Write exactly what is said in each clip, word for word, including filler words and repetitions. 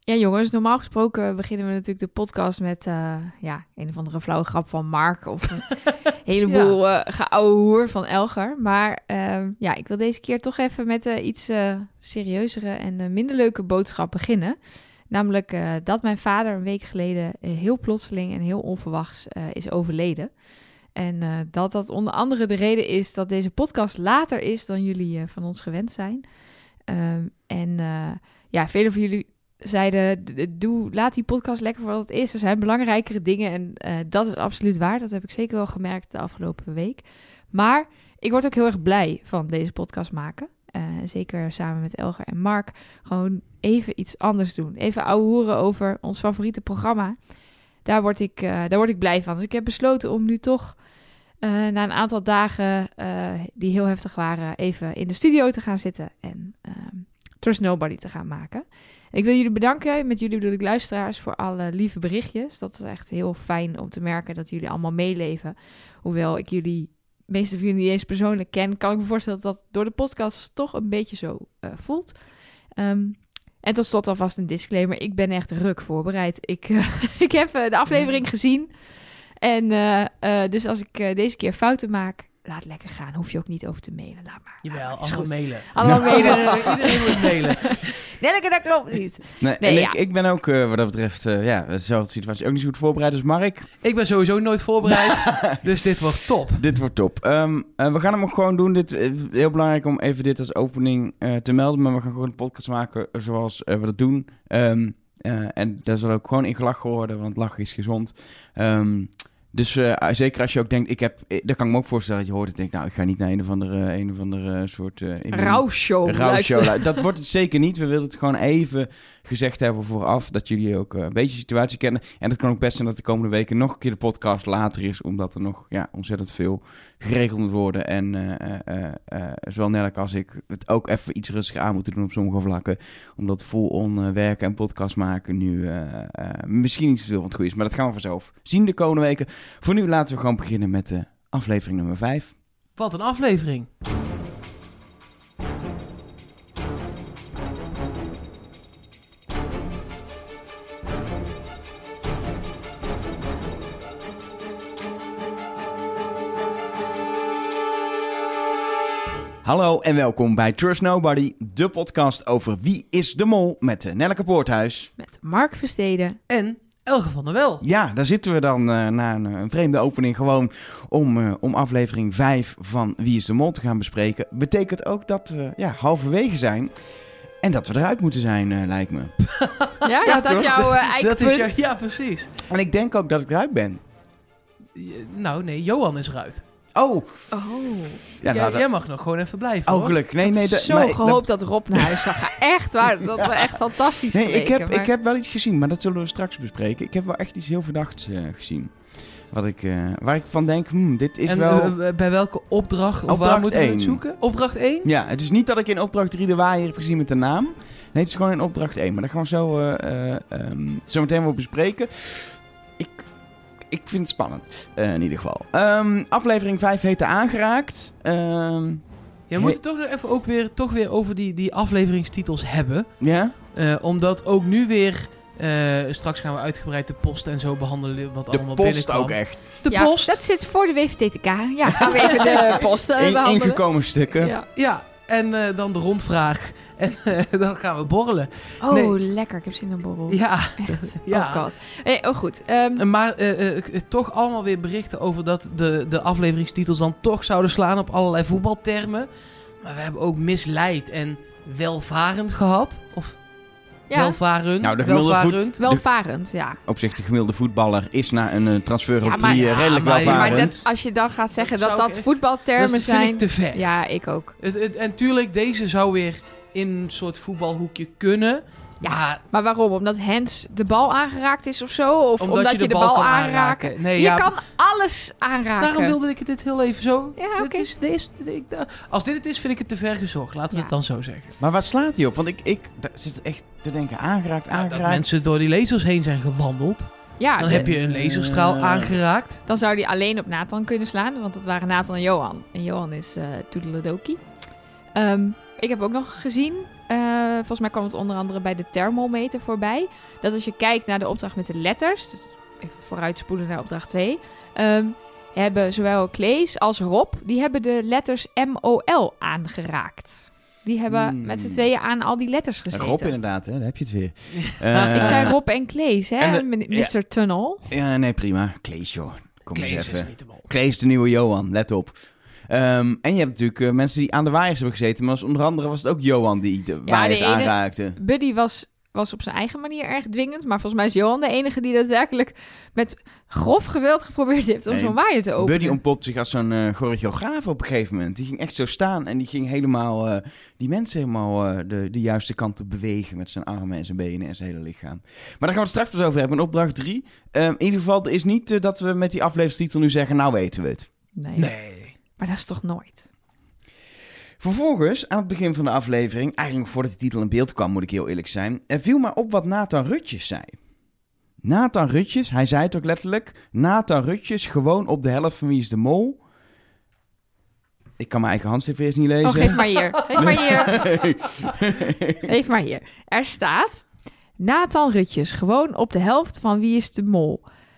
Ja, jongens, normaal gesproken beginnen we natuurlijk de podcast met uh, ja, een of andere flauwe grap van Mark of een heleboel ja. uh, geouwe hoer van Elger. Maar uh, ja, ik wil deze keer toch even met uh, iets uh, serieuzere en uh, minder leuke boodschap beginnen. Namelijk uh, dat mijn vader een week geleden uh, heel plotseling en heel onverwachts uh, is overleden. En uh, dat dat onder andere de reden is dat deze podcast later is dan jullie uh, van ons gewend zijn. Um, en uh, ja, velen van jullie zeiden, doe, laat die podcast lekker voor wat het is. Er zijn belangrijkere dingen en uh, dat is absoluut waar. Dat heb ik zeker wel gemerkt de afgelopen week. Maar ik word ook heel erg blij van deze podcast maken. Uh, zeker samen met Elger en Mark. Gewoon even iets anders doen. Even ouwe hoeren over ons favoriete programma. Daar word ik, uh, daar word ik blij van. Dus ik heb besloten om nu toch uh, na een aantal dagen uh, die heel heftig waren, even in de studio te gaan zitten en uh, Trust Nobody te gaan maken. Ik wil jullie bedanken, met jullie bedoel ik luisteraars, voor alle lieve berichtjes. Dat is echt heel fijn om te merken dat jullie allemaal meeleven. Hoewel ik jullie, meeste van jullie niet eens persoonlijk ken, kan ik me voorstellen dat dat door de podcast toch een beetje zo uh, voelt. Um, en tot slot alvast een disclaimer. Ik ben echt ruk voorbereid. Ik, uh, ik heb uh, de aflevering gezien. En uh, uh, dus als ik uh, deze keer fouten maak, laat lekker gaan. Hoef je ook niet over te mailen. Laat maar. Jawel, laat maar. allemaal mailen. Allemaal nou, mailen. Iedereen moet mailen. Nelke, dat klopt niet. Nee, Nee, en ja. ik, ik ben ook, uh, wat dat betreft, uh, ja, dezelfde situatie ook niet zo goed voorbereid als Mark. Ik ben sowieso nooit voorbereid, dus dit wordt top. Dit wordt top. Um, uh, we gaan hem ook gewoon doen. Dit uh, heel belangrijk om even dit als opening uh, te melden. Maar we gaan gewoon een podcast maken zoals uh, we dat doen. Um, uh, en daar zal ook gewoon in gelachen worden, want lachen is gezond. Um, Dus uh, zeker als je ook denkt, ik heb, daar kan ik me ook voorstellen dat je hoort en denkt, nou, ik ga niet naar een of andere, een of andere soort Uh, Rouwshow. Rouwshow. Dat wordt het zeker niet. We willen het gewoon even gezegd hebben vooraf, dat jullie ook uh, een beetje de situatie kennen. En dat kan ook best zijn dat de komende weken nog een keer de podcast later is, omdat er nog ja, ontzettend veel geregeld moet worden. En uh, uh, uh, zowel Nelke als ik het ook even iets rustiger aan moeten doen op sommige vlakken. Omdat full-on uh, werken en podcast maken nu uh, uh, misschien niet zoveel van het goede is. Maar dat gaan we vanzelf zien de komende weken. Voor nu laten we gewoon beginnen met uh, aflevering nummer vijf. Wat een aflevering. Hallo en welkom bij Trust Nobody, de podcast over Wie is de Mol met uh, Nelke Poorthuis. Met Mark Versteden. En Elge van der Wel. Ja, daar zitten we dan uh, na een, een vreemde opening gewoon om, uh, om aflevering vijf van Wie is de Mol te gaan bespreken. Betekent ook dat we ja, halverwege zijn en dat we eruit moeten zijn, uh, lijkt me. Ja, is Ja, dat toch? jouw uh, eikpunt? Dat is jou, ja, precies. En ik denk ook dat ik eruit ben. Je- Nou, nee, Johan is eruit. Oh, Oh, ja, Ja, nou, dat- jij mag nog gewoon even blijven, oh hoor. gelukkig. Nee, nee, dat- zo maar- gehoopt dat Rob naar huis zou gaan. Echt waar, dat was echt fantastisch Nee, ik geweken, heb, maar- ik heb wel iets gezien, maar dat zullen we straks bespreken. Ik heb wel echt iets heel verdachts uh, gezien. Wat ik, uh, waar ik van denk, hmm, dit is en wel... uh, bij welke opdracht, of waar Opdracht moeten we het één. zoeken? Opdracht één? Ja, het is niet dat ik in opdracht drie de waaier heb gezien met de naam. Nee, het is gewoon in opdracht één. Maar dat gaan we zo, uh, uh, um, zo meteen wel bespreken. Ik, ik vind het spannend, uh, in ieder geval. Um, aflevering vijf heette Aangeraakt. Um, Je moet het toch nog even ook weer, toch weer over die, die afleveringstitels hebben. ja? Uh, omdat ook nu weer... Uh, straks gaan we uitgebreid de post en zo behandelen wat De allemaal post binnenkwam. ook echt. De ja, post? dat zit voor de W V T T K. Ja, gaan we even de post uh, In, behandelen. ingekomen stukken. Ja. Ja, en uh, dan de rondvraag. En uh, dan gaan we borrelen. Oh, Nee. lekker. Ik heb zin in een borrel. Ja, Echt. ja. Oh god. Hey, oh goed. Um, Uh, Maar uh, uh, toch allemaal weer berichten over dat de, de afleveringstitels dan toch zouden slaan op allerlei voetbaltermen. Maar we hebben ook misleid en welvarend gehad. Of ja, welvarend. Nou, de gemiddelde welvarend. welvarend, ja. Op zich, de gemiddelde voetballer is na een uh, transfer Ja, of maar- drie uh, ja, redelijk maar- welvarend. Maar dat, als je dan gaat zeggen Dat dat zou dat, ik echt- voetbaltermen dat vind zijn... ik te ver. Ja, ik ook. Het, het, en tuurlijk, deze zou weer in een soort voetbalhoekje kunnen. Ja, maar Maar waarom? Omdat Hens de bal aangeraakt is of zo? Of omdat, omdat, je de bal, kan aanraakt? aanraken. Nee, je ja, kan alles aanraken. daarom wilde ik dit heel even zo. Ja, Dit oké. is, deze, ik, da- als dit het is, vind ik het te ver gezocht. Laten we Ja. het dan zo zeggen. Maar waar slaat hij op? Want ik, ik daar zit echt te denken, aangeraakt, Ja, aangeraakt. dat mensen door die lasers heen zijn gewandeld. Ja, Dan de- heb je een laserstraal Eh. aangeraakt. dan zou die alleen op Nathan kunnen slaan. Want dat waren Nathan en Johan. En Johan is uh, toedeledokie. Ehm, ik heb ook nog gezien, uh, volgens mij kwam het onder andere bij de thermometer voorbij, dat als je kijkt naar de opdracht met de letters, dus even vooruitspoelen naar opdracht twee, um, hebben zowel Claes als Rob, die hebben de letters M O L aangeraakt. Die hebben hmm. met z'n tweeën aan al die letters gezeten. Rob inderdaad, hè? Daar heb je het weer. uh, ik zei Rob en Claes, hè? De, mister Ja. Tunnel. Ja, nee, prima. Claes, joh. Kom Claes eens even. is niet de mol. Claes, de nieuwe Johan, let op. Um, en je hebt natuurlijk uh, mensen die aan de waaiers hebben gezeten. Maar onder andere was het ook Johan die de ja, waaiers de ene, aanraakte. Buddy was, was op zijn eigen manier erg dwingend. Maar volgens mij is Johan de enige die daadwerkelijk met grof geweld geprobeerd heeft om nee, zo'n waaier te openen. Buddy ontpopt zich als zo'n uh, choreograaf op een gegeven moment. Die ging echt zo staan en die ging helemaal uh, die mensen helemaal uh, de, de juiste kant op bewegen met zijn armen en zijn benen en zijn hele lichaam. Maar daar gaan we het straks pas over hebben in opdracht drie. Uh, in ieder geval, er is niet uh, dat we met die afleveringstitel nu zeggen, nou weten we het. Nee. nee. Maar dat is toch nooit? Vervolgens, aan het begin van de aflevering, eigenlijk voordat de titel in beeld kwam, moet ik heel eerlijk zijn, er viel maar op wat Nathan Rutjes zei. Nathan Rutjes, hij zei het ook letterlijk, Nathan Rutjes gewoon op de helft van Wie is de Mol. Ik kan mijn eigen handschrift eerst niet lezen. Oh, geef maar hier. Geef maar hier. Geef maar hier. Er staat, Nathan Rutjes gewoon op de helft van Wie is de Mol.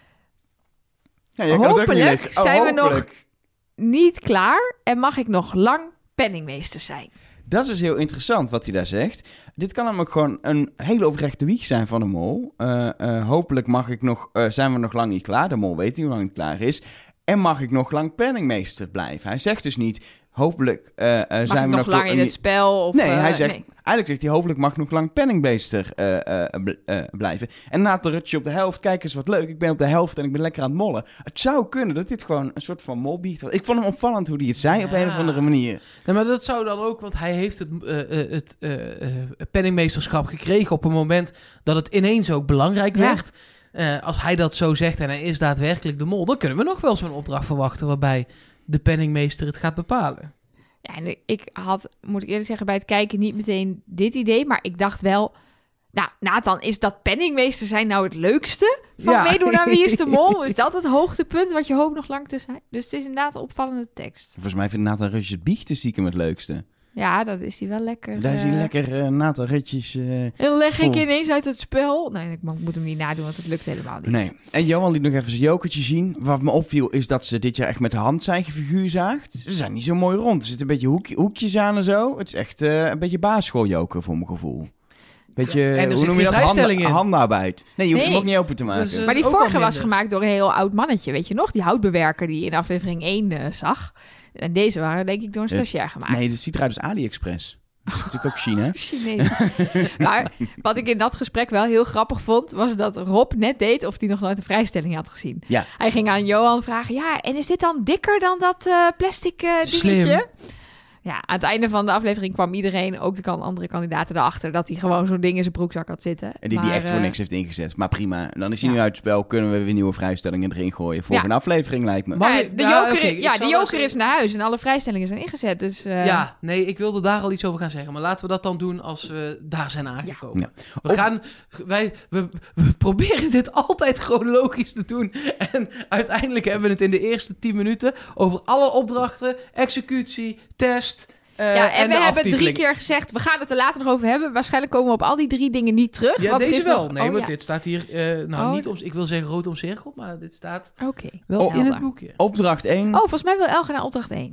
Ja, jij kan het ook niet lezen. Oh, zijn hopelijk. we nog niet klaar en mag ik nog lang penningmeester zijn. Dat is dus heel interessant wat hij daar zegt. Dit kan namelijk gewoon een hele oprechte wieg zijn van de mol. Uh, uh, hopelijk mag ik nog, uh, zijn we nog lang niet klaar. De mol weet niet hoe lang het klaar is. En mag ik nog lang penningmeester blijven. Hij zegt dus niet, hopelijk uh, uh, zijn we nog... nog lang in het spel? Of, nee, hij uh, zegt... Nee. Eigenlijk zegt hij, hopelijk mag ik nog lang penningmeester uh, uh, bl- uh, blijven. En na het rutje op de helft, kijk eens wat leuk. Ik ben op de helft en ik ben lekker aan het mollen. Het zou kunnen dat dit gewoon een soort van molbiecht was. Ik vond hem opvallend hoe hij het zei, ja. op een of andere manier. Nee, maar dat zou dan ook, want hij heeft het, uh, uh, het uh, uh, penningmeesterschap gekregen op een moment dat het ineens ook belangrijk ja. werd. Uh, als hij dat zo zegt en hij is daadwerkelijk de mol, dan kunnen we nog wel zo'n opdracht verwachten waarbij de penningmeester het gaat bepalen. Ja, en ik had, moet ik eerlijk zeggen, bij het kijken niet meteen dit idee, maar ik dacht wel, nou, Nathan, is dat penningmeester zijn nou het leukste van ja. meedoen aan Wie is de Mol? Is dat het hoogtepunt wat je hoopt nog lang te zijn? Dus het is inderdaad een opvallende tekst. Volgens mij vindt Nathan Rutjes het biechten stiekem het leukste. Ja, dat is hij wel lekker. Daar is hij uh, lekker uh, Nathan Rutjes... Uh, en leg vol. ik ineens uit het spel? Nee, ik moet hem niet nadoen, want het lukt helemaal niet. Nee. En Johan liet nog even zijn jokertje zien. Wat me opviel is dat ze dit jaar echt met de hand zijn gefiguur zaagt. Ze zijn niet zo mooi rond. Er zitten een beetje hoek, hoekjes aan en zo. Het is echt uh, een beetje basisschooljoker voor mijn gevoel. Beetje, ja, en er hoe noem je dat? Hand, handarbeid. Nee, je hoeft nee. hem ook niet open te maken. Dus, uh, maar die vorige was gemaakt door een heel oud mannetje, weet je nog? Die houtbewerker die je in aflevering één uh, zag. En deze waren denk ik door een stagiair gemaakt. Nee, dit ziet eruit als AliExpress. Dat is natuurlijk ook China. Chinees. Maar wat ik in dat gesprek wel heel grappig vond, was dat Rob net deed of hij nog nooit een vrijstelling had gezien. Ja. Hij ging aan Johan vragen, ja, en is dit dan dikker dan dat uh, plastic uh, dingetje? Slim. Ja, aan het einde van de aflevering kwam iedereen, ook de kan, andere kandidaten, erachter dat hij gewoon zo'n ding in zijn broekzak had zitten. En die maar, die echt voor uh, niks heeft ingezet. Maar prima, dan is hij ja. nu uit het spel. Kunnen we weer nieuwe vrijstellingen erin gooien. Voor Ja. een aflevering lijkt me. Maar- ja, ik- de ja, joker, oké, is- ik ja, zal de wel joker is naar huis en alle vrijstellingen zijn ingezet. Dus, uh, Ja, nee, ik wilde daar al iets over gaan zeggen. Maar laten we dat dan doen als we daar zijn aangekomen. Ja. We, Op- gaan, wij, we, we proberen dit altijd chronologisch te doen. En uiteindelijk hebben we het in de eerste tien minuten over alle opdrachten, executie, test... Uh, Ja, en, en we de hebben aftiteling. drie keer gezegd, we gaan het er later nog over hebben. Waarschijnlijk komen we op al die drie dingen niet terug. Ja, want er deze is wel. nog- Nee, oh, maar ja. dit staat hier, uh, nou Oh, niet ja. om, ik wil zeggen rood omcirkeld, maar dit staat Oké. wel Oh, in helder. het boekje. Opdracht één. Oh, volgens mij wil Elger naar opdracht één.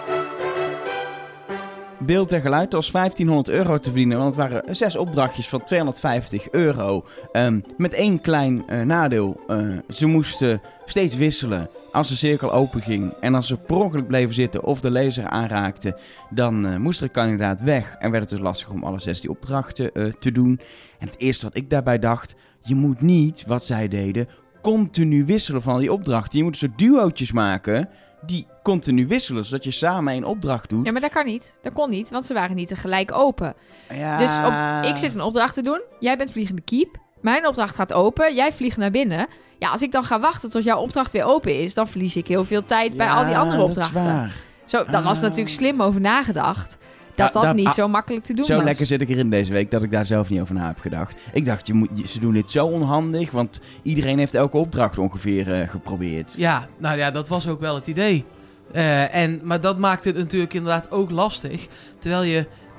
Beeld en geluid was vijftienhonderd euro te verdienen. Want het waren zes opdrachtjes van tweehonderdvijftig euro. Um, met één klein uh, nadeel. Uh, ze moesten steeds wisselen als de cirkel open ging. En als ze per ongeluk bleven zitten of de laser aanraakten, dan uh, moest er een kandidaat weg. En werd het dus lastig om alle zes die opdrachten uh, te doen. En het eerste wat ik daarbij dacht, je moet niet, wat zij deden, continu wisselen van die opdrachten. Je moet een soort duootjes maken die continu wisselen, zodat je samen één opdracht doet. Ja, maar dat kan niet. Dat kon niet, want ze waren niet tegelijk open. Ja. Dus op, ik zit een opdracht te doen. Jij bent vliegende keep. Mijn opdracht gaat open. Jij vliegt naar binnen. Ja, als ik dan ga wachten tot jouw opdracht weer open is, dan verlies ik heel veel tijd bij Ja, al die andere dat is opdrachten. waar. Zo, dat Ah. was natuurlijk slim over nagedacht. Dat Ja, dat daar- niet ah, zo makkelijk te doen Zo was. lekker zit ik erin deze week dat ik daar zelf niet over na heb gedacht. Ik dacht, je moet, je- ze doen dit zo onhandig, want iedereen heeft elke opdracht ongeveer eh, geprobeerd. Ja, nou ja, dat was ook wel het idee. Uh, en, maar dat maakt het natuurlijk inderdaad ook lastig. Terwijl je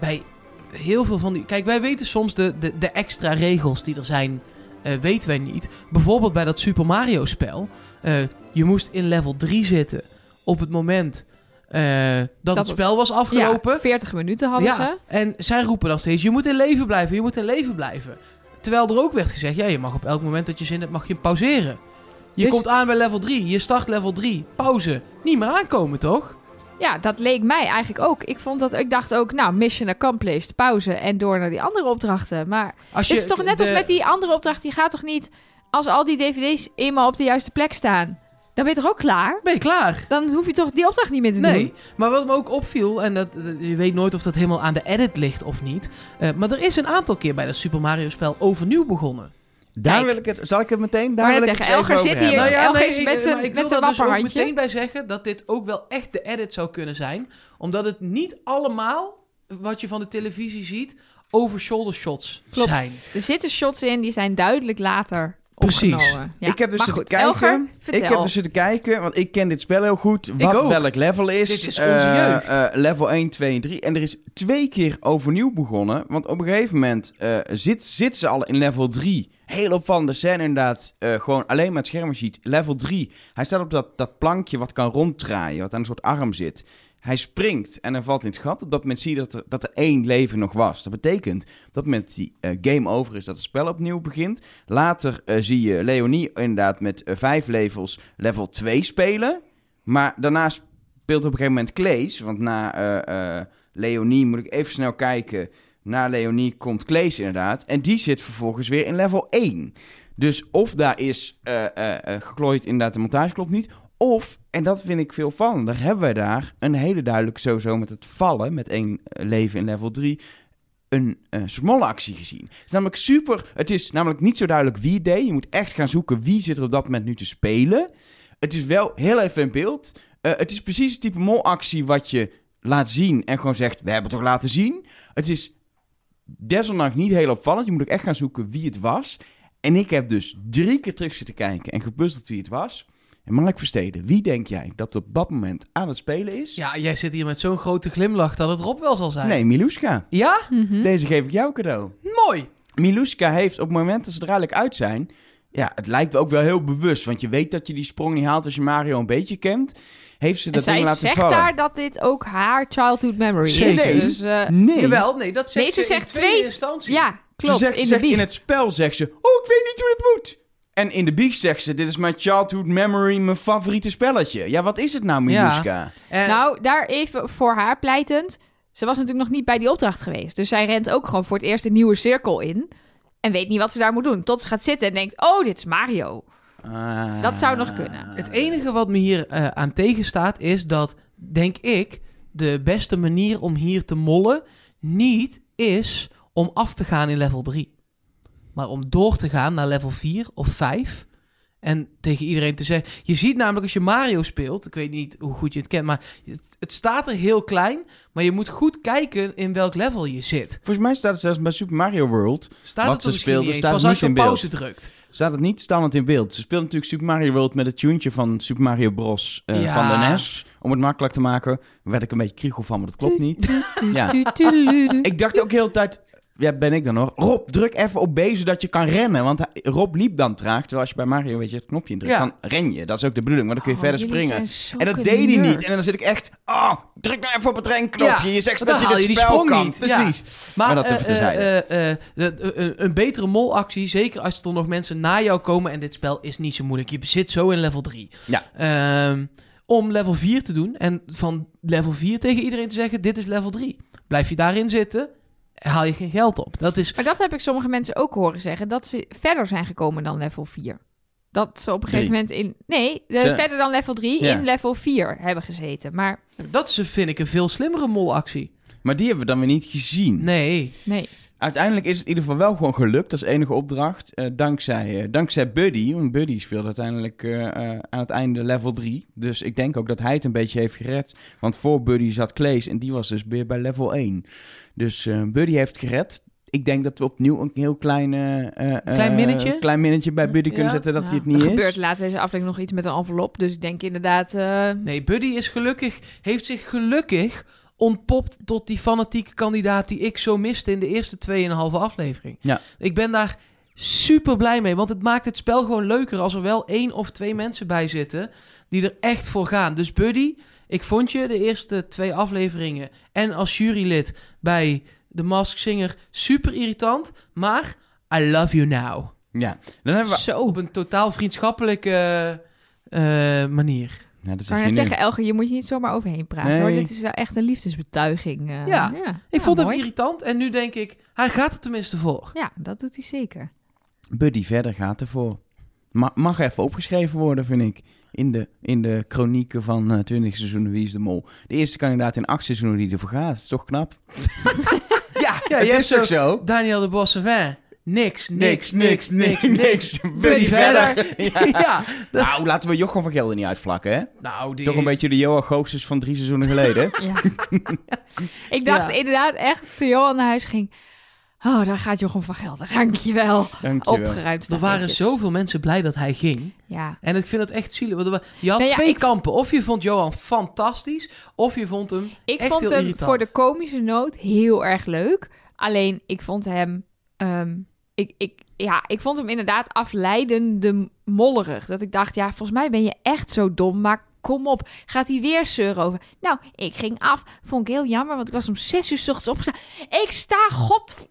bij heel veel van die... Kijk, wij weten soms de, de, de extra regels die er zijn, uh, weten wij niet. Bijvoorbeeld bij dat Super Mario spel. Uh, je moest in level drie zitten op het moment uh, dat, dat het spel was afgelopen. Ja, veertig minuten hadden ja, ze. En zij roepen dan steeds, je moet in leven blijven, je moet in leven blijven. Terwijl er ook werd gezegd, ja, je mag op elk moment dat je zin hebt, mag je pauzeren. Je dus... komt aan bij level drie, je start level drie, pauze. Niet meer aankomen, toch? Ja, dat leek mij eigenlijk ook. Ik vond dat, ik dacht ook, nou, mission accomplished, pauze en door naar die andere opdrachten. Maar als je, het is toch net de... als met die andere opdracht, die gaat toch niet, als al die D V D's eenmaal op de juiste plek staan, dan ben je toch ook klaar? Ben je klaar? Dan hoef je toch die opdracht niet meer te nee, doen? Nee, maar wat me ook opviel, en dat, dat, je weet nooit of dat helemaal aan de edit ligt of niet, uh, maar er is een aantal keer bij dat Super Mario spel overnieuw begonnen. Daar Kijk. wil ik het, zal ik het meteen? Daar Maar wil net ik het zeggen, even Elger over zit hier- hebben. Nou ja, Elger nee, is met ik- zijn- maar ik met wil zijn daar dus ook wapperhandje. meteen bij zeggen dat dit ook wel echt de edit zou kunnen zijn. Omdat het niet allemaal, wat je van de televisie ziet, over-shoulder shots Klopt. zijn. Er zitten shots in, die zijn duidelijk later Precies. opgenomen. Ja. Ik heb dus maar zitten goed, kijken. Elger, vertel. Ik heb dus zitten kijken, want ik ken dit spel heel goed. Wat ook. welk level is. Dit is onze Eh, jeugd. eh, level één, twee en drie. En er is twee keer overnieuw begonnen. Want op een gegeven moment uh, zit, zit ze al in level drie. Heel opvallende scène inderdaad. Uh, gewoon alleen maar het scherm ziet. Level drie. Hij staat op dat, dat plankje wat kan ronddraaien. Wat aan een soort arm zit. Hij springt en hij valt in het gat. Op dat moment zie je dat er, dat er één leven nog was. Dat betekent op dat moment die uh, game over is, dat het spel opnieuw begint. Later uh, zie je Leonie inderdaad met uh, vijf levels level twee spelen. Maar daarna speelt op een gegeven moment Claes. Want na uh, uh, Leonie moet ik even snel kijken. Na Leonie komt Claes inderdaad. En die zit vervolgens weer in level één. Dus of daar is uh, uh, uh, geklooid inderdaad, de montage klopt niet. Of, en dat vind ik veel vallender, hebben wij daar een hele duidelijke sowieso met het vallen, met één leven in level drie, een uh, smolactie gezien. Het is namelijk super, het is namelijk niet zo duidelijk wie het deed. Je moet echt gaan zoeken wie zit er op dat moment nu te spelen. Het is wel heel even in beeld. Uh, het is precies het type molactie wat je laat zien en gewoon zegt, we hebben het toch laten zien. Het is desondanks niet heel opvallend. Je moet ook echt gaan zoeken wie het was. En ik heb dus drie keer terug zitten kijken en gepuzzeld wie het was. En Mark Versteden, wie denk jij dat op dat moment aan het spelen is? Ja, jij zit hier met zo'n grote glimlach dat het Rob wel zal zijn. Nee, Miluska. Ja? Mhm. Deze geef ik jou cadeau. Mooi. Miluska heeft op het moment dat ze er eigenlijk uit zijn... Ja, het lijkt ook wel heel bewust. Want je weet dat je die sprong niet haalt als je Mario een beetje kent. Heeft ze En dat ding zij laten zegt vallen. daar dat dit ook haar childhood memory Zeker. is. Dus, uh, Nee. Jawel, nee, dat zegt Nee, ze ze, zegt in tweede twee- instantie. ja, klopt. Ze zegt, in de zegt biecht. in het spel zegt ze... Oh, ik weet niet hoe dit moet. En in de biecht zegt ze... Dit is mijn childhood memory, mijn favoriete spelletje. Ja, wat is het nou, Miluska? En, Nou, daar even voor haar pleitend. Ze was natuurlijk nog niet bij die opdracht geweest. Dus zij rent ook gewoon voor het eerst een nieuwe cirkel in. En weet niet wat ze daar moet doen. Tot ze gaat zitten en denkt, oh, dit is Mario. Ah. Dat zou nog kunnen. het enige wat me hier uh, aan tegenstaat is dat, denk ik, de beste manier om hier te mollen niet is om af te gaan in level drie. Maar om door te gaan naar level vier of vijf. En tegen iedereen te zeggen... Je ziet namelijk als je Mario speelt... Ik weet niet hoe goed je het kent, maar het, het staat er heel klein. Maar je moet goed kijken in welk level je zit. Volgens mij staat het zelfs bij Super Mario World... Staat Wat het ze er misschien speelde, niet eens, staat pas het als je niet op in pauze drukt. Staat het niet standaard in beeld. Ze speelt natuurlijk Super Mario World met het tuentje van Super Mario Bros. Uh, Ja. van de N E S. Om het makkelijk te maken. Daar werd ik een beetje kriegel van, maar dat klopt niet. Ja. Ja. Ik dacht ook heel de tijd... Ja, ben ik dan hoor. Rob, druk even op B zodat je kan rennen. Want hij- Rob liep dan traag. Terwijl als je bij Mario weet je, het knopje indrukt, Ja. dan ren je. Dat is ook de bedoeling, maar dan kun je Oh, verder jullie springen. zijn En dat zulke deed hij niet. nerds. En dan zit ik echt... Oh, druk nou even op het renknopje. Ja, je zegt want dat je dan haal dit je die spel sprong kan. niet. Ja. Precies. Maar, Maar dat eh, even terzijde. eh, eh, de- de- een- een betere molactie, zeker als er nog mensen na jou komen... en dit spel is niet zo moeilijk. Je zit zo in level drie. Ja. Ehm, om level vier te doen en van level vier tegen iedereen te zeggen... dit is level drie. Blijf je daarin zitten, haal je geen geld op. Dat is... Maar dat heb ik sommige mensen ook horen zeggen. Dat ze verder zijn gekomen dan level vier. Dat ze op een gegeven moment in... Nee, de- Ze- verder dan level drie Ja. in level vier hebben gezeten. Maar Dat is, vind ik, een veel slimmere molactie. Maar die hebben we dan weer niet gezien. Nee. nee. Uiteindelijk is het in ieder geval wel gewoon gelukt. Dat is enige opdracht. eh, dankzij, eh, dankzij Buddy. Want Buddy speelde uiteindelijk eh, eh, aan het einde level drie. Dus ik denk ook dat hij het een beetje heeft gered. Want voor Buddy zat Claes en die was dus weer bij level één. Dus eh, Buddy heeft gered. Ik denk dat we opnieuw een heel klein... eh, eh, Klein minnetje? klein minnetje bij Buddy Ja. kunnen zetten dat Ja. hij het Er niet is. gebeurt laatst deze aflevering nog iets met een envelop. Dus ik denk inderdaad... eh, Nee, Buddy is gelukkig... heeft zich gelukkig ontpopt tot die fanatieke kandidaat die ik zo miste in de eerste tweeënhalve aflevering. Ja. Ik ben daar super blij mee, want het maakt het spel gewoon leuker als er wel één of twee mensen bij zitten die er echt voor gaan. Dus Buddy, ik vond je de eerste twee afleveringen en als jurylid bij The Masked Singer super irritant, maar I love you now. Ja, dan hebben we... Zo. Op een totaal vriendschappelijke uh, manier. Ja, dat Ik zeg kan je net nu. zeggen, Elger, je moet je niet zomaar overheen praten. Nee. Hoor. Dit is wel echt een liefdesbetuiging. uh, Ja, ja. Ik Ja, vond hem mooi. irritant en nu denk ik, hij gaat er tenminste voor. Ja, dat doet hij zeker. Buddy verder gaat ervoor. Ma- mag even opgeschreven worden, vind ik. In de, in de chronieken van uh, twintig seizoenen Wie is de Mol. De eerste kandidaat in acht seizoenen die ervoor gaat. Dat is toch knap? ja, Ja, het je is hebt ook zo. Daniel de Bossevin. Niks, Niks, niks, niks, niks, niks. Buddy verder. ja. ja. Nou, laten we Jochem van Gelder niet uitvlakken, hè? Nou, die Toch een beetje de Johan Goossens van drie seizoenen geleden. Ja. Ik dacht Ja. inderdaad echt, toen Johan naar huis ging... Oh, daar gaat Jochem van Gelder. Dankjewel. Dankjewel. Opgeruimd. Er waren netjes. zoveel mensen blij dat hij ging. Ja. En ik vind het echt zielig. Want er wa- je had Nou ja, twee ik- kampen. Of je vond Johan fantastisch, of je vond hem Ik echt vond heel hem irritant. voor de komische noot heel erg leuk. Alleen, ik vond hem... ehm, ik, ik, ja, ik vond hem inderdaad afleidende mollerig. Dat ik dacht, ja, volgens mij ben je echt zo dom, maar kom op. Gaat hij weer zeuren over? Nou, ik ging af. Vond ik heel jammer, want ik was om zes uur 's ochtends opgestaan. Ik sta god...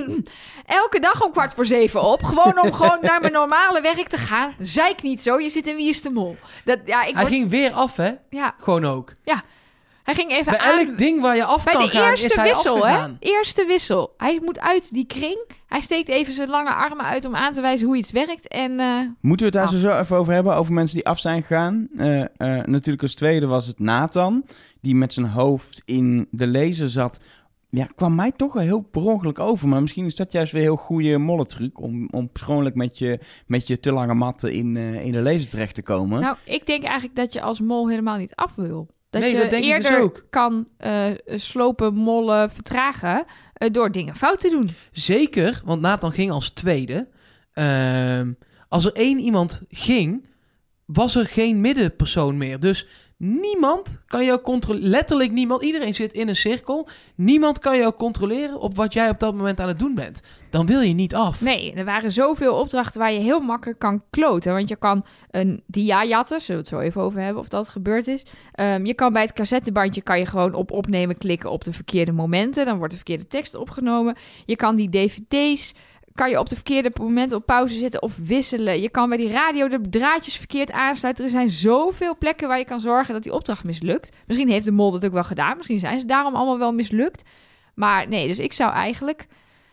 elke dag om kwart voor zeven op. Gewoon om gewoon naar mijn normale werk te gaan. Zeik niet zo, je zit in Wie is de Mol. Dat, ja, ik Hij word- ging weer af, hè? ja, Gewoon ook. hij ging even Bij aan... elk ding waar je af Bij kan de gaan, is eerste hij wissel, hè? afgegaan. Eerste wissel. Hij moet uit die kring. Hij steekt even zijn lange armen uit om aan te wijzen hoe iets werkt. En eh, Moeten we het daar Af. zo even over hebben? Over mensen die af zijn gegaan. Eh, eh, natuurlijk als tweede was het Nathan. Die met zijn hoofd in de laser zat. Ja, kwam mij toch wel heel per ongeluk over. Maar misschien is dat juist weer een heel goede molletruc. Om, om persoonlijk met je, met je te lange matten in, eh, in de laser terecht te komen. nou, ik denk eigenlijk dat je als mol helemaal niet af wil. Dat Nee, je dat denk ik dus eerder ook. kan eh, slopen, mollen, vertragen eh, door dingen fout te doen. Zeker, want Nathan ging als tweede. Ehm, als er één iemand ging, was er geen middenpersoon meer. Dus niemand kan jou controleren. Letterlijk niemand. Iedereen zit in een cirkel. Niemand kan jou controleren op wat jij op dat moment aan het doen bent. Dan wil je niet af. Nee, er waren zoveel opdrachten waar je heel makkelijk kan kloten. Want je kan een dia jatten, zullen we het zo even over hebben of dat gebeurd is. Ehm, je kan bij het cassettebandje kan je gewoon op opnemen klikken op de verkeerde momenten. Dan wordt de verkeerde tekst opgenomen. Je kan die D V D's, kan je op de verkeerde momenten op pauze zetten of wisselen. Je kan bij die radio de draadjes verkeerd aansluiten. Er zijn zoveel plekken waar je kan zorgen dat die opdracht mislukt. Misschien heeft de mol dat ook wel gedaan. Misschien zijn ze daarom allemaal wel mislukt. Maar nee, dus ik zou eigenlijk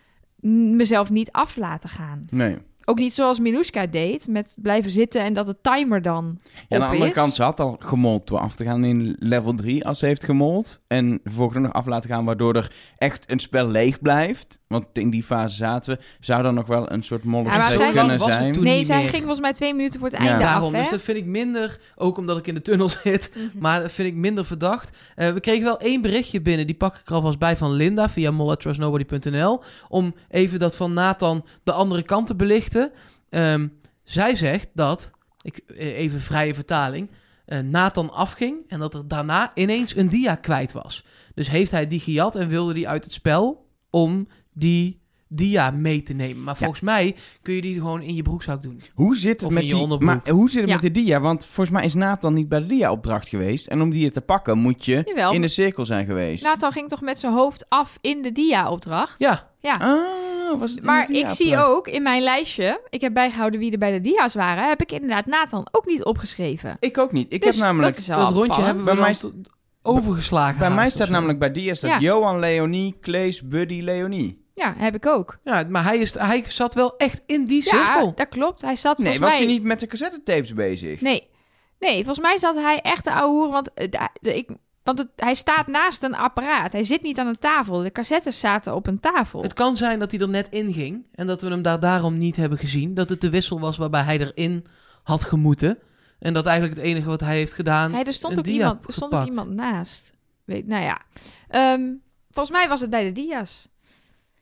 mezelf niet af laten gaan. Nee. Ook niet zoals Miluska deed, met blijven zitten en dat de timer dan Ja, aan de op andere is. kant, ze had al gemold door af te gaan in level drie als ze heeft gemold. En vervolgens ook nog af laten gaan, waardoor er echt een spel leeg blijft. Want in die fase zaten we, zou er nog wel een soort Ja, maar mollenstreek zij kunnen was het zijn. toen Nee, niet zij meer. ging volgens mij twee minuten voor het Ja. einde Daarom, af, hè? dus dat vind ik minder, ook omdat ik in de tunnel zit, Mhm. maar dat vind ik minder verdacht. Eh, we kregen wel één berichtje binnen, die pak ik er alvast bij van Linda via mol at trust nobody punt n l, om even dat van Nathan de andere kant te belichten. Ehm, zij zegt dat, ik, eh, even vrije vertaling, eh, Nathan afging en dat er daarna ineens een dia kwijt was. Dus heeft hij die gejat en wilde die uit het spel om die dia mee te nemen. Maar volgens mij kun je die gewoon in je broekzak doen. Hoe zit het Of met in je die, onderbroek. maar hoe zit het Ja. met de dia? Want volgens mij is Nathan niet bij de dia-opdracht geweest. En om die te pakken moet je Jawel. in de cirkel zijn geweest. Nathan ging toch met zijn hoofd af in de dia-opdracht? Ja, Ja. Ah, was het in Maar de ik zie dia-opdracht? ook in mijn lijstje, ik heb bijgehouden wie er bij de dia's waren, heb ik inderdaad Nathan ook niet opgeschreven. Ik ook niet. Ik Dus heb namelijk... dat is wel dat rondje opvallend. hebben we Bij mij dan tot- overgeslagen. Bij mij haast staat of zo. namelijk bij dia's dat Ja. Johan, Leonie, Klees, Buddy, Leonie. Ja, heb ik ook. Ja, maar hij, is, hij zat wel echt in die Ja, cirkel. dat klopt. Hij zat Nee, volgens was mij... hij niet met de cassettetapes bezig? Nee. Nee, volgens mij zat hij echt te ouwe hoeren, want, eh, de- de- ik, want het, hij staat naast een apparaat. Hij zit niet aan een tafel. De cassettes zaten op een tafel. Het kan zijn dat hij er net in ging en dat we hem daar daarom niet hebben gezien. Dat het de wissel was waarbij hij erin had gemoeten. En dat eigenlijk het enige wat hij heeft gedaan... Hey, er stond een ook dia iemand, er stond ook gepakt. iemand naast. Weet, nou ja. Ehm, volgens mij was het bij de dia's.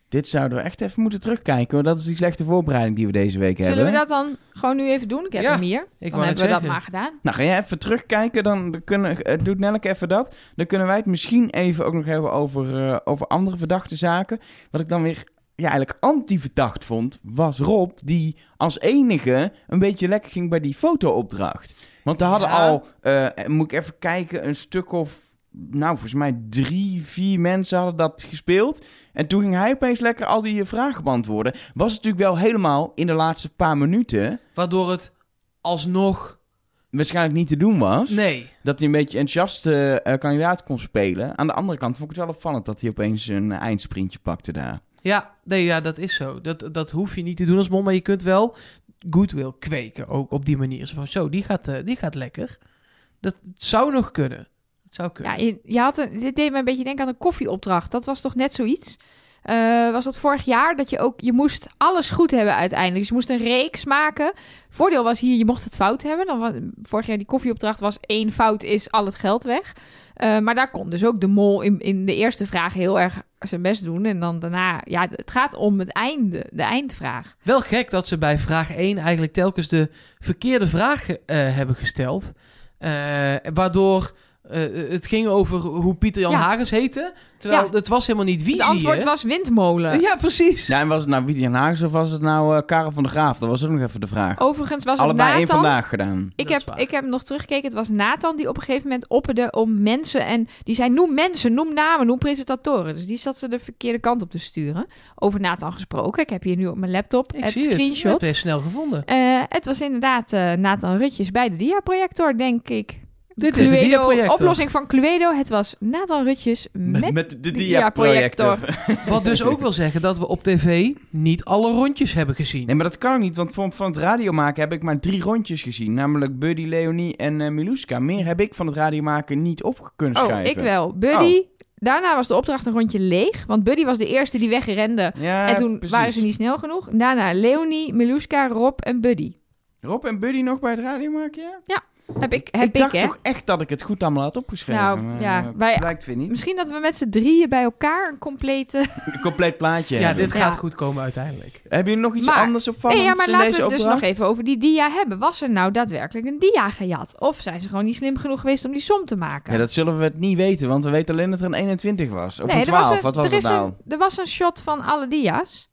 Dit zouden we echt even moeten terugkijken. Want dat is die slechte voorbereiding die we deze week Zullen hebben. we dat dan gewoon nu even doen? Ik heb Ja, hem hier. ik Dan wou net hebben we dat zeggen. maar gedaan. Nou, ga jij even terugkijken. Dan kunnen, uh, doet Nelleke even dat. Dan kunnen wij het misschien even ook nog hebben over, uh, over andere verdachte zaken. Wat ik dan weer ja, eigenlijk anti-verdacht vond, was Rob, die als enige een beetje lekker ging bij die fotoopdracht. Want daar hadden Ja. al, uh, moet ik even kijken, een stuk of, nou volgens mij drie, vier mensen hadden dat gespeeld. En toen ging hij opeens lekker al die uh, vragen beantwoorden. Was het natuurlijk wel helemaal in de laatste paar minuten Waardoor het alsnog... waarschijnlijk niet te doen was. Nee. Dat hij een beetje enthousiaste uh, kandidaat kon spelen. Aan de andere kant vond ik het wel opvallend dat hij opeens een uh, eindsprintje pakte daar. Ja, nee, ja, dat is zo. Dat, dat hoef je niet te doen als mol, maar je kunt wel goodwill kweken ook op die manier. Zo van, zo, die gaat, uh, die gaat lekker. Dat het zou nog kunnen. Het zou kunnen. Ja, je, je had een, dit deed me een beetje denken aan een koffieopdracht. Dat was toch net zoiets? Uh, was dat vorig jaar dat je ook... Je moest alles goed hebben uiteindelijk. Dus je moest een reeks maken. Voordeel was hier, je mocht het fout hebben. Dan was, vorig jaar die koffieopdracht was één fout is al het geld weg. Uh, maar daar kon dus ook de mol in, in de eerste vraag heel erg zijn best doen. En dan daarna... Ja, het gaat om het einde. De eindvraag. Wel gek dat ze bij vraag één eigenlijk telkens de verkeerde vraag uh, hebben gesteld. Uh, waardoor... Uh, het ging over hoe Pieter Jan Ja. Hagens heette. Terwijl Ja. het was helemaal niet wie Het zie antwoord je. was windmolen. Ja, precies. Ja, en was het nou Wiedie Hagens of was het nou uh, Karel van der Graaf? Dat was ook nog even de vraag. Overigens was Allebei het één Nathan... vandaag gedaan. Ik Dat is heb, waar. ik heb nog teruggekeken. Het was Nathan die op een gegeven moment opperde om mensen... en die zei, noem mensen, noem namen, noem presentatoren. Dus die zat ze de verkeerde kant op te sturen. Over Nathan gesproken. Ik heb hier nu op mijn laptop Ik het zie het. screenshot. Het. Heb je snel gevonden. Uh, het was inderdaad uh, Nathan Rutjes bij de Dia-projector, denk ik. Dit is de Cluedo, Dia-projector. oplossing van Cluedo. Het was Nathan Rutjes met, Met, met de de Dia-projector. Wat dus ook wil zeggen dat we op tv niet alle rondjes hebben gezien. Nee, maar dat kan ook niet, want van, van het radiomaken heb ik maar drie rondjes gezien. Namelijk Buddy, Leonie en uh, Miluska. Meer heb ik van het radiomaken niet op kunnen Oh, schrijven. ik wel. Buddy... Daarna was de opdracht een rondje leeg. Want Buddy was de eerste die wegrende. Ja, en toen precies. waren ze niet snel genoeg. Daarna Leonie, Miluska, Rob en Buddy. Rob en Buddy nog bij het radiomaken, ja? Heb ik, heb ik ik, dacht hè? toch echt dat ik het goed allemaal had opgeschreven. Nou, maar, ja, uh, wij- blijkt weer niet. Misschien dat we met z'n drieën bij elkaar een complete... Een compleet plaatje Ja, hebben. dit gaat Ja. goed komen uiteindelijk. Hebben jullie nog iets Maar- anders opvallends Nee, ja, maar in laten deze we het dus opdracht? nog even over die dia hebben. Was er nou daadwerkelijk een dia gejat? Of zijn ze gewoon niet slim genoeg geweest om die som te maken? Ja, dat zullen we het niet weten, want we weten alleen dat er een eenentwintig was. Of nee, een er was twaalf, een, wat was er dat is nou? Een, er was een shot van alle dia's.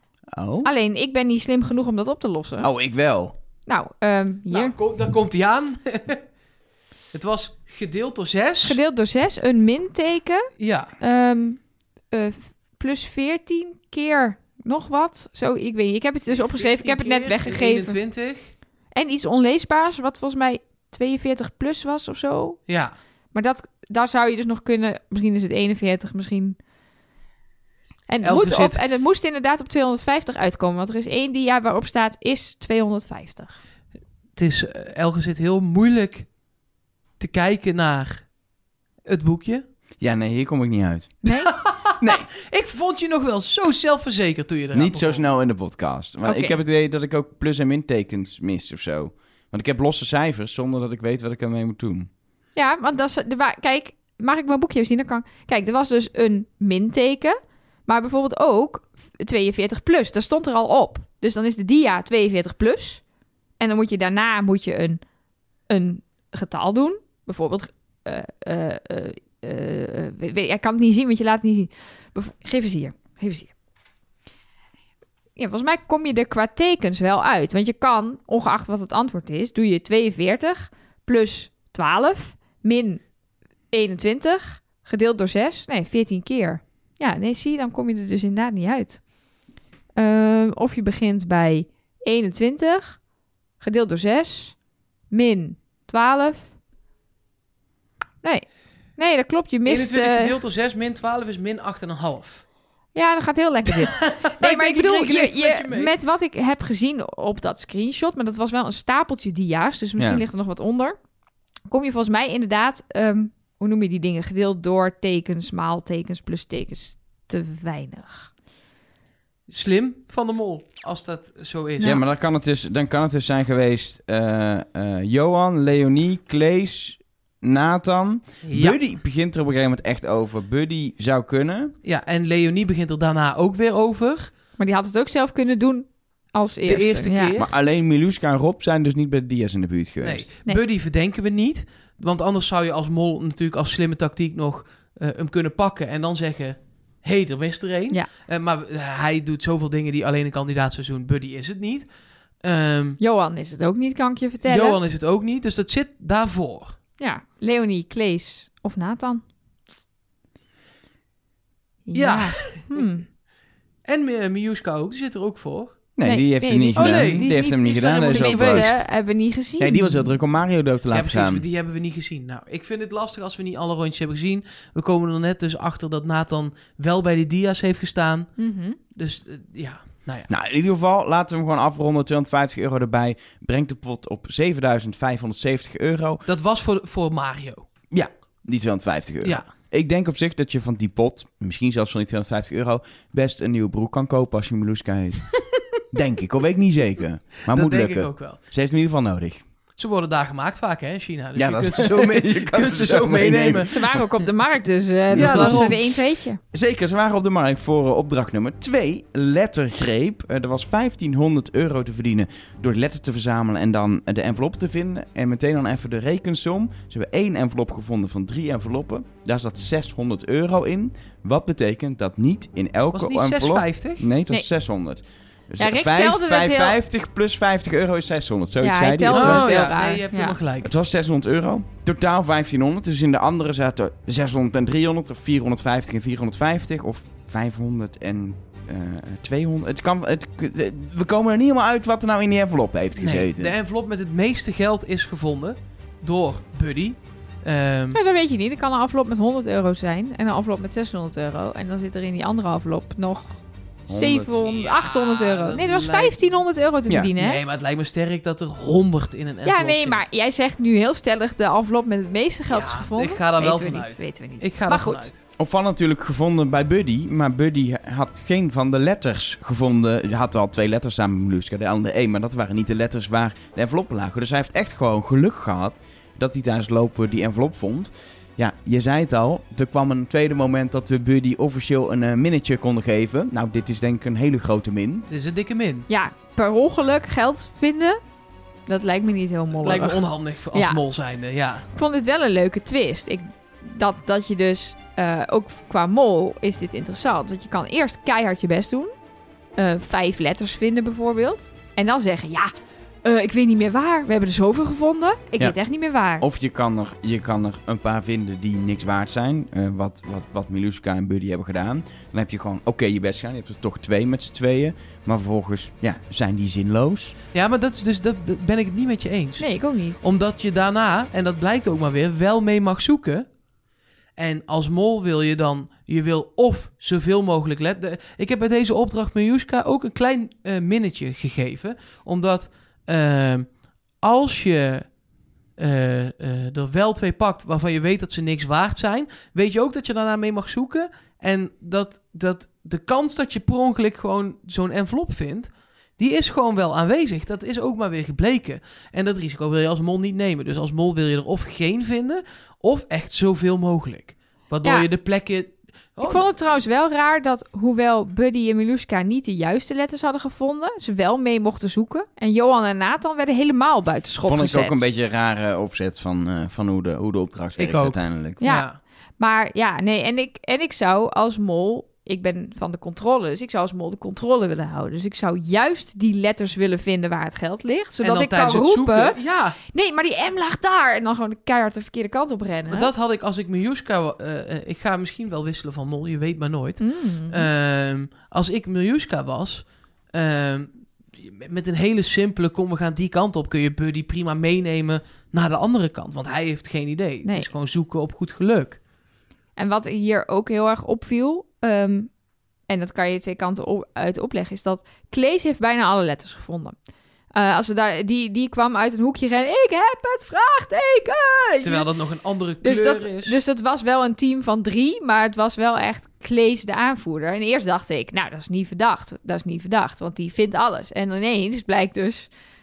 Oh? Alleen, ik ben niet slim genoeg om dat op te lossen. Oh, ik wel. Nou, um, hier. Nou, ko- daar komt hij aan. Het was gedeeld door zes. Gedeeld door zes, een minteken. Ja. Um, uh, plus veertien keer nog wat. Zo, ik weet niet. Ik heb het dus opgeschreven. Ik heb het net veertien keer weggegeven. eenentwintig. En iets onleesbaars, wat volgens mij tweeënveertig plus was of zo. Ja. Maar dat, daar zou je dus nog kunnen... Misschien is het eenenveertig, misschien... En het, Elke moet op, zit- en het moest inderdaad op tweehonderdvijftig uitkomen. Want er is één dia waarop staat is tweehonderdvijftig. Het is, uh, Elge zit heel moeilijk te kijken naar het boekje. Ja, nee, hier kom ik niet uit. Nee? Nee, Ik vond je nog wel zo zelfverzekerd toen je eraan niet zo begon. snel in de podcast. Maar Oké. ik heb het idee dat ik ook plus- en mintekens mis of zo. Want ik heb losse cijfers zonder dat ik weet wat ik ermee moet doen. Ja, want dat is... De wa- Kijk, mag ik mijn boekje even zien? Dan kan... Kijk, er was dus een minteken. Maar bijvoorbeeld ook tweeënveertig plus. Dat stond er al op. Dus dan is de dia tweeënveertig plus. En dan moet je daarna moet je een, een getal doen. Bijvoorbeeld... Uh, uh, uh, uh, weet- weet- ik kan het niet zien, want je laat het niet zien. Bev- Geef eens hier. Geef eens hier. Ja, volgens mij kom je er qua tekens wel uit. Want je kan, ongeacht wat het antwoord is... doe je tweeënveertig plus twaalf min eenentwintig gedeeld door zes. Nee, veertien keer. Ja, nee, zie je, dan kom je er dus inderdaad niet uit. Uh, of je begint bij eenentwintig gedeeld door zes min twaalf. Nee, nee, dat klopt. Je mist... eenentwintig uh, gedeeld door zes min twaalf is min acht komma vijf. Ja, dat gaat heel lekker dit. Nee, maar ik denk, ik bedoel, reken je, even met je je, mee. met wat ik heb gezien op dat screenshot... maar dat was wel een stapeltje dia's, dus misschien Ja. ligt er nog wat onder... kom je volgens mij inderdaad... Um, hoe noem je die dingen? Gedeeld door tekens, maal tekens, plus tekens. Te weinig. Slim van de mol, als dat zo is. Ja, maar dan kan het dus, dan kan het dus zijn geweest... eh, eh, Johan, Leonie, Klees, Nathan. Ja. Buddy begint er op een gegeven moment echt over. Buddy zou kunnen. Ja, en Leonie begint er daarna ook weer over. Maar die had het ook zelf kunnen doen als eerste. De eerste ja. keer. Maar alleen Miluska en Rob zijn dus niet bij de Diaz in de buurt Nee. geweest. Nee. Buddy verdenken we niet. Want anders zou je als mol natuurlijk als slimme tactiek nog uh, hem kunnen pakken. En dan zeggen, hé, hey, er mist er één. Ja. Uh, maar uh, hij doet zoveel dingen die alleen een kandidaat zou doen. Buddy is het niet. Um, Johan is het ook niet, kan ik je vertellen. Johan is het ook niet. Dus dat zit daarvoor. Ja, Leonie, Klees of Nathan. Ja. Hmm. En uh, Miuska ook. Die zit er ook voor. Nee, Nee, die heeft nee, hem die niet is- gedaan. oh, nee, die, die is heeft niet- hem niet die staat gedaan. helemaal Deze niet Tenminste, opgelost. hè, hebben we niet gezien. Nee, die was heel druk om Mario dood te Ja, laten precies. gaan. Die hebben we niet gezien. Nou, ik vind het lastig als we niet alle rondjes hebben gezien. We komen er net dus achter dat Nathan wel bij de Diaz heeft gestaan. Mhm. Dus uh, ja, nou ja. Nou, in ieder geval, laten we hem gewoon afronden. tweehonderdvijftig euro erbij. Brengt de pot op zevenduizend vijfhonderdzeventig euro. Dat was voor, voor Mario. Ja, die tweehonderdvijftig euro. Ja. Ik denk op zich dat je van die pot, misschien zelfs van die tweehonderdvijftig euro, best een nieuwe broek kan kopen als je Miluska heet. Denk ik, al weet ik niet zeker. Maar Dat moet denk lukken. ik ook wel. Ze heeft hem in ieder geval nodig. Ze worden daar gemaakt vaak, hè, in China. Dus Ja, je dat kunt is- ze zo, mee, je je kan kunt ze ze zo zo meenemen. meenemen. Ze waren ook op de markt, dus uh, dat Ja, was daarom. uh, de een tweetje. Zeker, ze waren op de markt voor uh, opdracht nummer twee, lettergreep. Uh, er was vijftienhonderd euro te verdienen door de letter te verzamelen en dan uh, de envelop te vinden. En meteen dan even de rekensom. Ze hebben één envelop gevonden van drie enveloppen. Daar zat zeshonderd euro in. Wat betekent dat niet in elke Was het niet envelop... zeshonderdvijftig? Nee, het was Nee. zeshonderd. Dus Ja, Rick vijf- telde het heel- vijfenvijftig plus vijftig euro is zeshonderd. Zoiets Ja, hij zei hij. telde Het het was- heel ja, raar. nee, je hebt Ja. helemaal gelijk. Het was zeshonderd euro. Totaal vijftienhonderd. Dus in de andere zaten zeshonderd en driehonderd. Of vierhonderdvijftig en vierhonderdvijftig. Of vijfhonderd en uh, tweehonderd. Het kan, het, we komen er niet helemaal uit wat er nou in die envelop heeft Nee, gezeten. de envelop met het meeste geld is gevonden door Buddy. Ehm, Nou, dat weet je niet. Er kan een envelop met honderd euro zijn en een envelop met zeshonderd euro. En dan zit er in die andere envelop nog zevenhonderd, Ja, achthonderd euro. Nee, er was lijkt- vijftienhonderd euro te Ja. verdienen, hè? nee, maar het lijkt me sterk dat er honderd in een envelop Ja, nee, zit. maar jij zegt nu heel stellig de envelop met het meeste geld Ja, is gevonden. ik ga daar wel Weten we vanuit. niet, weten we niet. Ik ga Maar er goed. vanuit. Opvallend natuurlijk gevonden bij Buddy. Maar Buddy had geen van de letters gevonden. Hij had al twee letters samen met Miluska. De andere één. Maar dat waren niet de letters waar de enveloppen lagen. Dus hij heeft echt gewoon geluk gehad dat hij tijdens het lopen die envelop vond. Ja, je zei het al. Er kwam een tweede moment dat we Buddy officieel een uh, minnetje konden geven. Nou, dit is denk ik een hele grote min. Dit is een dikke min. Ja, per ongeluk geld vinden, dat lijkt me niet heel Het mollerig. lijkt me onhandig als Ja. mol zijnde, ja. Ik vond dit wel een leuke twist. Ik, dat, dat je dus, uh, ook qua mol is dit interessant. Want je kan eerst keihard je best doen. Uh, vijf letters vinden bijvoorbeeld. En dan zeggen, ja, uh, ik weet niet meer waar. We hebben er zoveel gevonden. Ik Ja. weet echt niet meer waar. Of je kan er, je kan er een paar vinden die niks waard zijn. Uh, wat, wat, wat Miluska en Buddy hebben gedaan. Dan heb je gewoon oké okay, je best gedaan. Je hebt er toch twee met z'n tweeën. Maar vervolgens ja, zijn die zinloos. Ja, maar dat is dus, dat ben ik het niet met je eens. Nee, ik ook niet. Omdat je daarna, en dat blijkt ook maar weer, wel mee mag zoeken. En als mol wil je dan, je wil of zoveel mogelijk letten. Ik heb bij deze opdracht Miluska ook een klein uh, minnetje gegeven. Omdat uh, als je uh, uh, er wel twee pakt waarvan je weet dat ze niks waard zijn, weet je ook dat je daarna mee mag zoeken. En dat, dat de kans dat je per ongeluk gewoon zo'n envelop vindt, die is gewoon wel aanwezig. Dat is ook maar weer gebleken. En dat risico wil je als mol niet nemen. Dus als mol wil je er of geen vinden, of echt zoveel mogelijk. Waardoor Ja. je de plekken... Oh, Ik vond het trouwens wel raar dat, hoewel Buddy en Miluska niet de juiste letters hadden gevonden, ze wel mee mochten zoeken. En Johan en Nathan werden helemaal buiten schot Vond gezet. ik ook een beetje een rare opzet van, uh, van hoe, de, hoe de opdracht werkt ook. uiteindelijk. Ja. ja. Maar ja, nee, en ik, en ik zou als mol, ik ben van de controle, dus ik zou als mol de controle willen houden. Dus ik zou juist die letters willen vinden waar het geld ligt, En zodat dan ik kan tijdens het roepen, zoeken- ja, nee, maar die M lag daar. En dan gewoon keihard de verkeerde kant op rennen. maar dat had ik als ik Miluska... Uh, uh, ik ga misschien wel wisselen van mol, je weet maar nooit. Mm. Ehm, als ik Miluska was, ehm, met een hele simpele, kom we gaan die kant op, kun je Buddy prima meenemen naar de andere kant. Want hij heeft geen idee. Nee. Het is gewoon zoeken op goed geluk. En wat hier ook heel erg opviel, um, en dat kan je twee kanten op, uit opleggen, is dat Klees heeft bijna alle letters gevonden. Uh, als we daar, die, die kwam uit een hoekje rennen, ik heb het vraagteken! Terwijl dat nog een andere kleur Dus dat, is. dus dat was wel een team van drie, maar het was wel echt Klees de aanvoerder. En eerst dacht ik, nou, dat is niet verdacht. Dat is niet verdacht, want die vindt alles. En ineens blijkt dus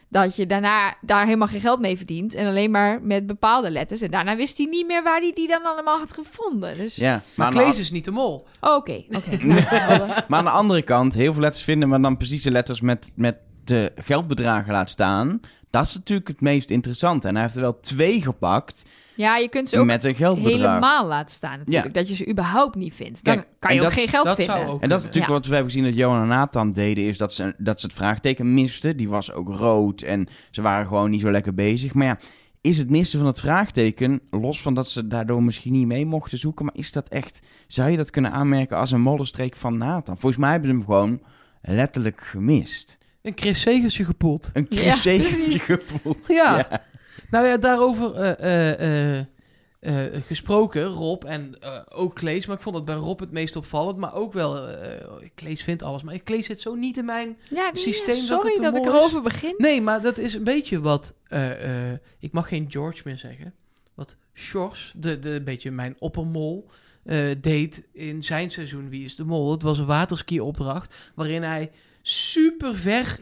dat je daarna daar helemaal geen geld mee verdient en alleen maar met bepaalde letters. En daarna wist hij niet meer waar hij die dan allemaal had gevonden. Dus... Ja, Maar, maar, Klees aan de, is niet de mol. Oh, oké, oké. Nou, maar aan de andere kant, heel veel letters vinden, maar dan precies de letters met, met de geldbedragen laat staan. Dat is natuurlijk het meest interessante. En hij heeft er wel twee gepakt ja, je kunt ze ook met een geldbedrag. helemaal laten staan natuurlijk. Ja. Dat je ze überhaupt niet vindt. Dan Kijk, kan je en ook dat- geen geld dat vinden. zou ook En dat is kunnen. natuurlijk Ja. wat we hebben gezien dat Johan en Nathan deden, is dat ze, dat ze het vraagteken misten. Die was ook rood en ze waren gewoon niet zo lekker bezig. Maar ja, is het missen van het vraagteken, los van dat ze daardoor misschien niet mee mochten zoeken, maar is dat echt, zou je dat kunnen aanmerken als een modderstreek van Nathan? Volgens mij hebben ze hem gewoon letterlijk gemist. Een Chris Segensje gepoeld. Een Ja, Chris Segentje precies. gevoeld. Ja. Nou ja, daarover eh, eh, eh, eh, gesproken, Rob en eh, ook Klees. Maar ik vond het bij Rob het meest opvallend. Maar ook wel, eh, Klees vindt alles. Maar Klees zit zo niet in mijn... Ja, die, systeem dat sorry het dat, de ik mol erover begin. Nee, maar dat is een beetje wat... eh, eh, ik mag geen George meer zeggen. Wat Sjors, de, de, een beetje mijn oppermol, eh, deed in zijn seizoen Wie is de Mol. Het was een waterski-opdracht waarin hij super ver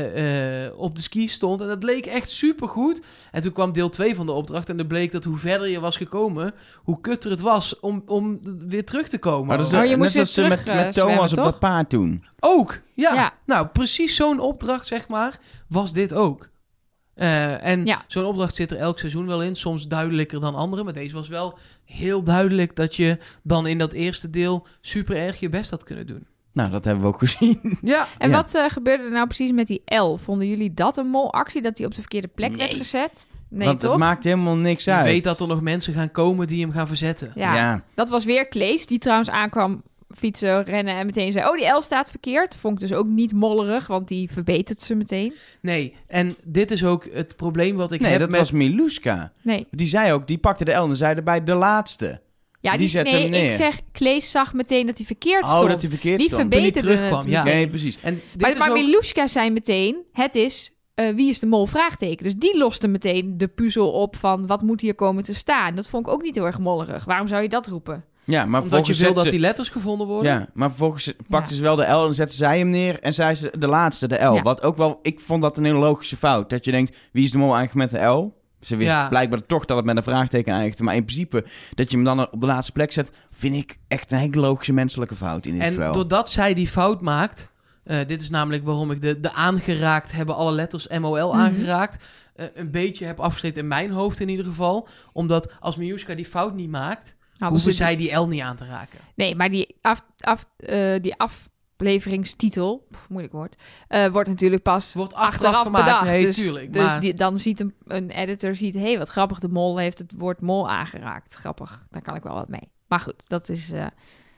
eh, eh, op de ski stond. En dat leek echt super goed. En toen kwam deel twee van de opdracht. En er bleek dat hoe verder je was gekomen, hoe kutter het was om, om weer terug te komen. Maar dat is Oh, je net moest zoals weer ze met, terug, eh, met Thomas zwemmen, op toch? dat paard toen. Ook, ja. Ja. Nou, precies zo'n opdracht, zeg maar, was dit ook. Eh, en Ja. zo'n opdracht zit er elk seizoen wel in. Soms duidelijker dan andere. Maar deze was wel heel duidelijk dat je dan in dat eerste deel super erg je best had kunnen doen. Nou, dat hebben we ook gezien. Ja. En Ja. wat eh, gebeurde er nou precies met die L? Vonden jullie dat een molactie? Dat die op de verkeerde plek werd Nee. gezet? Nee, Want toch? het maakt helemaal niks Je uit. weet dat er nog mensen gaan komen die hem gaan verzetten. Ja. Ja. Dat was weer Klees, die trouwens aankwam fietsen, rennen en meteen zei... Oh, die L staat verkeerd. Vond ik dus ook niet mollerig, want die verbetert ze meteen. Nee, en dit is ook het probleem wat ik Nee, heb dat met... was Miluska. Nee. Die zei ook, die pakte de L en zei erbij de laatste. Ja, Die die, zette nee, hem neer. ik zeg, Klees zag meteen dat hij verkeerd Oh, stond. dat hij verkeerd die stond. Toen hij verbeterde terugkwam, het ja. meteen. Nee, precies. En dit Maar, is maar ook... Miluska zei meteen, het is eh, wie is de mol? Vraagteken. Dus die loste meteen de puzzel op van wat moet hier komen te staan. Dat vond ik ook niet heel erg mollerig. Waarom zou je dat roepen? Ja, maar Omdat je vervolgens wil zette dat ze- die letters gevonden worden. Ja, maar vervolgens pakte Ja. ze wel de L en zette zij hem neer en zei ze de laatste, de L. Ja. Wat ook wel, ik vond dat een hele logische fout. Dat je denkt, wie is de mol eigenlijk met de L? Ze wist Ja. blijkbaar toch dat het met een vraagteken eindigde. Maar in principe, dat je hem dan op de laatste plek zet, vind ik echt een hele logische menselijke fout in dit En spel. doordat zij die fout maakt... eh, dit is namelijk waarom ik de, de aangeraakt hebben alle letters M O L Mhm. aangeraakt... eh, een beetje heb afgeschreven in mijn hoofd in ieder geval. Omdat als Miuska die fout niet maakt... Nou, hoeven ze- zij die L niet aan te raken. Nee, maar die, af, af, eh, die afleveringstitel, pff, moeilijk woord, eh, wordt natuurlijk pas Wordt achteraf achteraf gemaakt. bedacht. Nee, dus tuurlijk, dus maar- die, dan ziet een, een editor, ziet, hé, hey, wat grappig, de mol heeft het woord mol aangeraakt. Grappig, daar kan ik wel wat mee. Maar goed, dat is... eh,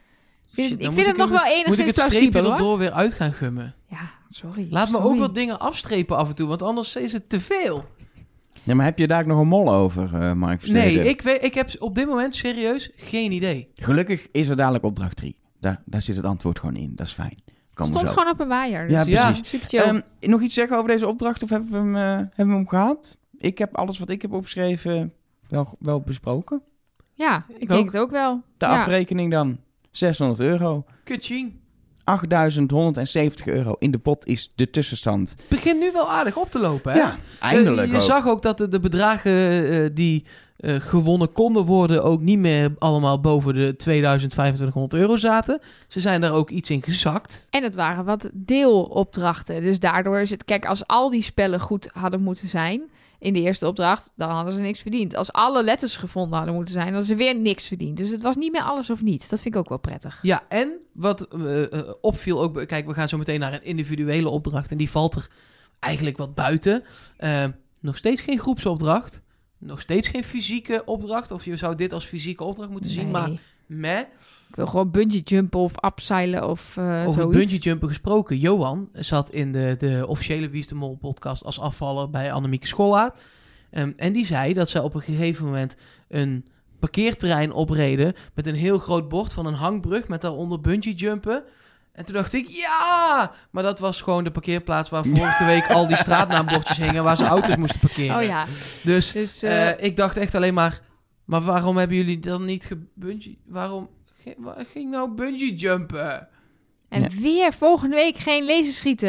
ik vind, Shit, het- dan ik moet vind het nog hem- wel Moet ik enigszins het streepje plausibel, hoor. erdoor weer uit gaan gummen? Ja, sorry. Laat me sorry. ook wat dingen afstrepen af en toe, want anders is het te veel. Ja, maar heb je daar ook nog een mol over, eh Mark Versteden? Nee, ik, weet, ik heb op dit moment serieus geen idee. Gelukkig is er dadelijk opdracht drie. Daar, daar zit het antwoord gewoon in. Dat is fijn. Komen we Stond zo. gewoon op een waaier. Ja, Dus Ja. precies. super chill. Ehm, nog iets zeggen over deze opdracht? Of hebben we hem, eh, hebben we hem gehad? Ik heb alles wat ik heb opgeschreven wel, wel besproken. ja, ik ook. denk het ook wel. De ja. afrekening dan. zeshonderd euro. Kutching. achtduizend honderdzeventig euro in de pot is de tussenstand. Het begint nu wel aardig op te lopen, hè? Ja, eindelijk Je, je ook. zag ook dat de, de bedragen eh, die eh, gewonnen konden worden... ook niet meer allemaal boven de tweeduizend vijfentwintighonderd euro zaten. Ze zijn daar ook iets in gezakt. En het waren wat deelopdrachten. Dus daardoor is het... Kijk, als al die spellen goed hadden moeten zijn... in de eerste opdracht, dan hadden ze niks verdiend. Als alle letters gevonden hadden moeten zijn... hadden ze weer niks verdiend. Dus het was niet meer alles of niets. Dat vind ik ook wel prettig. Ja, en wat eh, eh, opviel ook... Kijk, we gaan zo meteen naar een individuele opdracht... en die valt er eigenlijk wat buiten. Eh, nog steeds geen groepsopdracht. Nog steeds geen fysieke opdracht. Of je zou dit als fysieke opdracht moeten zien. Nee. Maar meh. Ik wil gewoon bungee jumpen of abseilen of uh, Over zoiets. bungee jumpen gesproken. Johan zat in de, de officiële Wie is de Mol podcast als afvaller bij Annemieke Schollaert. Um, en die zei dat zij op een gegeven moment een parkeerterrein opreden met een heel groot bord van een hangbrug met daaronder bungee jumpen. En toen dacht ik, ja! Maar dat was gewoon de parkeerplaats waar vorige week al die straatnaambordjes hingen waar ze auto's moesten parkeren. Oh ja. Dus Dus uh, uh, ik dacht echt alleen maar, maar waarom hebben jullie dan niet gebungee... Waarom ging, waar ging nou bungee jumpen? en Ja. weer volgende week geen laserschieten.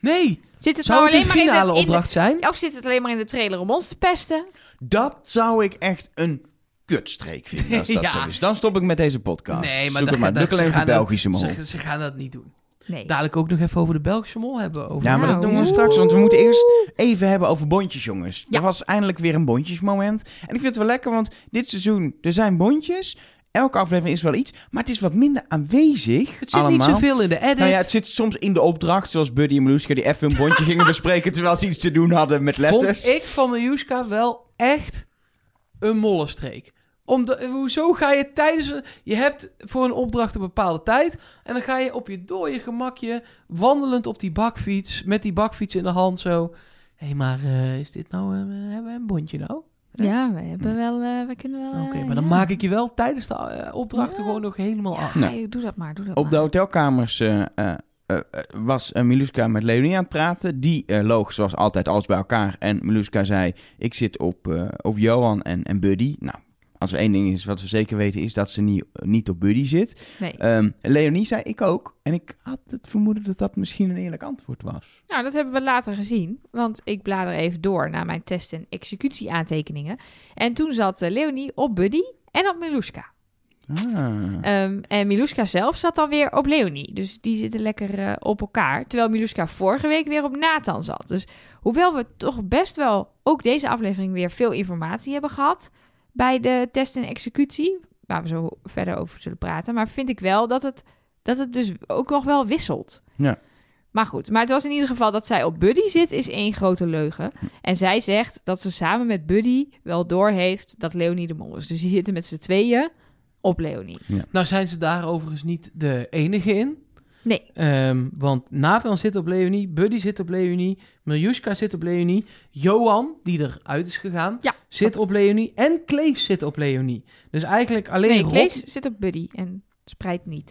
Nee. Zit het Zou nou het een alleen maar in finale de, in de- opdracht zijn? Of zit het alleen maar in de trailer om ons te pesten? Dat zou ik echt een kutstreek vinden als dat Ja. zo is. Dan stop ik met deze podcast. Nee, maar Zoek dat, het maar. dat, Druk alleen ze, op de gaan dat, Belgische mol. ze, ze gaan dat niet doen. Nee. Dadelijk ook nog even over de Belgische mol hebben. Over Ja, maar dat Nou, doen we straks, want we moeten eerst even hebben over bondjes, jongens. Ja. Er was eindelijk weer een bondjesmoment. En ik vind het wel lekker, want dit seizoen, er zijn bondjes. Elke aflevering is wel iets, maar het is wat minder aanwezig. Het zit allemaal. niet zoveel in de edit. Nou ja, het zit soms in de opdracht, zoals Buddy en Meluska die even een bondje gingen bespreken terwijl ze iets te doen hadden met letters. Vond ik van Miljuska wel echt een mollenstreek. Omdat, hoezo ga je tijdens... een- Je hebt voor een opdracht een bepaalde tijd. En dan ga je op je dode gemakje wandelend op die bakfiets. Met die bakfiets in de hand zo. Hé, hey, maar uh, is dit nou... Uh, hebben we een bondje nou? Ja, we hebben wel... Uh, we kunnen wel... Oké, uh, maar dan ja. maak ik je wel tijdens de uh, opdrachten Ja. gewoon nog helemaal Ja, af. Nou. hey, doe dat maar, doe dat Op de maar. hotelkamers uh, uh, uh, was uh, Miluska met Leonie aan het praten. Die uh, loog zoals altijd alles bij elkaar. En Miluska zei, ik zit op, uh, op Johan en, en Buddy. Nou, als er één ding is wat we zeker weten, is dat ze niet, niet op Buddy zit. Nee. Um, Leonie zei, ik ook. En ik had het vermoeden dat dat misschien een eerlijk antwoord was. Nou, dat hebben we later gezien. Want ik blader even door naar mijn test- en executieaantekeningen. En toen zat uh, Leonie op Buddy en op Miluska. Ah. Um, en Miluska zelf zat dan weer op Leonie. Dus die zitten lekker uh, op elkaar. Terwijl Miluska vorige week weer op Nathan zat. Dus hoewel we toch best wel ook deze aflevering weer veel informatie hebben gehad bij de test en executie, waar we zo verder over zullen praten, maar vind ik wel dat het, dat het dus ook nog wel wisselt. Ja. Maar goed, maar het was in ieder geval dat zij op Buddy zit, is één grote leugen. En zij zegt dat ze samen met Buddy wel doorheeft dat Leonie de mol is. Dus die zitten met z'n tweeën op Leonie. Nou zijn ze daar overigens niet de enige in. Nee. Um, want Nathan zit op Leonie, Buddy zit op Leonie, Miljuska zit op Leonie, Johan, die eruit is gegaan, Ja. zit op Leonie en Klees zit op Leonie. Dus eigenlijk alleen Nee, Rob... Klees zit op Buddy en Spreit niet.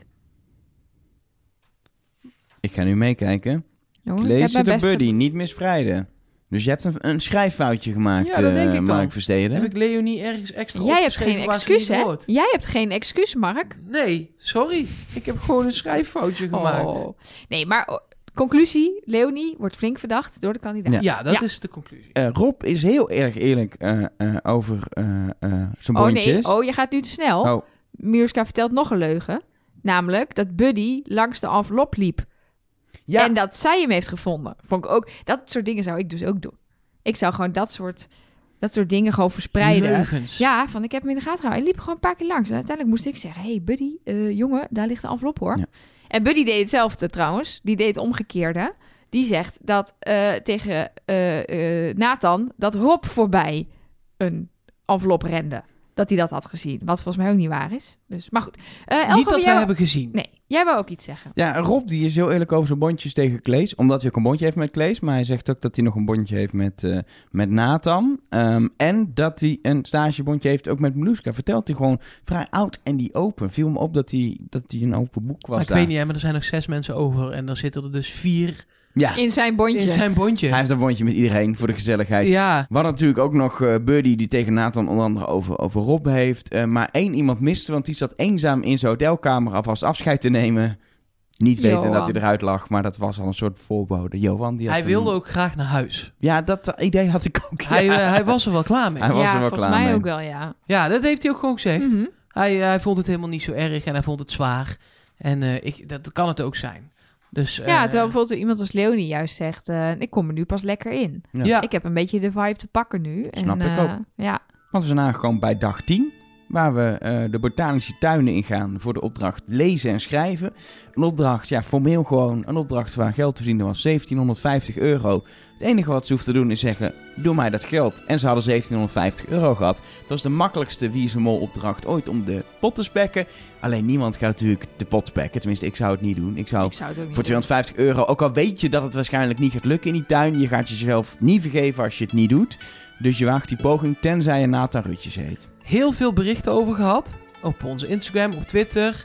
Ik ga nu meekijken. Jongens, ik Klees heb mijn zit op best Buddy, niet mispreiden. Dus je hebt een, een schrijffoutje gemaakt, Ja, dat denk uh, ik dan. Mark Versteden. Heb ik Leonie ergens extra Jij hebt opgeschreven geen waar ze excuus, niet hè? hoort? Jij hebt geen excuus, Mark. Nee, sorry. Ik heb gewoon een schrijffoutje gemaakt. Oh. Nee, maar oh, conclusie, Leonie wordt flink verdacht door de kandidaat. Ja. Ja, dat Ja. is de conclusie. Uh, Rob is heel erg eerlijk uh, uh, over uh, uh, zijn Oh bondjes. nee, oh, je gaat nu te snel. Oh, Miluska vertelt nog een leugen. Namelijk dat Buddy langs de envelop liep. ja. En dat zij hem heeft gevonden. Vond ik ook, dat soort dingen zou ik dus ook doen. Ik zou gewoon dat soort, dat soort dingen gewoon verspreiden. Leugens. Ja, van ik heb hem in de gaten gehouden. Hij liep gewoon een paar keer langs. En uiteindelijk moest ik zeggen, hey Buddy, uh, jongen, daar ligt de envelop hoor. Ja. En Buddy deed hetzelfde trouwens. Die deed het omgekeerde. Die zegt dat uh, tegen uh, uh, Nathan dat Rob voorbij een envelop rende. Dat hij dat had gezien. Wat volgens mij ook niet waar is. Dus, maar goed. Uh, Elger, Niet dat jij... wij hebben gezien. Nee, jij wou ook iets zeggen. ja, Rob die is heel eerlijk over zijn bondjes tegen Klees. Omdat hij ook een bondje heeft met Klees. Maar hij zegt ook dat hij nog een bondje heeft met, uh, met Nathan. Um, en dat hij een stagebondje heeft ook met Miluska. Vertelt hij gewoon vrij oud en die open. Viel me op dat hij, dat hij een open boek was Maar ik daar. weet niet, hè, maar er zijn nog zes mensen over. En dan zitten er dus vier Ja, In zijn bondje. in zijn bondje. hij heeft een bondje met iedereen voor de gezelligheid. Ja, We hadden natuurlijk ook nog uh, Buddy die tegen Nathan onder andere over, over Rob heeft. Uh, maar één iemand miste, want die zat eenzaam in zijn hotelkamer alvast afscheid te nemen. Niet weten Johan. dat hij eruit lag, maar dat was al een soort voorbode. Johan, die had hij een- wilde ook graag naar huis. Ja, dat uh, idee had ik ook. Hij, ja. uh, hij was er wel klaar mee. Hij was ja, er wel volgens klaar mij mee. ook wel, ja. Ja, dat heeft hij ook gewoon gezegd. Mhm. Hij, uh, hij vond het helemaal niet zo erg en hij vond het zwaar. En uh, ik, dat kan het ook zijn. Dus, uh, Ja, terwijl bijvoorbeeld iemand als Leonie juist zegt, uh, ik kom er nu pas lekker in. Ja. Ja. Ik heb een beetje de vibe te pakken nu. Snap en, ik uh, ook. Ja, Want we zijn aangekomen bij dag tien. Waar we uh, de botanische tuinen ingaan voor de opdracht lezen en schrijven. Een opdracht, ja, formeel gewoon een opdracht waar geld te verdienen was. zeventienhonderdvijftig euro. Het enige wat ze hoeft te doen is zeggen, doe mij dat geld. En ze hadden zeventienhonderdvijftig euro gehad. Het was de makkelijkste Wie is een Mol opdracht ooit om de pot te spekken. Alleen niemand gaat natuurlijk de pot spekken. Tenminste, ik zou het niet doen. Ik zou ik zou het ook niet voor tweehonderdvijftig euro, ook al weet je dat het waarschijnlijk niet gaat lukken in die tuin. Je gaat jezelf niet vergeven als je het niet doet. Dus je waagt die poging tenzij je Nathan Rutjes heet. heel veel berichten over gehad. Op onze Instagram, op Twitter.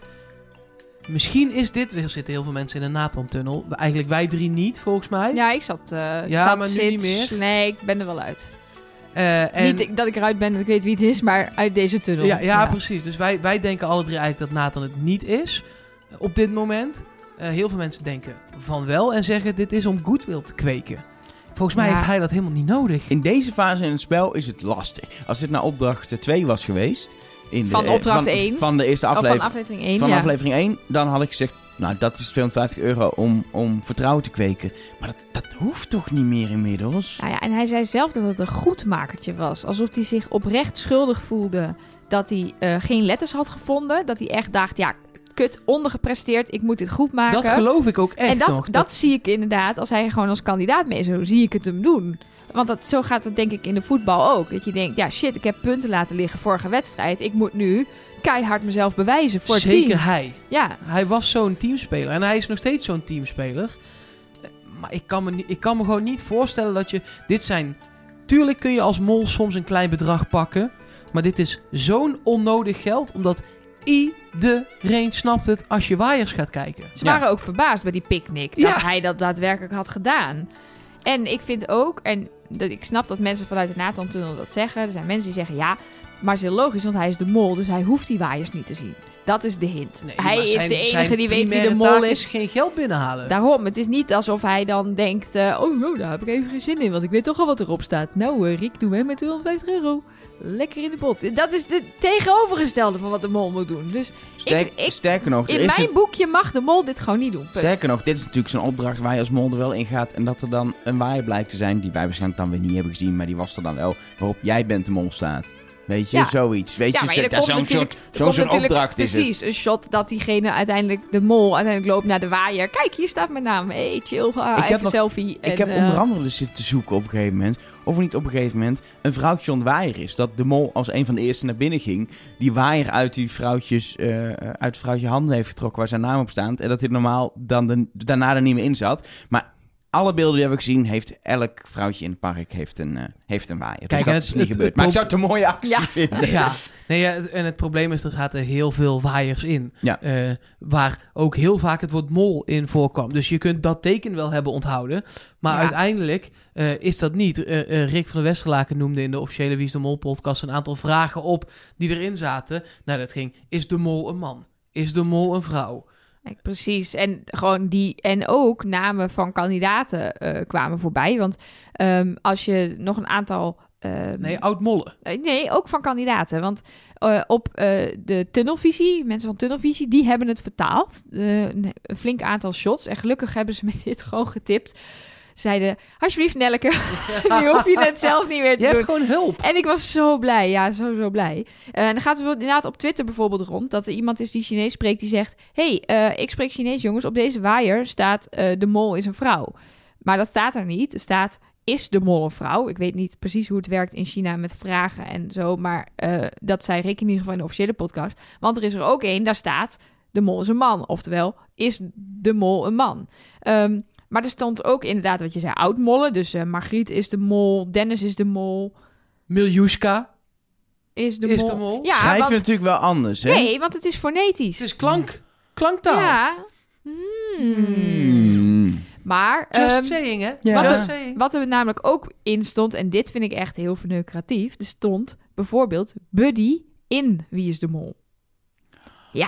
Misschien is dit... Er zitten heel veel mensen in de Nathan-tunnel. Eigenlijk wij drie niet, volgens mij. doen. Ja, ik zat, uh, Ja, zat maar nu sinds... niet meer. Nee, ik ben er wel uit. Uh, en... Niet dat ik eruit ben, dat ik weet wie het is, maar uit deze tunnel. Ja, ja, precies. Dus wij, wij denken alle drie eigenlijk dat Nathan het niet is. Op dit moment. uh, heel veel mensen denken van wel en zeggen dit is om goodwill te kweken. Volgens mij Ja. heeft hij dat helemaal niet nodig. In deze fase in het spel is het lastig. Als dit nou opdracht twee was geweest... In de, Van opdracht van, één. Van de eerste Oh, aflevering. van aflevering één, van ja. aflevering één, dan had ik gezegd... Nou, dat is tweehonderdvijftig euro om, om vertrouwen te kweken. Maar dat, dat hoeft toch niet meer inmiddels? Nou ja, en hij zei zelf dat het een goedmakertje was. Alsof hij zich oprecht schuldig voelde dat hij uh, geen letters had gevonden. Dat hij echt dacht, ja, kut, ondergepresteerd, ik moet dit goed maken. Dat geloof ik ook echt en dat, nog. dat, Dat... zie ik inderdaad, als hij gewoon als kandidaat mee is, zo zie ik het hem doen. Want dat, zo gaat het denk ik in de voetbal ook. Dat je denkt, ja shit, ik heb punten laten liggen vorige wedstrijd. Ik moet nu keihard mezelf bewijzen voor het Zeker team. hij. Ja. Hij was zo'n teamspeler. En hij is nog steeds zo'n teamspeler. Maar ik kan, me niet, ik kan me gewoon niet voorstellen dat je... Dit zijn... Tuurlijk kun je als mol soms een klein bedrag pakken. Maar dit is zo'n onnodig geld. Omdat iedereen snapt het als je waaiers gaat kijken. Ze Ja. waren ook verbaasd bij die picknick. Ja. Dat hij dat daadwerkelijk had gedaan. En ik vind ook... En dat, ik snap dat mensen vanuit de Nathan-tunnel dat zeggen. Er zijn mensen die zeggen ja... Maar het is heel logisch, want hij is de mol. Dus hij hoeft die waaiers niet te zien. Dat is de hint. Nee, hij maar is zijn- de enige zijn die weet wie de primaire mol taak is. is geen geld binnenhalen. Daarom, het is niet alsof hij dan denkt... Uh, oh, nou, daar heb ik even geen zin in, want ik weet toch al wat erop staat. Nou, uh, Riek, doe mee met tweehonderdvijftig euro. Lekker in de pot. Dat is de tegenovergestelde van wat de mol moet doen. Dus Sterk, ik, ik, sterker nog, er in is mijn een- boekje mag de mol dit gewoon niet doen. Punt. sterker nog, dit is natuurlijk zo'n opdracht waar je als mol er wel in gaat. En dat er dan een waaier blijkt te zijn die wij waarschijnlijk dan weer niet hebben gezien. Maar die was er dan wel, waarop jij bent de mol staat. Weet je, Ja. zoiets. Weet Ja, je, maar zo, er dat komt zo'n natuurlijk- soort- Er zo'n komt zo'n natuurlijk opdracht is het. precies een shot dat diegene uiteindelijk, de mol, uiteindelijk loopt naar de waaier. Kijk, hier staat mijn naam. Hey, chill, ah, Ik heb even nog- selfie. Ik en, heb eh, onder andere dus zitten zoeken op een gegeven moment, of er niet op een gegeven moment een vrouwtje onder waaier is. Dat de mol als een van de eerste naar binnen ging, die waaier uit die vrouwtjes, uh, uit het vrouwtje handen heeft getrokken waar zijn naam op staat. En dat hij normaal dan de, daarna er niet meer in zat. Maar alle beelden die hebben we gezien, heeft elk vrouwtje in het park heeft een, uh, heeft een waaier. Kijk, dus en dat het- is het- niet het- gebeurd. het Maar ik pro- zou het een mooie actie Ja. vinden. Ja, nee, ja, en het probleem is, er zaten heel veel waaiers in. Ja. eh, waar ook heel vaak het woord mol in voorkwam. Dus je kunt dat teken wel hebben onthouden. Maar Ja. uiteindelijk uh, is dat niet. Uh, uh, Rick van der Westerlaken noemde in de officiële Wie is de Mol podcast een aantal vragen op die erin zaten. Nou, dat ging, is de mol een man? Is de mol een vrouw? Kijk, precies. En gewoon die en ook namen van kandidaten eh, kwamen voorbij. Want um, als je nog een aantal. Um, Nee, oud-mollen. uh, nee, ook van kandidaten. Want uh, op uh, de tunnelvisie, mensen van tunnelvisie, die hebben het vertaald. Uh, een flink aantal shots. En gelukkig hebben ze met dit gewoon getipt. Zeiden, alsjeblieft Nelleke, nu hoef je het zelf niet meer te Je doen. hebt gewoon hulp. En ik was zo blij, ja, zo, zo blij. Uh, en dan gaat het inderdaad op Twitter bijvoorbeeld rond... dat er iemand is die Chinees spreekt die zegt... hey, uh, ik spreek Chinees, jongens. Op deze waaier staat uh, de mol is een vrouw. Maar dat staat er niet. Er staat, is de mol een vrouw? Ik weet niet precies hoe het werkt in China met vragen en zo... maar uh, dat zei Rick in ieder geval in de officiële podcast. Want er is er ook één, daar staat... de mol is een man. Oftewel, is de mol een man? Um, Maar er stond ook inderdaad wat je zei, oud-mollen. Dus uh, Margriet is de mol, Dennis is de mol. Miljuska Is de is mol. de mol. Ja, Schrijf je want, natuurlijk wel anders, hè? nee, want het is fonetisch. Het is klank. Klanktaal. Ja. Hmm. Hmm. Maar Just um, saying, hè? Ja. Wat, Just er, saying. wat er namelijk ook in stond, en dit vind ik echt heel verneukeratief. Er stond bijvoorbeeld Buddy in Wie is de Mol. Ja.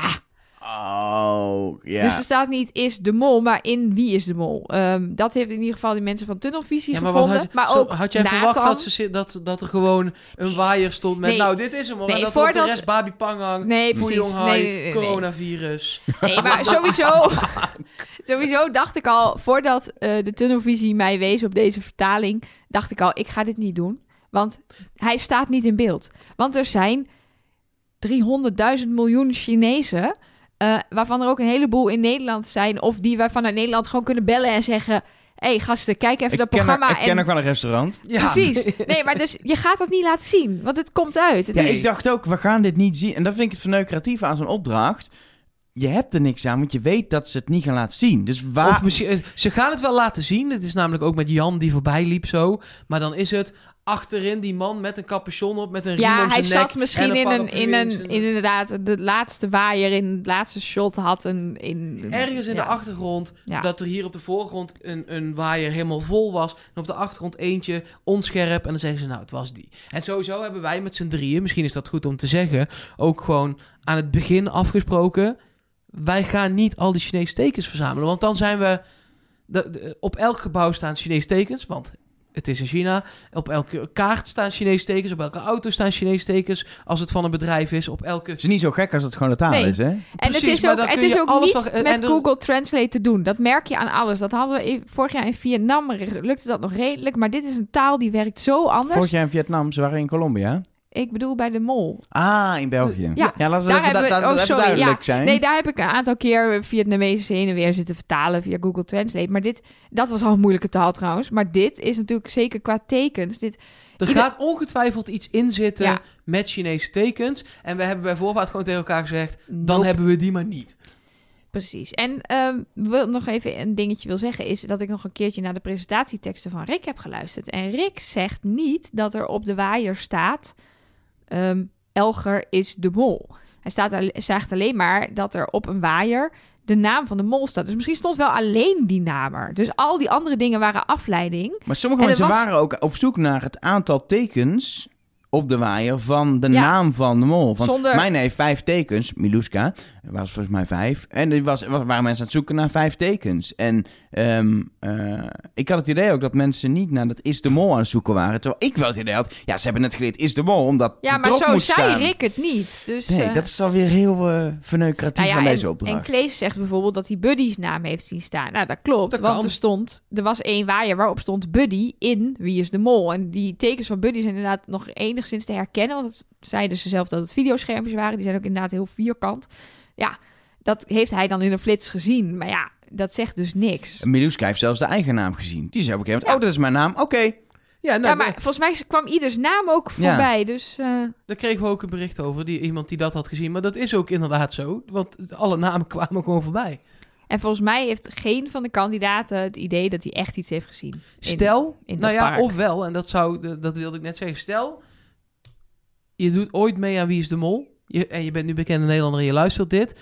Oh, ja. Dus er staat niet is de mol, maar in Wie is de Mol. Um, dat heeft in ieder geval die mensen van Tunnelvisie Ja, maar wat gevonden. had, je, maar zo, ook had jij Nathan. verwacht dat, ze, zi- dat, dat er gewoon een waaier stond met... Nee. Nou, dit is hem hoor. Nee, en dat er op de voordat- rest Babi Pangang, Nee, Fuyong precies. Hai, Nee, nee, nee, nee. coronavirus. Nee, maar sowieso, sowieso dacht ik al, voordat uh, de Tunnelvisie mij wees op deze vertaling, dacht ik al, ik ga dit niet doen. Want hij staat niet in beeld. Want er zijn driehonderdduizend miljoen Chinezen, uh, waarvan er ook een heleboel in Nederland zijn, of die wij vanuit Nederland gewoon kunnen bellen en zeggen, hé hey, gasten, kijk even ik dat ken programma. er, ik ken en... ook wel een restaurant. Ja. Precies. Nee, maar dus je gaat dat niet laten zien, want het komt uit. Het Ja, is... ik dacht ook, we gaan dit niet zien. En dat vind ik het verneukeratieve aan zo'n opdracht. Je hebt er niks aan, want je weet dat ze het niet gaan laten zien. Dus waar... Of misschien, eh, ze gaan het wel laten zien. Het is namelijk ook met Jan die voorbij liep zo. Maar dan is het achterin die man met een capuchon op, met een riem Ja, om hij zijn nek. zat misschien en in een, paraplu in een, zijn- in inderdaad, de laatste waaier in het laatste shot had een... In, Ergens in ja. de achtergrond, Ja. dat er hier op de voorgrond een, een waaier helemaal vol was. En op de achtergrond eentje onscherp. En dan zeggen ze, nou, het was die. En sowieso hebben wij met z'n drieën, misschien is dat goed om te zeggen, ook gewoon aan het begin afgesproken. wij gaan niet al die Chinese tekens verzamelen. Want dan zijn we... De, de, op elk gebouw staan Chinese tekens, want het is in China. Op elke kaart staan Chinese tekens. Op elke auto staan Chinese tekens. Als het van een bedrijf is. Op elke... Het is niet zo gek als het gewoon de taal Nee. is, hè? En Precies, het is maar ook, dan het kun is je ook alles niet wat- en met dus- Google Translate te doen. Dat merk je aan alles. Dat hadden we in- vorig jaar in Vietnam. Lukte dat nog redelijk. Maar dit is een taal die werkt zo anders. Vorig jaar in Vietnam, ze waren in Colombia. Ik bedoel bij de mol. Ah, in België. Ja, ja laten we daar even, hebben da- we- da- oh, even sorry, duidelijk ja. zijn. Nee, daar heb ik een aantal keer Vietnamees heen en weer zitten vertalen via Google Translate. Maar dit, dat was al een moeilijke taal trouwens. Maar dit is natuurlijk zeker qua tekens. Dit, Er Ieder- gaat ongetwijfeld iets in zitten Ja. met Chinese tekens. En we hebben bij voorbaat gewoon tegen elkaar gezegd... dan Nope. hebben we die maar niet. Precies. En ehm wil nog even een dingetje wil zeggen is dat ik nog een keertje naar de presentatieteksten van Rick heb geluisterd. En Rick zegt niet dat er op de waaier staat ehm, Elger is de mol. Hij staat al- zegt alleen maar dat er op een waaier de naam van de mol staat. Dus misschien stond wel alleen die naam er. Dus al die andere dingen waren afleiding. Maar sommige En er mensen was- waren ook op zoek naar het aantal tekens op de waaier van de Ja. naam van de mol. Want Zonder- mijn heeft vijf tekens, Miluska, was volgens mij vijf. En er was, was, waren mensen aan het zoeken naar vijf tekens. En ehm, eh, ik had het idee ook dat mensen niet naar dat is de mol aan het zoeken waren. Terwijl ik wel het idee had, ja, ze hebben net geleerd is de mol, omdat Ja, het maar erop zo moest zei staan. Rick het niet. Dus, Nee, eh, dat is alweer heel uh, verneukeratief nou ja, van deze en, opdracht. en Klees zegt bijvoorbeeld dat hij Buddy's naam heeft zien staan. Nou, dat klopt. Dat want kan. er stond, er was één waaier waarop stond Buddy in Wie is de Mol. En die tekens van Buddy zijn inderdaad nog enigszins te herkennen. Want het zeiden ze zelf dat het videoschermpjes waren. Die zijn ook inderdaad heel vierkant. Ja, dat heeft hij dan in een flits gezien. Maar ja, dat zegt dus niks. Miluska heeft zelfs de eigen naam gezien. Die zei op een gegeven moment, Ja. oh, dat is mijn naam, oké. Ja, nou, ja, maar daar, volgens mij kwam ieders naam ook Ja. voorbij. Dus eh, daar kregen we ook een bericht over. Die, iemand die dat had gezien. Maar dat is ook inderdaad zo. Want alle namen kwamen gewoon voorbij. en volgens mij heeft geen van de kandidaten het idee dat hij echt iets heeft gezien. In- Stel, in nou dat ja, park. ofwel, en dat, zou, dat wilde ik net zeggen. Stel, je doet ooit mee aan Wie is de Mol. Je, en je bent nu bekende Nederlander en je luistert dit.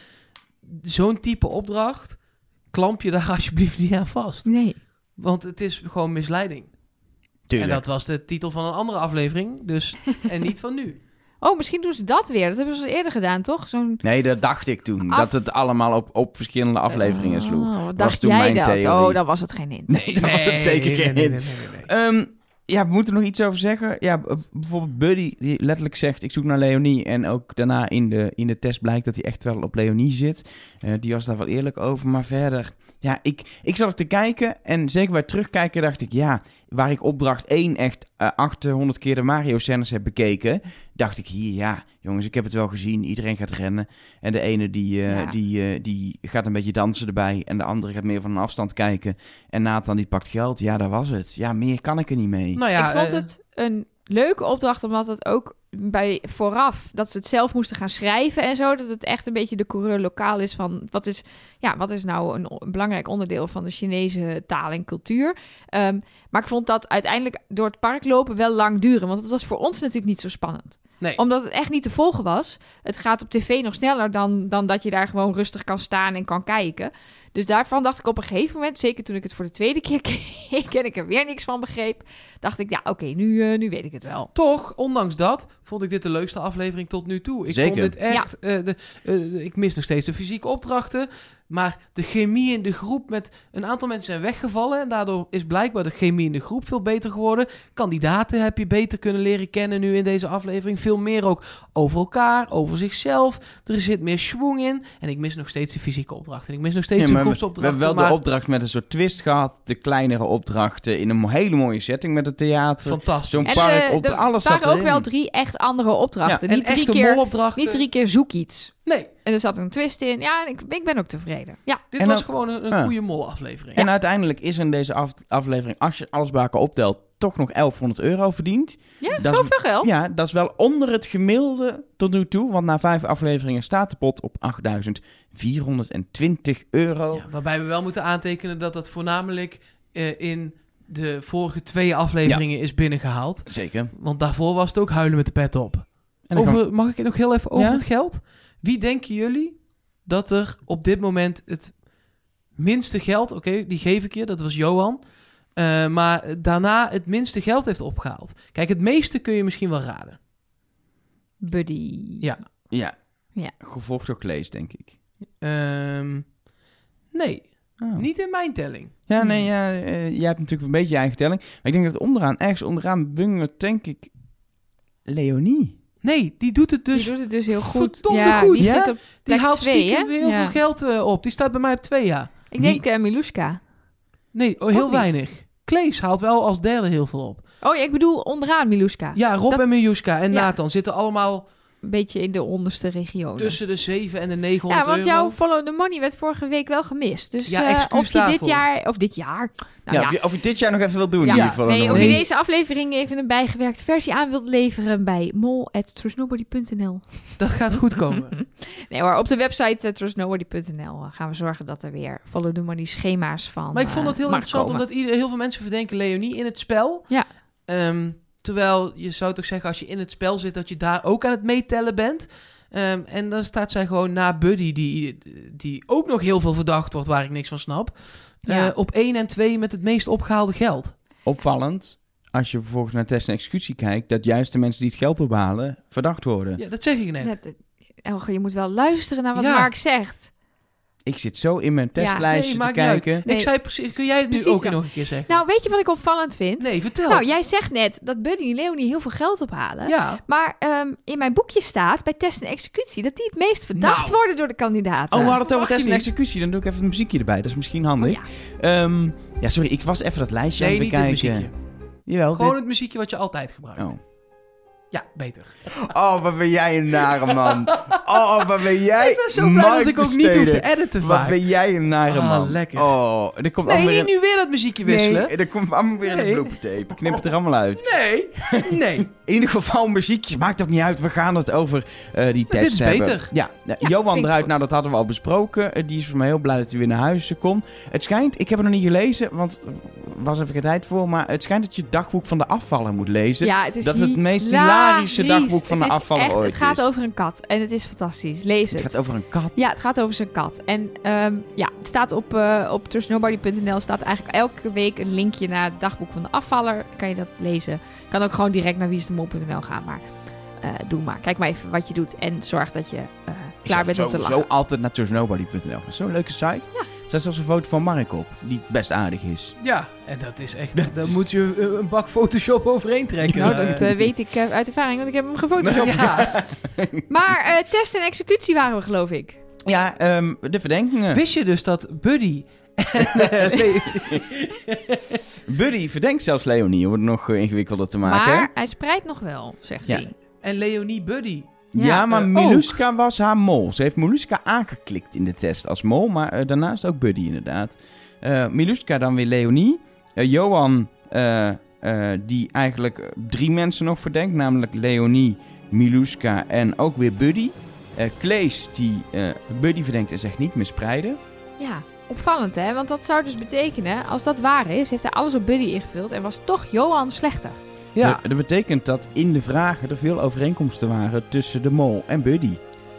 Zo'n type opdracht, klamp je daar alsjeblieft niet aan vast. Nee. Want het is gewoon misleiding. Tuurlijk. En dat was de titel van een andere aflevering. Dus, en niet van nu. Oh, misschien doen ze dat weer. Dat hebben ze eerder gedaan, toch? Zo'n... Nee, dat dacht ik toen. Af- Dat het allemaal op, op verschillende afleveringen sloeg. Oh, wat Was dacht toen jij mijn dat? theorie. Oh, dan was het geen hint. Nee, dat was het zeker geen nee, hint. nee, nee, nee, nee. Ehm, ja, we moeten er nog iets over zeggen. Ja, b- bijvoorbeeld Buddy, die letterlijk zegt, ik zoek naar Leonie. En ook daarna in de, in de test blijkt dat hij echt wel op Leonie zit. Eh, die was daar wel eerlijk over. Maar verder, ja, ik, ik zat er te kijken. En zeker bij terugkijken dacht ik, ja, waar ik opdracht één echt uh, achthonderd keer de Mario-scènes heb bekeken, dacht ik hier, ja, jongens, ik heb het wel gezien. Iedereen gaat rennen. En de ene die, uh, Ja. die, uh, die gaat een beetje dansen erbij. En de andere gaat meer van een afstand kijken. En Nathan die pakt geld. Ja, dat was het. Ja, meer kan ik er niet mee. Nou ja, ik vond eh, het een leuke opdracht, omdat het ook bij vooraf, dat ze het zelf moesten gaan schrijven en zo, dat het echt een beetje de coureur lokaal is van, wat is, ja, wat is nou een, een belangrijk onderdeel van de Chinese taal en cultuur. Um, maar ik vond dat uiteindelijk door het park lopen wel lang duren, want het was voor ons natuurlijk niet zo spannend. nee. Omdat het echt niet te volgen was. Het gaat op tv nog sneller dan, dan dat je daar gewoon rustig kan staan en kan kijken. Dus daarvan dacht ik op een gegeven moment, zeker toen ik het voor de tweede keer keek en ik er weer niks van begreep, dacht ik, ja, oké, okay, nu, uh, nu weet ik het wel. Toch, ondanks dat, vond ik dit de leukste aflevering tot nu toe. Ik Zeker. vond dit echt... eh, de, eh, ik mis nog steeds de fysieke opdrachten. Maar de chemie in de groep met... Een aantal mensen zijn weggevallen. En daardoor is blijkbaar de chemie in de groep veel beter geworden. Kandidaten heb je beter kunnen leren kennen nu in deze aflevering. Veel meer ook over elkaar, over zichzelf. Er zit meer schwung in. En ik mis nog steeds de fysieke opdrachten. Ik mis nog steeds Ja, de maar we, we groepsopdrachten. hebben wel maar de opdracht met een soort twist gehad. De kleinere opdrachten in een hele mooie setting met het theater. fantastisch. Zo'n En park, uh, op er alles waren zat ook erin. wel drie echt andere opdrachten. En niet, drie echte keer, molopdrachten. niet drie keer zoek iets. Nee, En er zat een twist in. Ja, en ik, ik ben ook tevreden. Ja, dit En was dan- gewoon een, een ah. goede molaflevering. En uiteindelijk is er in deze af- aflevering, als je alles bij elkaar optelt, toch nog elfhonderd euro verdiend. ja Dat is- zoveel geld. Ja, dat is wel onder het gemiddelde tot nu toe. Want na vijf afleveringen staat de pot op achtduizend vierhonderdtwintig euro. Ja, waarbij we wel moeten aantekenen dat dat voornamelijk eh, in de vorige twee afleveringen is binnengehaald. Zeker. Want daarvoor was het ook huilen met de pet op. En dan gaan we- Over, mag ik het nog heel even over Ja? het geld? Wie denken jullie dat er op dit moment het minste geld... Oké, die geef ik je, dat was Johan. Uh, maar daarna het minste geld heeft opgehaald. Kijk, het meeste kun je misschien wel raden. Buddy. Ja. Ja. Ja. Gevolgd door Klees, denk ik. Um, nee, Oh. niet in mijn telling. Ja, nee, ja, uh, jij hebt natuurlijk een beetje je eigen telling. Maar ik denk dat onderaan, ergens onderaan bungelt, denk ik, Leonie. Nee, die doet het dus die doet het dus heel goed. verdomde Ja, goed. die Ja? zit op Die plek haalt twee, stiekem hè? weer heel Ja. veel geld uh, op. Die staat bij mij op twee, ja. Ik denk uh, Miluska. Nee, oh, heel Ook niet. weinig. Klees haalt wel als derde heel veel op. Oh, ja, ik bedoel onderaan Miluska. Ja, Rob Dat- en Miljuska en Ja. Nathan zitten allemaal Een beetje in de onderste regionen. tussen de zeven en de ja, negenhonderd want euro. jouw Follow the Money werd vorige week wel gemist. Dus Ja, uh, excuus of je dit daarvoor. jaar... Of dit jaar... Nou, ja, ja, Of, je, of je dit jaar nog even wilt doen. Ja. in ieder geval. Nee, Dan of nog je Nee. deze aflevering even een bijgewerkte versie aan wilt leveren bij mol at trust nobody punt n l. Dat gaat goed komen. Nee hoor, op de website uh, trust nobody punt n l gaan we zorgen dat er weer Follow the Money schema's van Maar ik vond uh, het heel mag interessant, komen. omdat ieder, heel veel mensen verdenken Leonie in het spel. Ja. Ehm, terwijl je zou toch zeggen, als je in het spel zit, dat je daar ook aan het meetellen bent. Ehm, en dan staat zij gewoon na Buddy, die, die ook nog heel veel verdacht wordt, waar ik niks van snap. Ja. Uh, op één en twee met het meest opgehaalde geld. Opvallend, als je vervolgens naar test en executie kijkt, dat juist de mensen die het geld ophalen, verdacht worden. Ja, dat zeg ik net. Net, Elge, je moet wel luisteren naar wat Ja. Mark zegt. Ik zit zo in mijn testlijstje Nee, te maakt niet uit. kijken. Nee. Ik zei precies, kun jij het nu Precies ook zo. nog een keer zeggen? Nou, weet je wat ik opvallend vind? nee, vertel. Nou, jij zegt net dat Buddy en Leonie heel veel geld ophalen. ja. Maar ehm, in mijn boekje staat, bij test en executie, dat die het meest verdacht Nou. worden door de kandidaten. Oh, we hadden het over Mag je test en niet? executie. Dan doe ik even een muziekje erbij. Dat is misschien handig. Oh, Ehm, ja, sorry. Ik was even dat lijstje Nee, aan niet het dit bekijken. muziekje. Jawel, Gewoon dit- het muziekje wat je altijd gebruikt. Oh. Ja, beter. Oh, wat ben jij een nare man. Oh, wat ben jij... Ik ben zo blij dat ik ook niet hoef te editen Wat vaak. ben jij een nare Ah, man. lekker. Oh, er komt Nee, allemaal niet weer nu weer dat muziekje wisselen. Nee, er komt allemaal weer Nee. een bloopertape. Ik knip het er allemaal uit. Nee, nee. In ieder geval muziekjes, maakt ook niet uit. We gaan het over eh, die dit test is hebben. beter. Ja, ja, Ja, Johan klinkt eruit, goed. nou dat hadden we al besproken. Eh, die is voor mij heel blij dat hij weer naar huis kon. Het schijnt, ik heb het nog niet gelezen, want er was even geen tijd voor. Maar het schijnt dat je het dagboek van de afvaller moet lezen. Ja, het is dat het meest hilarisch. hilarische dagboek van de Het is afvaller echt, ooit Het gaat is. over een kat en het is fantastisch. Lees het. Het gaat over een kat. Ja, het gaat over zijn kat. En ehm, ja, het staat op, uh, op trust nobody punt n l staat eigenlijk elke week een linkje naar het dagboek van de afvaller. Kan je dat lezen. Kan ook gewoon direct naar wieisdemol punt n l gaan, maar uh, doe maar. Kijk maar even wat je doet en zorg dat je uh, klaar bent om te lachen. Zo altijd naar trust nobody punt n l. Zo'n leuke site. Ja. Er staat zelfs een foto van Mark op, die best aardig is. Ja, en dat is echt... Dat Daar is- moet je uh, een bak Photoshop overheen trekken. Nou, Eh, dat uh, weet ik uh, uit ervaring, want ik heb hem gefotoshopt. ja. Maar uh, test en executie waren we, geloof ik. Ja, ehm, de verdenkingen. Wist je dus dat Buddy... en, uh, Le- Buddy verdenkt zelfs Leonie om het nog eh, ingewikkelder te maken. Maar hij spreidt nog wel, zegt Ja. hij. en Leonie Buddy. Ja, Ja, maar eh, Miluska was haar mol. Ze heeft Miluska aangeklikt in de test als mol, maar eh, daarnaast ook Buddy inderdaad. Eh Miluska dan weer Leonie. Eh, Johan, eh, eh, die eigenlijk drie mensen nog verdenkt, namelijk Leonie, Miluska en ook weer Buddy. Eh Klees, die eh, Buddy verdenkt en zegt niet mispreiden. Ja, opvallend hè, want dat zou dus betekenen, als dat waar is, heeft hij alles op Buddy ingevuld en was toch Johan slechter. Ja, Dat, dat betekent dat in de vragen er veel overeenkomsten waren tussen de mol en Buddy.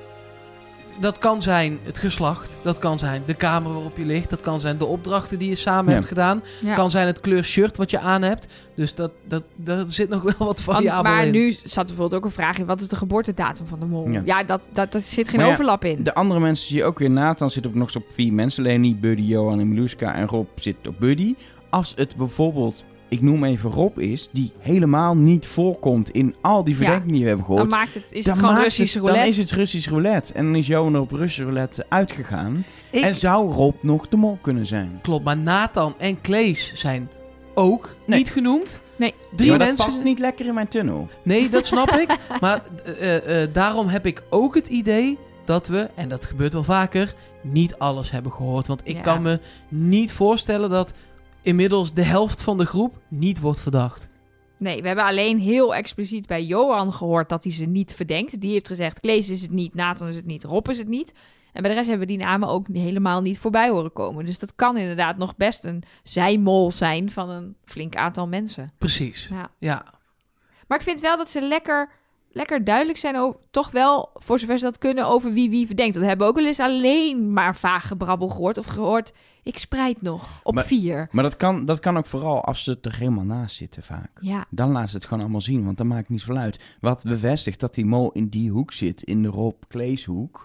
dat kan zijn het geslacht. Dat kan zijn de kamer waarop je ligt. Dat kan zijn de opdrachten die je samen Ja. hebt gedaan. Ja. Kan zijn het kleur shirt wat je aan hebt. Dus dat, dat, daar zit nog wel wat Want- variabel maar in. nu zat er bijvoorbeeld ook een vraag in, wat is de geboortedatum van de mol? Ja. Ja, dat, dat, dat zit geen Maar ja, overlap in. De andere mensen zie je ook weer. Nathan zit op nog eens op vier mensen. Leonie, Buddy, Johan en Miluska. En Rob zit op Buddy. Als het bijvoorbeeld, ik noem even Rob is, die helemaal niet voorkomt in al die verdenkingen die we hebben Dan gehoord. maakt het, is dan het gewoon maakt Russisch het- roulette. Dan is het Russisch roulette. En dan is Johan op Russisch roulette uitgegaan. Ik- En zou Rob nog de mol kunnen zijn? Klopt, maar Nathan en Klees zijn ook Nee. niet genoemd. Nee. Drie maar mensen. dat past niet lekker in mijn tunnel. Nee, dat snap ik. Maar eh, eh, eh, daarom heb ik ook het idee dat we, en dat gebeurt wel vaker, niet alles hebben gehoord. Want ik Ja. kan me niet voorstellen dat inmiddels de helft van de groep niet wordt verdacht. Nee, we hebben alleen heel expliciet bij Johan gehoord dat hij ze niet verdenkt. Die heeft gezegd, Klees is het niet, Nathan is het niet, Rob is het niet. En bij de rest hebben we die namen ook helemaal niet voorbij horen komen. Dus dat kan inderdaad nog best een zijmol zijn van een flink aantal mensen. Precies. Ja. Ja. Maar ik vind wel dat ze lekker, lekker duidelijk zijn, over, toch wel, voor zover ze dat kunnen, over wie wie verdenkt. Dat hebben we ook wel eens alleen maar vaag gebrabbel gehoord. Of gehoord, ik spreid nog op Maar- vier. Maar dat kan, dat kan ook vooral als ze er helemaal naast zitten vaak. Ja, Dan laat ze het gewoon allemaal zien, want dan maakt het niet zoveel uit. Wat bevestigt dat die mol in die hoek zit, in de Rob Kleeshoek.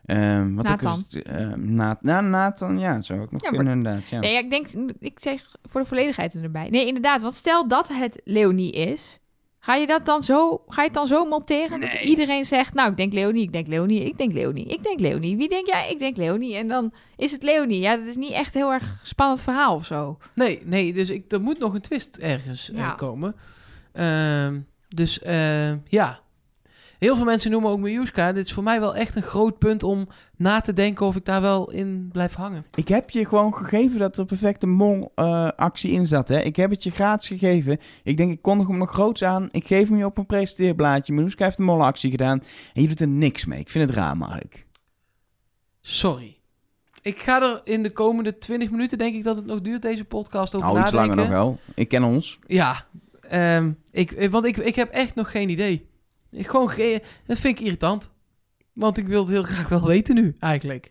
Um, wat Nathan. Ook is, uh, Na- nou, Nathan, ja, zou ook nog Ja, kunnen maar- inderdaad. Ja. Nee, ja, ik denk, ik zeg voor de volledigheid erbij. Nee, inderdaad, want stel dat het Leonie is, ga je dat dan zo, ga je het dan zo monteren dat Nee. iedereen zegt, nou, ik denk Leonie, ik denk Leonie, ik denk Leonie, ik denk Leonie. Wie denk jij? Ik denk Leonie. En dan is het Leonie. Ja, dat is niet echt heel erg spannend verhaal of zo. Nee, nee, dus ik, er moet nog een twist ergens eh, Ja. komen. Ehm, dus eh, ja. Heel veel mensen noemen ook Miljuska. Dit is voor mij wel echt een groot punt om na te denken of ik daar wel in blijf hangen. Ik heb je gewoon gegeven dat er perfecte mol-actie in zat. Hè? Ik heb het je gratis gegeven. Ik denk, ik kondig hem nog groots aan. Ik geef hem je op een presenteerblaadje. Miljuska heeft een mol-actie gedaan. En je doet er niks mee. Ik vind het raar, Mark. Sorry. Ik ga er in de komende twintig minuten, denk ik dat het nog duurt, deze podcast over Nou, iets nadenken. langer nog wel. Ik ken ons. Ja, ehm, ik, want ik, ik heb echt nog geen idee. Ik gewoon ge- dat vind ik irritant. Want ik wil het heel graag wel weten nu, eigenlijk.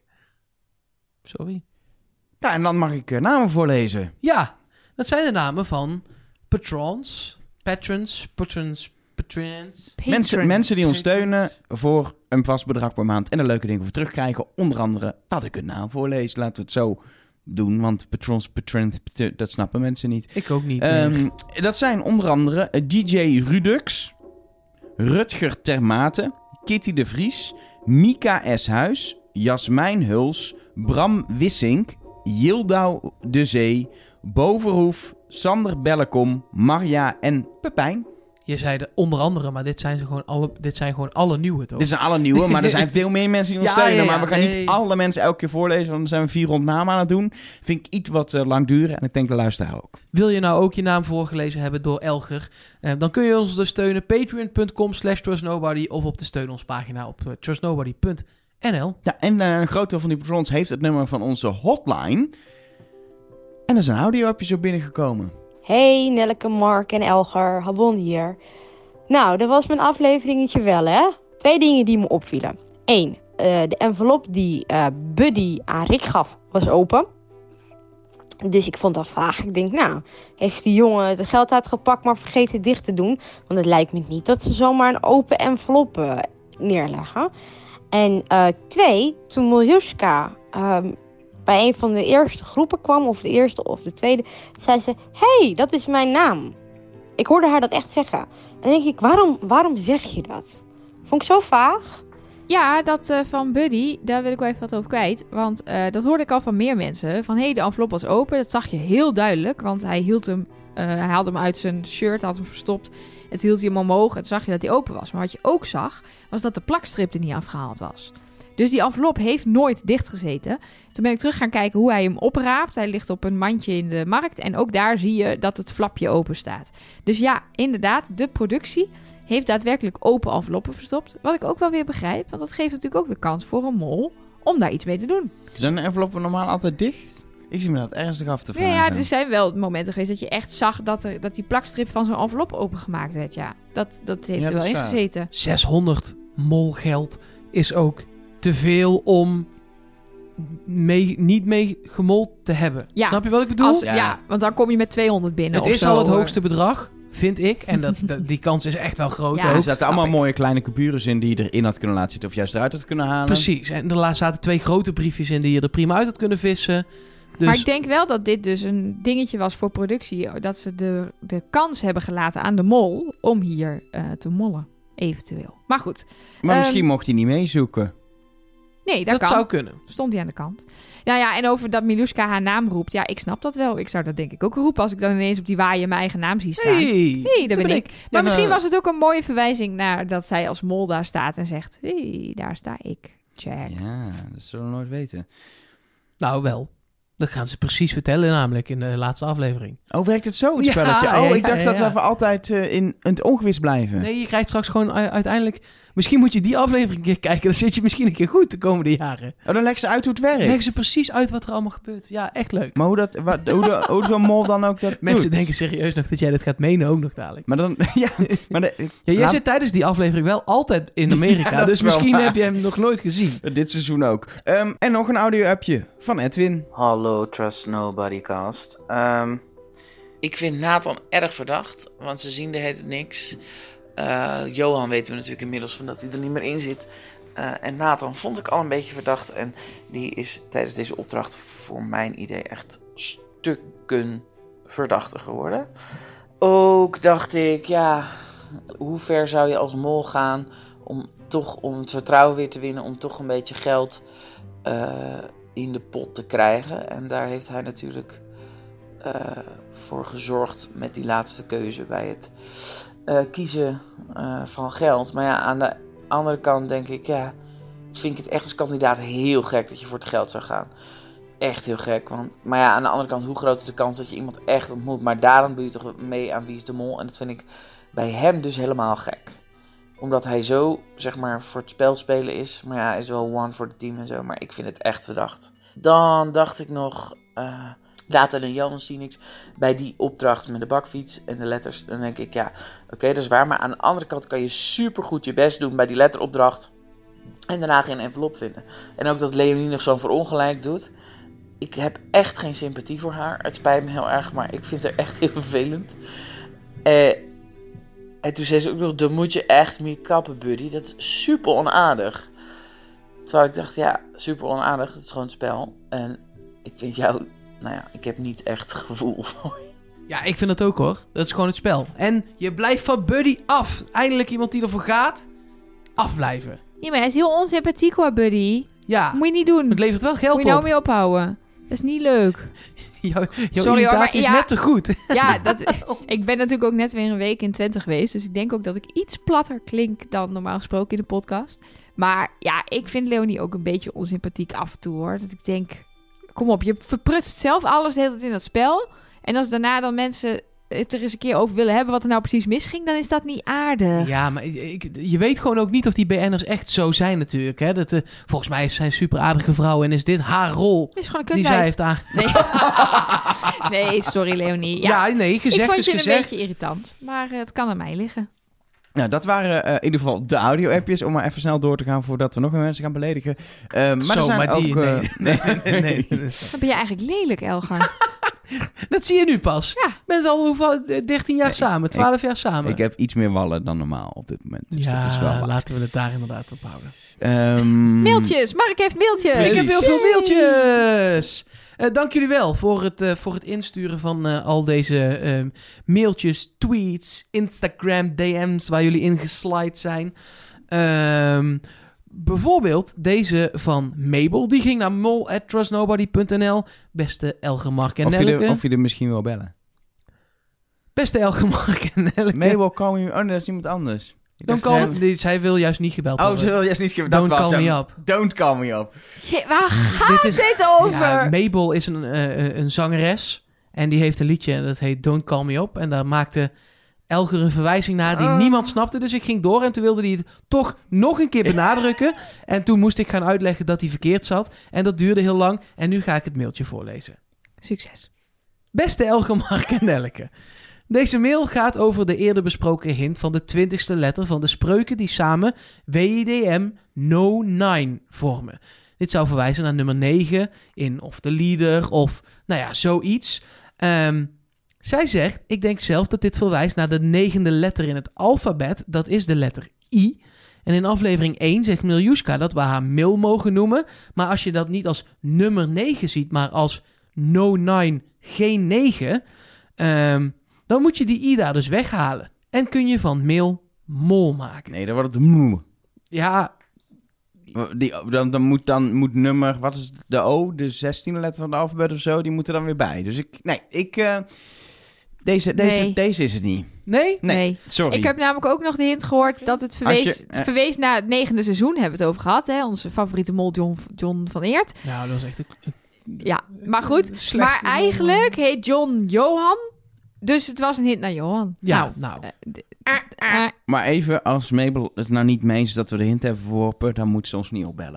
Sorry. Ja, en dan mag ik uh, namen voorlezen. Ja, dat zijn de namen van patrons, patrons, patrons, patrons. Mensen, mensen die ons Patrons. steunen voor een vast bedrag per maand en er leuke dingen voor terugkrijgen. Onder andere dat ik een naam voorlees. Laten we het zo doen, want patrons, patrons, patr- dat snappen mensen niet. Ik ook niet meer. Um, dat zijn onder andere uh, D J Rudux, Rutger Termate, Kitty de Vries, Mika S. Huis, Jasmijn Huls, Bram Wissink, Yildau de Zee, Boverhoef, Sander Bellekom, Marja en Pepijn. Je zei er onder andere, maar dit zijn, ze gewoon alle, dit zijn gewoon alle nieuwe, toch? Dit zijn alle nieuwe, maar er zijn veel meer mensen die ons Ja, steunen. ja, ja, maar we gaan nee. niet alle mensen elke keer voorlezen, want dan zijn we vierhonderd namen aan het doen. Vind ik iets wat uh, lang duren en ik denk de luisteraar ook. Wil je nou ook je naam voorgelezen hebben door Elger? Eh, dan kun je ons dus steunen. Patreon.com slash trustnobody of op de steun ons pagina op uh, trustnobody punt n l. Ja, en uh, een groot deel van die patrons heeft het nummer van onze hotline. En er is een audio-appje zo binnengekomen. Hey Nelleke, Mark en Elger, Habon hier. Nou, dat was mijn afleveringetje wel, hè? Twee dingen die me opvielen. Eén, uh, de envelop die uh, Buddy aan Rick gaf, was open. Dus ik vond dat vaag. Ik denk, nou, heeft die jongen het geld uitgepakt, maar vergeten dicht te doen? Want het lijkt me niet dat ze zomaar een open envelop uh, neerleggen. En uh, twee, toen Miljuska um, bij een van de eerste groepen kwam, of de eerste of de tweede, zei ze, hé, hey, dat is mijn naam. Ik hoorde haar dat echt zeggen. En dan denk ik, waarom, waarom zeg je dat? Vond ik zo vaag. Ja, dat uh, van Buddy, daar wil ik wel even wat over kwijt. Want uh, dat hoorde ik al van meer mensen. Van, hé, hey, de envelop was open. Dat zag je heel duidelijk. Want hij hield hem, uh, hij haalde hem uit zijn shirt, had hem verstopt. Het hield hij hem omhoog en toen zag je dat hij open was. Maar wat je ook zag, was dat de plakstrip er niet afgehaald was. Dus die envelop heeft nooit dichtgezeten. Toen ben ik terug gaan kijken hoe hij hem opraapt. Hij ligt op een mandje in de markt. En ook daar zie je dat het flapje open staat. Dus ja, inderdaad, de productie heeft daadwerkelijk open enveloppen verstopt. Wat ik ook wel weer begrijp. Want dat geeft natuurlijk ook weer kans voor een mol om daar iets mee te doen. Zijn de enveloppen normaal altijd dicht? Ik zie me dat ernstig af te Ja, vragen. ja, er zijn wel momenten geweest dat je echt zag dat, er, dat die plakstrip van zo'n envelop opengemaakt werd. Ja, dat, dat heeft Ja, er dat wel is in waar. gezeten. zeshonderd mol geld is ook te veel om mee, niet mee gemold te hebben. Ja, Snap je wat ik bedoel? Als, Ja. ja. want dan kom je met tweehonderd binnen. het of is zo, al het hoor. hoogste bedrag, vind ik. En dat, dat, die kans is echt wel groot. Ja, ook. Er zaten allemaal snap ik. mooie kleine coupures in die je erin had kunnen laten zitten of juist eruit had kunnen halen. Precies. En er la- zaten twee grote briefjes in die je er prima uit had kunnen vissen. Dus Maar ik denk wel dat dit dus een dingetje was voor productie. Dat ze de, de kans hebben gelaten aan de mol om hier uh, te mollen. Eventueel. Maar goed. Maar Ehm, misschien mocht hij niet meezoeken. Nee, dat, dat kan. zou kunnen. Stond hij aan de kant. Ja, ja, en over dat Miljuska haar naam roept. Ja, ik snap dat wel. Ik zou dat denk ik ook roepen als ik dan ineens op die waaier mijn eigen naam zie staan. Hey, Hey, daar ben ik. Maar Ja, misschien maar- was het ook een mooie verwijzing naar dat zij als mol daar staat en zegt... Hey, daar sta ik. Check. Ja, dat zullen we nooit weten. Nou, wel. Dat gaan ze precies vertellen namelijk in de laatste aflevering. Oh, werkt het zo, het Ja, spelletje? ja, Oh, ja, ik dacht ja, dat ja. we altijd uh, in het ongewis blijven. Nee, je krijgt straks gewoon u- uiteindelijk... Misschien moet je die aflevering een keer kijken. Dan zit je misschien een keer goed de komende jaren. Oh, dan leg ze uit hoe het werkt. Leggen ze precies uit wat er allemaal gebeurt. Ja, echt leuk. Maar hoe, dat, wat, hoe, de, hoe zo'n mol dan ook dat Mensen doet. denken serieus nog dat jij dat gaat menen ook nog dadelijk. Maar dan, ja, maar de, Ja, jij laat- zit tijdens die aflevering wel altijd in Amerika. Ja, dat dus is wel misschien waar. heb je hem nog nooit gezien. dit seizoen ook. Um, en nog een audio-appje van Edwin. Hallo Trust Nobody cast. Um, Ik vind Nathan erg verdacht, want ze zien de hele tijd niks. Uh, Johan weten we natuurlijk inmiddels van dat hij er niet meer in zit. Uh, en Nathan vond ik al een beetje verdacht. En die is tijdens deze opdracht voor mijn idee echt stukken verdachter geworden. Ook dacht ik, ja, hoe ver zou je als mol gaan om toch om het vertrouwen weer te winnen, om toch een beetje geld uh, in de pot te krijgen. En daar heeft hij natuurlijk uh, voor gezorgd met die laatste keuze bij het uh, kiezen uh, van geld. Maar ja, aan de andere kant denk ik, ja, vind ik het echt als kandidaat heel gek dat je voor het geld zou gaan. Echt heel gek, want, maar ja, aan de andere kant, hoe groot is de kans dat je iemand echt ontmoet? Maar daarom doe je toch mee aan Wie is de Mol? En dat vind ik bij hem dus helemaal gek. Omdat hij zo, zeg maar, voor het spel spelen is. Maar ja, hij is wel one voor het team en zo, maar ik vind het echt verdacht. Dan dacht ik nog, uh, later dan Jonas zie niks. Bij die opdracht met de bakfiets en de letters, dan denk ik, ja, oké, okay, dat is waar. Maar aan de andere kant kan je supergoed je best doen bij die letteropdracht. En daarna geen envelop vinden. En ook dat Leonie nog zo'n verongelijk doet. Ik heb echt geen sympathie voor haar. Het spijt me heel erg, maar ik vind haar echt heel vervelend. Uh, en toen zei ze ook nog, dan moet je echt mee kappen, buddy. Dat is super onaardig. Terwijl ik dacht, ja, super onaardig. Dat is gewoon het spel. En ik vind jou, nou ja, ik heb niet echt gevoel voor je. Ja, ik vind het ook hoor. Dat is gewoon het spel. En je blijft van Buddy af. Eindelijk iemand die ervoor gaat. Afblijven. Ja, maar hij is heel onsympathiek hoor, Buddy. Ja. Moet je niet doen. Het levert wel geld Moet je nou op. mee ophouden. Dat is niet leuk. Jouw, jouw Sorry, imitatie hoor, maar is ja, net te goed. Ja, dat, ik ben natuurlijk ook net weer een week in Twente geweest. Dus ik denk ook dat ik iets platter klink dan normaal gesproken in de podcast. Maar ja, ik vind Leonie ook een beetje onsympathiek af en toe hoor. Dat ik denk, kom op, je verprutst zelf alles de hele tijd in dat spel. En als daarna dan mensen het er eens een keer over willen hebben wat er nou precies misging, dan is dat niet aardig. Ja, maar ik, je weet gewoon ook niet of die B N'ers echt zo zijn natuurlijk. Hè? Dat, uh, volgens mij is zij een super aardige vrouw en is dit haar rol Het is gewoon een die zij heeft aan. Nee. nee, sorry Leonie. Ja, ja nee, gezegd ik vond is je gezegd. een beetje irritant, maar uh, het kan aan mij liggen. Nou, dat waren uh, in ieder geval de audio-appjes, om maar even snel door te gaan voordat we nog meer mensen gaan beledigen. Uh, maar Zo, er zijn maar ook... die... Uh, nee, nee, nee, nee, nee. Dan ben je eigenlijk lelijk, Elgar. Dat zie je nu pas. Ja. Je bent al hoeveel, dertien jaar Nee, samen, twaalf jaar samen. Ik heb iets meer wallen dan normaal op dit moment. Dus ja, dat is wel waar. laten we het daar inderdaad op houden. Um, Mailtjes, Mark heeft mailtjes. Precies. Ik heb heel veel mailtjes. Uh, dank jullie wel voor het, uh, voor het insturen van uh, al deze uh, mailtjes, tweets, Instagram D M's waar jullie in geslide zijn. Um, bijvoorbeeld deze van Mabel. Die ging naar mol at trustnobody punt n l. Beste Elger, Mark en of, je Nelleke. er, of je er misschien wil bellen. Beste Elger, Mark en Nelleke. Mabel, call me... Oh nee, dat is iemand anders. Ik Don't dacht, call zij- die, zij wil juist niet gebeld Oh, worden. ze wil juist niet schrijven. Don't dat was call me hem. up. Don't call me up. Je, waar gaat Dit is- dit over? Ja, Mabel is een, uh, een zangeres. En die heeft een liedje en dat heet Don't Call Me Up. En daar maakte Elger een verwijzing naar die Oh. niemand snapte. Dus ik ging door en toen wilde hij het toch nog een keer benadrukken. En toen moest ik gaan uitleggen dat hij verkeerd zat. En dat duurde heel lang. En nu ga ik het mailtje voorlezen. Succes. Beste Elger, Mark en Nelleke. Deze mail gaat over de eerder besproken hint van de twintigste letter van de spreuken die samen W I D M no nine vormen. Dit zou verwijzen naar nummer negen in of de leader of nou ja, zoiets. Um, zij zegt, ik denk zelf dat dit verwijst naar de negende letter in het alfabet. Dat is de letter I. En in aflevering één zegt Miljuska dat we haar Mil mogen noemen. Maar als je dat niet als nummer negen ziet, maar als no nine, geen negen... Um, dan moet je die I daar dus weghalen. En kun je van Mil Mol maken. Nee, dan wordt het moe. Ja, Die, dan, dan, moet, dan moet nummer... Wat is de O? De zestiende letter van het alfabet of zo? Die moeten dan weer bij. Dus ik... Nee, ik... Uh, deze, deze, Nee. deze is het niet. nee? Nee, Nee. sorry. Ik heb namelijk ook nog de hint gehoord dat het verwees, Als je, eh, het verwees naar het negende seizoen. Hebben we het over gehad, hè? Onze favoriete mol John, John van Eert. Nou, dat was echt een, een Ja, maar goed. slechtste Maar mol. eigenlijk heet John Johan. Dus het was een hint naar Johan. Ja, Nou, nou. eh, d- eh, Maar even, als Mabel het nou niet mee is dat we de hint hebben verworpen, dan moet ze ons niet opbellen.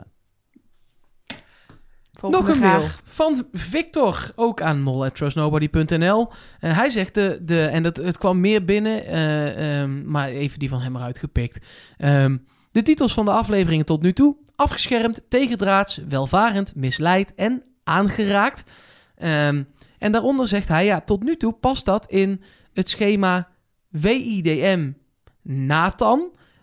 volgende Nog een vraag. mail van Victor, ook aan mol at trustnobody punt n l. Uh, hij zegt, de, de, en dat, het kwam meer binnen, uh, um, maar even die van hem eruit gepikt. Um, de titels van de afleveringen tot nu toe. Afgeschermd, tegendraads, welvarend, misleid en aangeraakt. Um, en daaronder zegt hij, ja, tot nu toe past dat in het schema W I D M Nathan.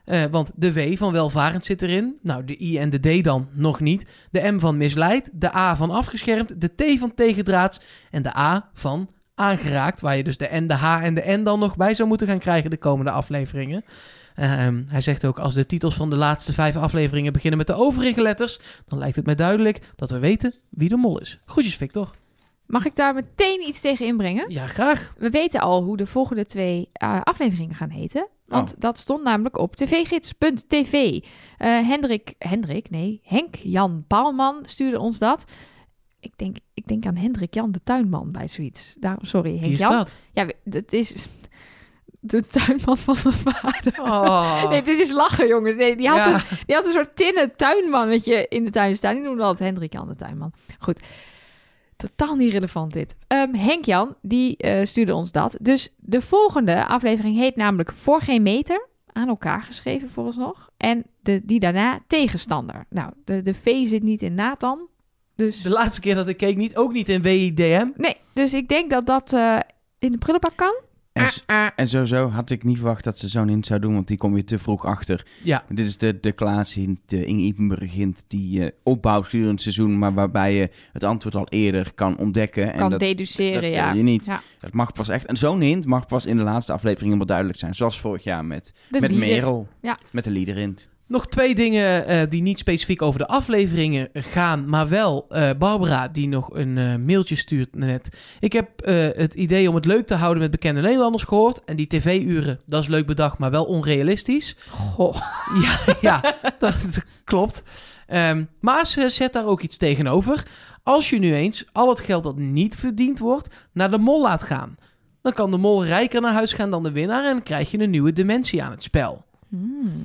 Uh, want de W van welvarend zit erin. Nou, de I en de D dan nog niet. De M van misleid. De A van afgeschermd. De T van tegendraads. En de A van aangeraakt. Waar je dus de N, de H en de N dan nog bij zou moeten gaan krijgen de komende afleveringen. Uh, hij zegt ook, als de titels van de laatste vijf afleveringen beginnen met de overige letters, dan lijkt het mij duidelijk dat we weten wie de mol is. Groetjes, Victor. Mag ik daar meteen iets tegen inbrengen? Ja, graag. We weten al hoe de volgende twee uh, afleveringen gaan heten. Want oh. dat stond namelijk op tvgids punt tv. Uh, Hendrik, Hendrik, nee, Henk-Jan Paalman stuurde ons dat. Ik denk, ik denk aan Hendrik-Jan de tuinman bij zoiets. Daarom, sorry, Henk-Jan. Wie is dat? Ja, dat is de tuinman van mijn vader. Oh. Nee, dit is lachen, jongens. Nee, die, had Ja. een, die had een soort tinnen tuinmannetje in de tuin staan. Die noemde altijd Hendrik-Jan de tuinman. Goed. Totaal niet relevant dit. Um, Henk-Jan, die uh, stuurde ons dat. Dus de volgende aflevering heet namelijk Voor geen meter. Aan elkaar geschreven vooralsnog. En de, die daarna Tegenstander. Nou, de, de V zit niet in Nathan. Dus... De laatste keer dat ik keek niet, ook niet in W I D M. Nee, dus ik denk dat dat uh, in de prullenbak kan. En, en sowieso had ik niet verwacht dat ze zo'n hint zou doen, want die kom je te vroeg achter. Ja. Dit is de, de Klaas-hint, de Inge Ipenburg hint die uh, opbouwt gedurende het seizoen, maar waarbij je het antwoord al eerder kan ontdekken. Kan en dat, deduceren, dat ja. wil je niet. Ja. Het mag pas echt, en zo'n hint mag pas in de laatste aflevering helemaal duidelijk zijn. Zoals vorig jaar met, De met lieder. Merel, Ja. met de liederhint. Nog twee dingen uh, die niet specifiek over de afleveringen gaan, maar wel uh, Barbara die nog een uh, mailtje stuurt net. Ik heb uh, het idee om het leuk te houden met bekende Nederlanders gehoord. En die tv-uren, dat is leuk bedacht, maar wel onrealistisch. Goh. Ja, ja dat, dat klopt. Um, maar ze zet daar ook iets tegenover. Als je nu eens al het geld dat niet verdiend wordt naar de mol laat gaan, dan kan de mol rijker naar huis gaan dan de winnaar en dan krijg je een nieuwe dimensie aan het spel. Hmm.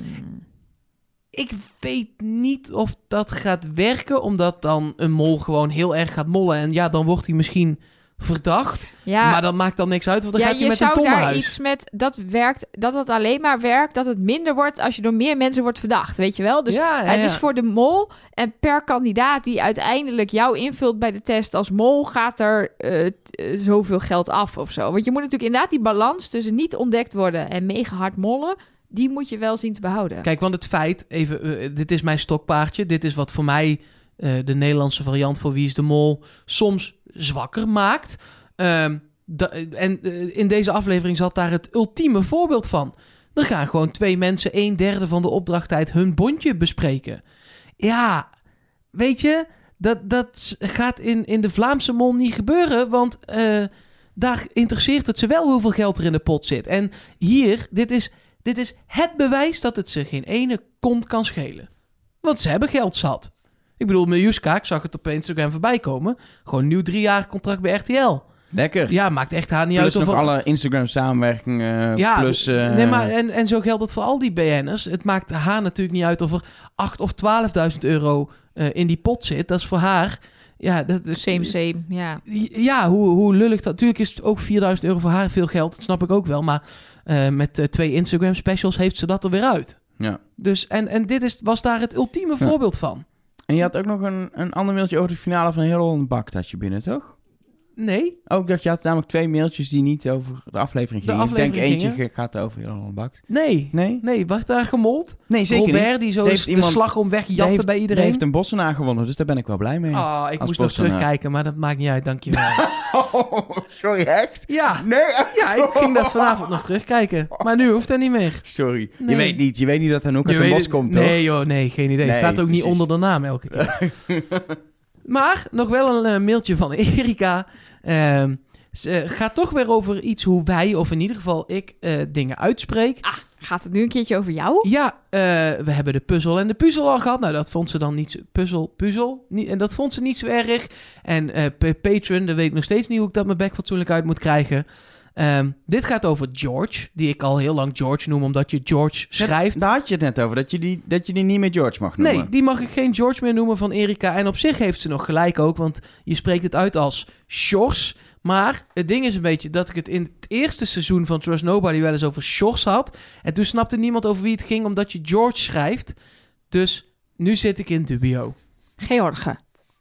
Ik weet niet of dat gaat werken, omdat dan een mol gewoon heel erg gaat mollen. En ja, dan wordt hij misschien verdacht. Ja. Maar dat maakt dan niks uit, want dan ja, gaat hij je met een zou daar tongenhuis. iets met, dat werkt, dat het alleen maar werkt, dat het minder wordt als je door meer mensen wordt verdacht, weet je wel? Dus ja, ja, het ja. is voor de mol en per kandidaat die uiteindelijk jou invult bij de test als mol, gaat er uh, t- uh, zoveel geld af of zo. Want je moet natuurlijk inderdaad die balans tussen niet ontdekt worden en mega hard mollen, die moet je wel zien te behouden. Kijk, want het feit, even, uh, dit is mijn stokpaardje. Dit is wat voor mij uh, de Nederlandse variant voor Wie is de Mol soms zwakker maakt. Um, da- en uh, in deze aflevering zat daar het ultieme voorbeeld van. Er gaan gewoon twee mensen een derde van de opdrachttijd hun bondje bespreken. Ja, weet je, dat, dat gaat in, in de Vlaamse Mol niet gebeuren, want uh, daar interesseert het ze wel hoeveel geld er in de pot zit. En hier, dit is... Dit is het bewijs dat het ze geen ene kont kan schelen. Want ze hebben geld zat. Ik bedoel, Miljuska, ik zag het op Instagram voorbij komen. Gewoon een nieuw driejarig contract bij R T L. Lekker. Ja, maakt echt haar niet Plus uit. nog Of alle Instagram samenwerkingen. ja, plus, uh... nee, maar en, en zo geldt het voor al die B N'ers. Het maakt haar natuurlijk niet uit of er acht of twaalfduizend euro uh, in die pot zit. Dat is voor haar... Ja, dat is, Same, same, ja. Ja, hoe, hoe lullig dat... Natuurlijk is het ook vierduizend euro voor haar veel geld. Dat snap ik ook wel. Maar uh, met uh, twee Instagram specials heeft ze dat er weer uit. Ja. Dus, en, en dit is, was daar het ultieme Ja. voorbeeld van. En je had ook nog een, een ander mailtje over de finale van Heel Holland Bakt had je binnen, toch? Nee. Ook dat je had namelijk twee mailtjes die niet over de aflevering De gingen. aflevering Ik denk eentje gingen. ge- gaat over Heel Holland Bakt. Nee. Nee? Nee, werd daar gemold? Nee, zeker Robert, niet. die zo Er de, heeft de iemand- slag om Die wegjatten heeft, bij die iedereen. heeft een Bossenaar gewonnen, dus daar ben ik wel blij mee. Ah, ik Als moest nog Bossenaar. terugkijken, maar dat maakt niet uit, dankjewel. Oh, sorry, echt? Ja. Nee, Ja, ik ging dat vanavond nog terugkijken. Maar nu hoeft dat niet meer. Sorry. Nee. Je weet niet, je weet niet dat Anouk uit Je een weet bos het- komt, toch? Nee joh, nee, geen idee. Nee, Staat ook niet precies. onder de naam elke keer. Maar nog wel een uh, mailtje van Erika. Uh, ze gaat toch weer over iets hoe wij, of in ieder geval ik, uh, dingen uitspreek. Ah, gaat het nu een keertje over jou? Ja, uh, we hebben de puzzel en de puzzel al gehad. Nou, dat vond ze dan niet zo... Puzzel, puzzel? Niet, en dat vond ze niet zo erg. En uh, p- Patreon, daar weet ik nog steeds niet hoe ik dat mijn bek fatsoenlijk uit moet krijgen. Um, dit gaat over George, die ik al heel lang George noem, omdat je George schrijft. Net, daar had je het net over, dat je, die, dat je die niet meer George mag noemen. Nee, die mag ik geen George meer noemen van Erika. En op zich heeft ze nog gelijk ook, want je spreekt het uit als Sjors. Maar het ding is een beetje dat ik het in het eerste seizoen van Trust Nobody wel eens over Sjors had. En toen snapte niemand over wie het ging, omdat je George schrijft. Dus nu zit ik in dubio. George.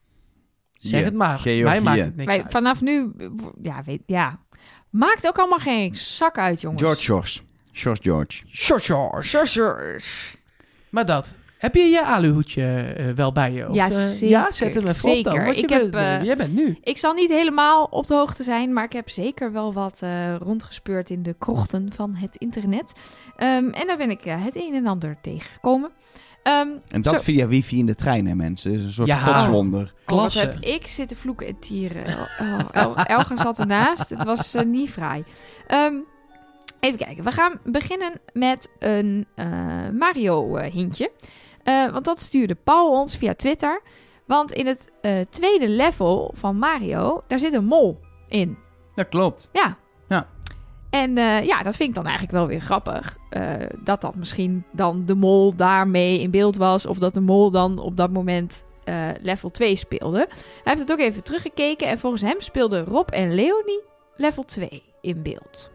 Zeg Ja, het maar. Georgië. Mij maakt het niks Wij, uit. vanaf nu, ja, weet, ja. Maakt ook allemaal geen zak uit, jongens. George Shores. George George. George George. George George. Maar dat. Heb je je aluhoedje uh, wel bij je? Of, Ja, uh, zeker. Ja, zet hem even op dan. Zeker. Want je Ik bent, heb, uh, jij bent nu. Ik zal niet helemaal op de hoogte zijn, maar ik heb zeker wel wat uh, rondgespeurd in de krochten van het internet. Um, en daar ben ik uh, het een en ander tegengekomen. Um, En dat zo- via wifi in de trein, hè, mensen. Dat is een soort Ja. godswonder. Oh, wat Klasse. heb ik zitten vloeken en tieren. Oh, El- Elga zat ernaast. Het was uh, niet fraai. Um, even kijken. We gaan beginnen met een uh, Mario-hintje. Uh, want dat stuurde Paul ons via Twitter. Want in het uh, tweede level van Mario, daar zit een mol in. Dat klopt. Ja. Ja. En uh, ja, dat vind ik dan eigenlijk wel weer grappig. Uh, dat dat misschien dan de mol daarmee in beeld was. Of dat de mol dan op dat moment uh, level twee speelde. Hij heeft het ook even teruggekeken. En volgens hem speelden Rob en Leonie level twee in beeld.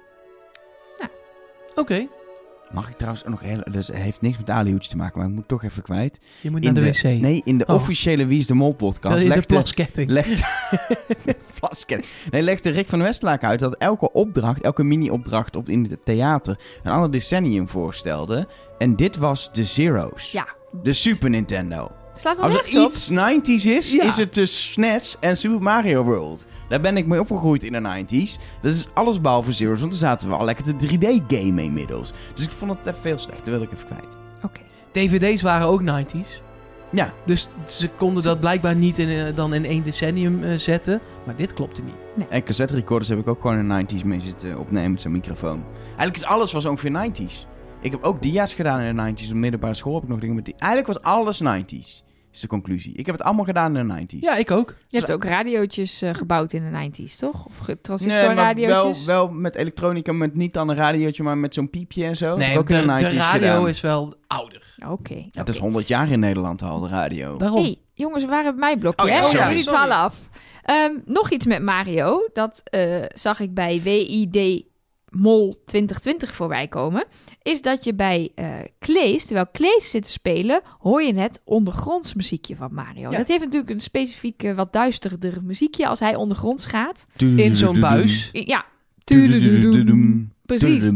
Oké. Okay. Mag ik trouwens ook nog heel... Dus het heeft niks met alihoedjes te maken, maar ik moet toch even kwijt. Je moet In naar de, de wc. Nee, in de Oh. officiële Wie is de Mol podcast... Wil je de legde- plasketting? Legde, plasketting. Nee, legde Rick van der Westlaak uit dat elke opdracht, elke mini-opdracht op, in het theater een ander decennium voorstelde. En dit was de Zero's. Ja. De Super Nintendo. Slaat er Als er nergens op. iets negenties is, Ja. is het de S N E S en Super Mario World. Daar ben ik mee opgegroeid in de negenties. Dat is alles behalve Zero's, want daar zaten we al lekker te drie D-gamen inmiddels. Dus ik vond het even veel slecht, dat wil ik even kwijt. Oké. D V D's waren ook negenties. Ja, Dus ze konden dat blijkbaar niet in, uh, dan in één decennium uh, zetten. Maar dit klopte niet. en cassette recorders heb ik ook gewoon in de negenties mee zitten opnemen met zo'n microfoon. Eigenlijk is alles was ongeveer negenties. Ik heb ook dia's gedaan in de negenties. Op de middelbare school heb ik nog dingen met die... Eigenlijk was alles negenties, is de conclusie. Ik heb het allemaal gedaan in de negenties. Ja, ik ook. Je hebt ook radiootjes uh, gebouwd in de negenties, toch? Of ge- Nee, maar transistorradiootjes? wel, wel met elektronica, met niet dan een radiootje, maar met zo'n piepje en zo. Heb Nee, ik ook de, in de de negenties radio gedaan. is wel ouder. Oké. Okay. Ja, het is honderd jaar in Nederland al, de radio. Daarom. Hey, jongens, we waren bij mijn blokje, Oh ja, hè? sorry. Jullie Sorry. dwalen af. Um, nog iets met Mario. Dat uh, zag ik bij W I D Mol twintig twintig voorbij komen. Is dat je bij uh, Klees, terwijl Klees zit te spelen, hoor je het ondergronds muziekje van Mario. Ja. Dat heeft natuurlijk een specifiek uh, wat duisterder muziekje als hij ondergronds gaat. In zo'n buis. I- Ja. Precies.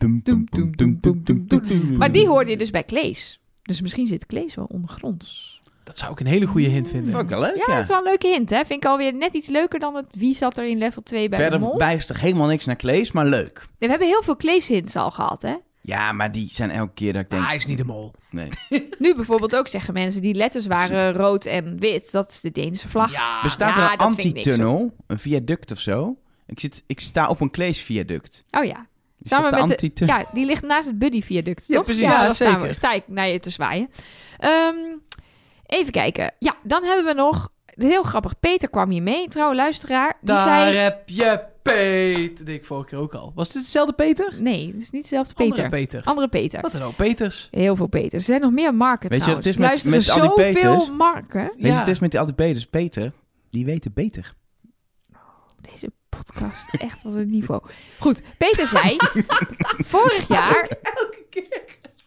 Maar die hoorde je dus bij Klees. Dus misschien zit Klees wel ondergronds. Dat zou ik een hele goede hint vinden. Vond ik wel leuk, Ja, ja. dat is wel een leuke hint, hè? Vind ik alweer net iets leuker dan het wie zat er in level twee bij de Verder mol. wijst er helemaal niks naar Klees, maar leuk. Nee, we hebben heel veel Klees-hints al gehad, hè? Ja, maar die zijn elke keer dat ik denk... Ah, hij is niet de mol. Nee. Nu bijvoorbeeld ook zeggen mensen die letters waren rood en wit. Dat is de Deense vlag. Ja. Bestaat ja, er een dat vind ik niks, antitunnel, een viaduct of zo? Ik, zit, ik sta op een Klees-viaduct. Oh ja. Is Samen dat de met de, antitunnel? ja, die ligt naast het Buddy-viaduct, Ja, toch? precies. Ja, Ja, dan staan we, zeker. sta ik naar je te zwaaien. Ehm, even kijken. Ja, dan hebben we nog... Heel grappig, Peter kwam hier mee, trouwe luisteraar. Die Daar zei... heb je Peter. Dat deed ik vorige keer ook al. Was dit dezelfde Peter? Nee, het is niet dezelfde Peter. Andere Peter. Andere Peter. Wat dan ook, Peters. Heel veel Peters. Er zijn nog meer Marken Weet je wat het trouwens. is met- Luisteren met al die zoveel Peters? Marken. Weet je, Ja. het is met die Al die Peters. Peter, die weten beter. Deze podcast, echt wat een niveau. Goed, Peter zei... vorig jaar... Elke keer.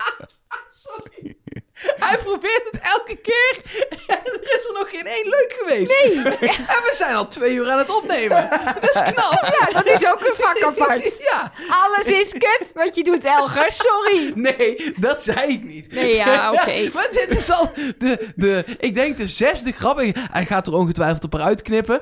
Sorry. Hij probeert het elke keer. En er is er nog geen één leuk geweest. Nee. En we zijn al twee uur aan het opnemen. Dat is knap. Ja, dat is ook een vak apart. Ja. Alles is kut wat je doet, Elger. Sorry. Nee, dat zei ik niet. Nee, ja, oké. Maar dit is al de, de, ik denk de zesde grap. Hij gaat er ongetwijfeld op eruit knippen.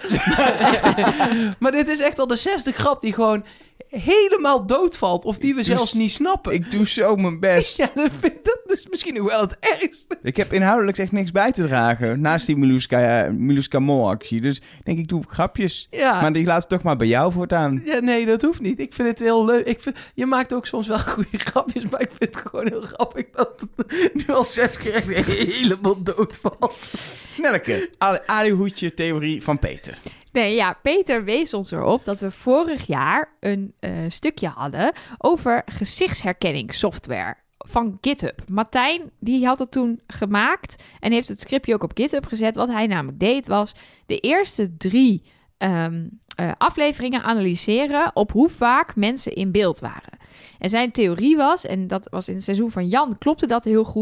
Maar dit is echt al de zesde grap die gewoon helemaal doodvalt. Of die we Ik zelfs doe- niet snappen. Ik doe zo mijn best. Ja, dat, vind, dat is misschien nog wel het ergste. Ik heb inhoudelijk echt niks bij te dragen. Naast die Miluska, Miluska Mol-actie. Dus ik denk ik doe grapjes. Ja. Maar die laat het toch maar bij jou voortaan. Ja, nee, dat hoeft niet. Ik vind het heel leuk. Ik vind, je maakt ook soms wel goede grapjes, maar ik vind het gewoon heel grappig dat het nu al zes keer echt helemaal doodvalt. Nelke, alihoedje theorie van Peter. Nee, ja, Peter wees ons erop dat we vorig jaar een uh, stukje hadden over gezichtsherkenningssoftware van GitHub. Martijn, die had het toen gemaakt en heeft het scriptje ook op GitHub gezet. Wat hij namelijk deed was de eerste drie um, uh, afleveringen analyseren op hoe vaak mensen in beeld waren. En zijn theorie was, en dat was in het seizoen van Jan, klopte dat heel goed,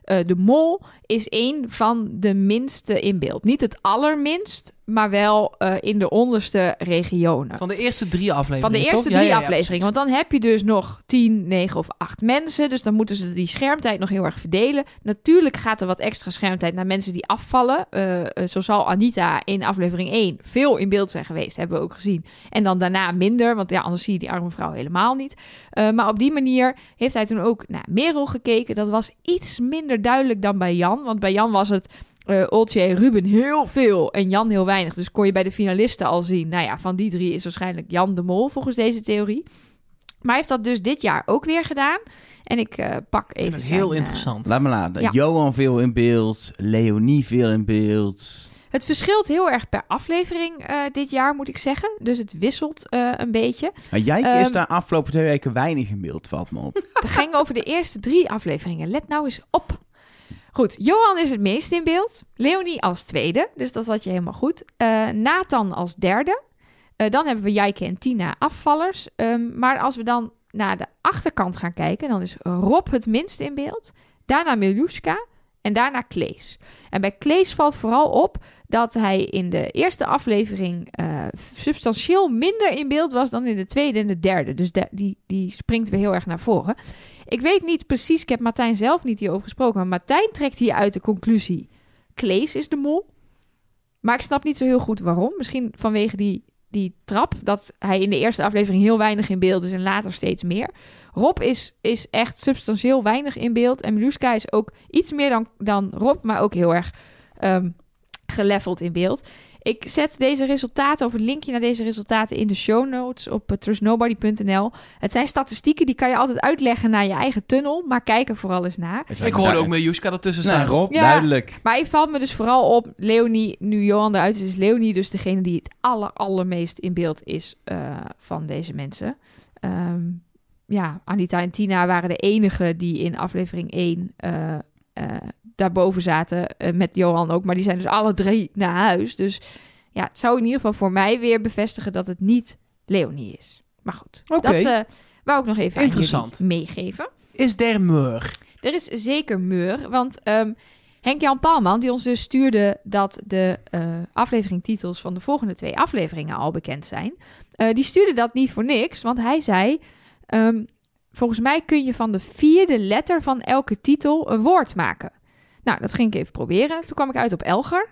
Uh, de Mol is een van de minste in beeld. Niet het allerminst, maar wel uh, in de onderste regionen. Van de eerste drie afleveringen, Van de eerste toch? drie ja, ja, ja, afleveringen. Want dan heb je dus nog tien, negen of acht mensen. Dus dan moeten ze die schermtijd nog heel erg verdelen. Natuurlijk gaat er wat extra schermtijd naar mensen die afvallen. Uh, uh, zo zal Anita in aflevering één veel in beeld zijn geweest. Hebben we ook gezien. En dan daarna minder. Want ja, anders zie je die arme vrouw helemaal niet. Uh, maar op die manier heeft hij toen ook naar Merel gekeken. Dat was iets minder duidelijk dan bij Jan. Want bij Jan was het uh, Oltje en Ruben heel veel en Jan heel weinig. Dus kon je bij de finalisten al zien, nou ja, van die drie is waarschijnlijk Jan de Mol volgens deze theorie. Maar hij heeft dat dus dit jaar ook weer gedaan. En ik uh, pak even dat is zijn, heel uh, interessant. Laat me laten. Ja. Johan veel in beeld. Leonie veel in beeld. Het verschilt heel erg per aflevering uh, dit jaar, moet ik zeggen. Dus het wisselt uh, een beetje. Maar Jijke Um, is daar afgelopen twee weken weinig in beeld, valt me op. Het ging over de eerste drie afleveringen. Let nou eens op. Goed, Johan is het meest in beeld. Leonie als tweede, dus dat had je helemaal goed. Uh, Nathan als derde. Uh, dan hebben we Jijke en Tina afvallers. Um, maar als we dan naar de achterkant gaan kijken, dan is Rob het minst in beeld. Daarna Miljuska en daarna Klees. En bij Klees valt vooral op dat hij in de eerste aflevering uh, substantieel minder in beeld was dan in de tweede en de derde. Dus de, die, die springt weer heel erg naar voren. Ik weet niet precies, ik heb Martijn zelf niet hierover gesproken, maar Martijn trekt hier uit de conclusie: Klees is de mol. Maar ik snap niet zo heel goed waarom. Misschien vanwege die, die trap, dat hij in de eerste aflevering heel weinig in beeld is en later steeds meer. Rob is, is echt substantieel weinig in beeld. En Miljuska is ook iets meer dan, dan Rob, maar ook heel erg um, geleveld in beeld. Ik zet deze resultaten, of het linkje naar deze resultaten, in de show notes op uh, trust nobody punt n l. Het zijn statistieken, die kan je altijd uitleggen naar je eigen tunnel, maar kijk er vooral eens naar. Ik hoorde ook Miljuska ertussen staan. Nou, Rob, Ja. duidelijk. Maar ik valt me dus vooral op, Leonie, nu Johan eruit is, is Leonie dus degene die het aller, allermeest in beeld is uh, van deze mensen. Um, ja, Anita en Tina waren de enigen die in aflevering één uh, uh, daarboven zaten, uh, met Johan ook. Maar die zijn dus alle drie naar huis. Dus ja, het zou in ieder geval voor mij weer bevestigen dat het niet Leonie is. Maar goed, Oké. dat uh, wou ik nog even aan Interessant. jullie meegeven. Is der meur? Er is zeker meur, want um, Henk-Jan Paalman, die ons dus stuurde dat de uh, afleveringtitels van de volgende twee afleveringen al bekend zijn, uh, die stuurde dat niet voor niks, want hij zei, um, volgens mij kun je van de vierde letter van elke titel een woord maken. Nou, dat ging ik even proberen. Toen kwam ik uit op Elger.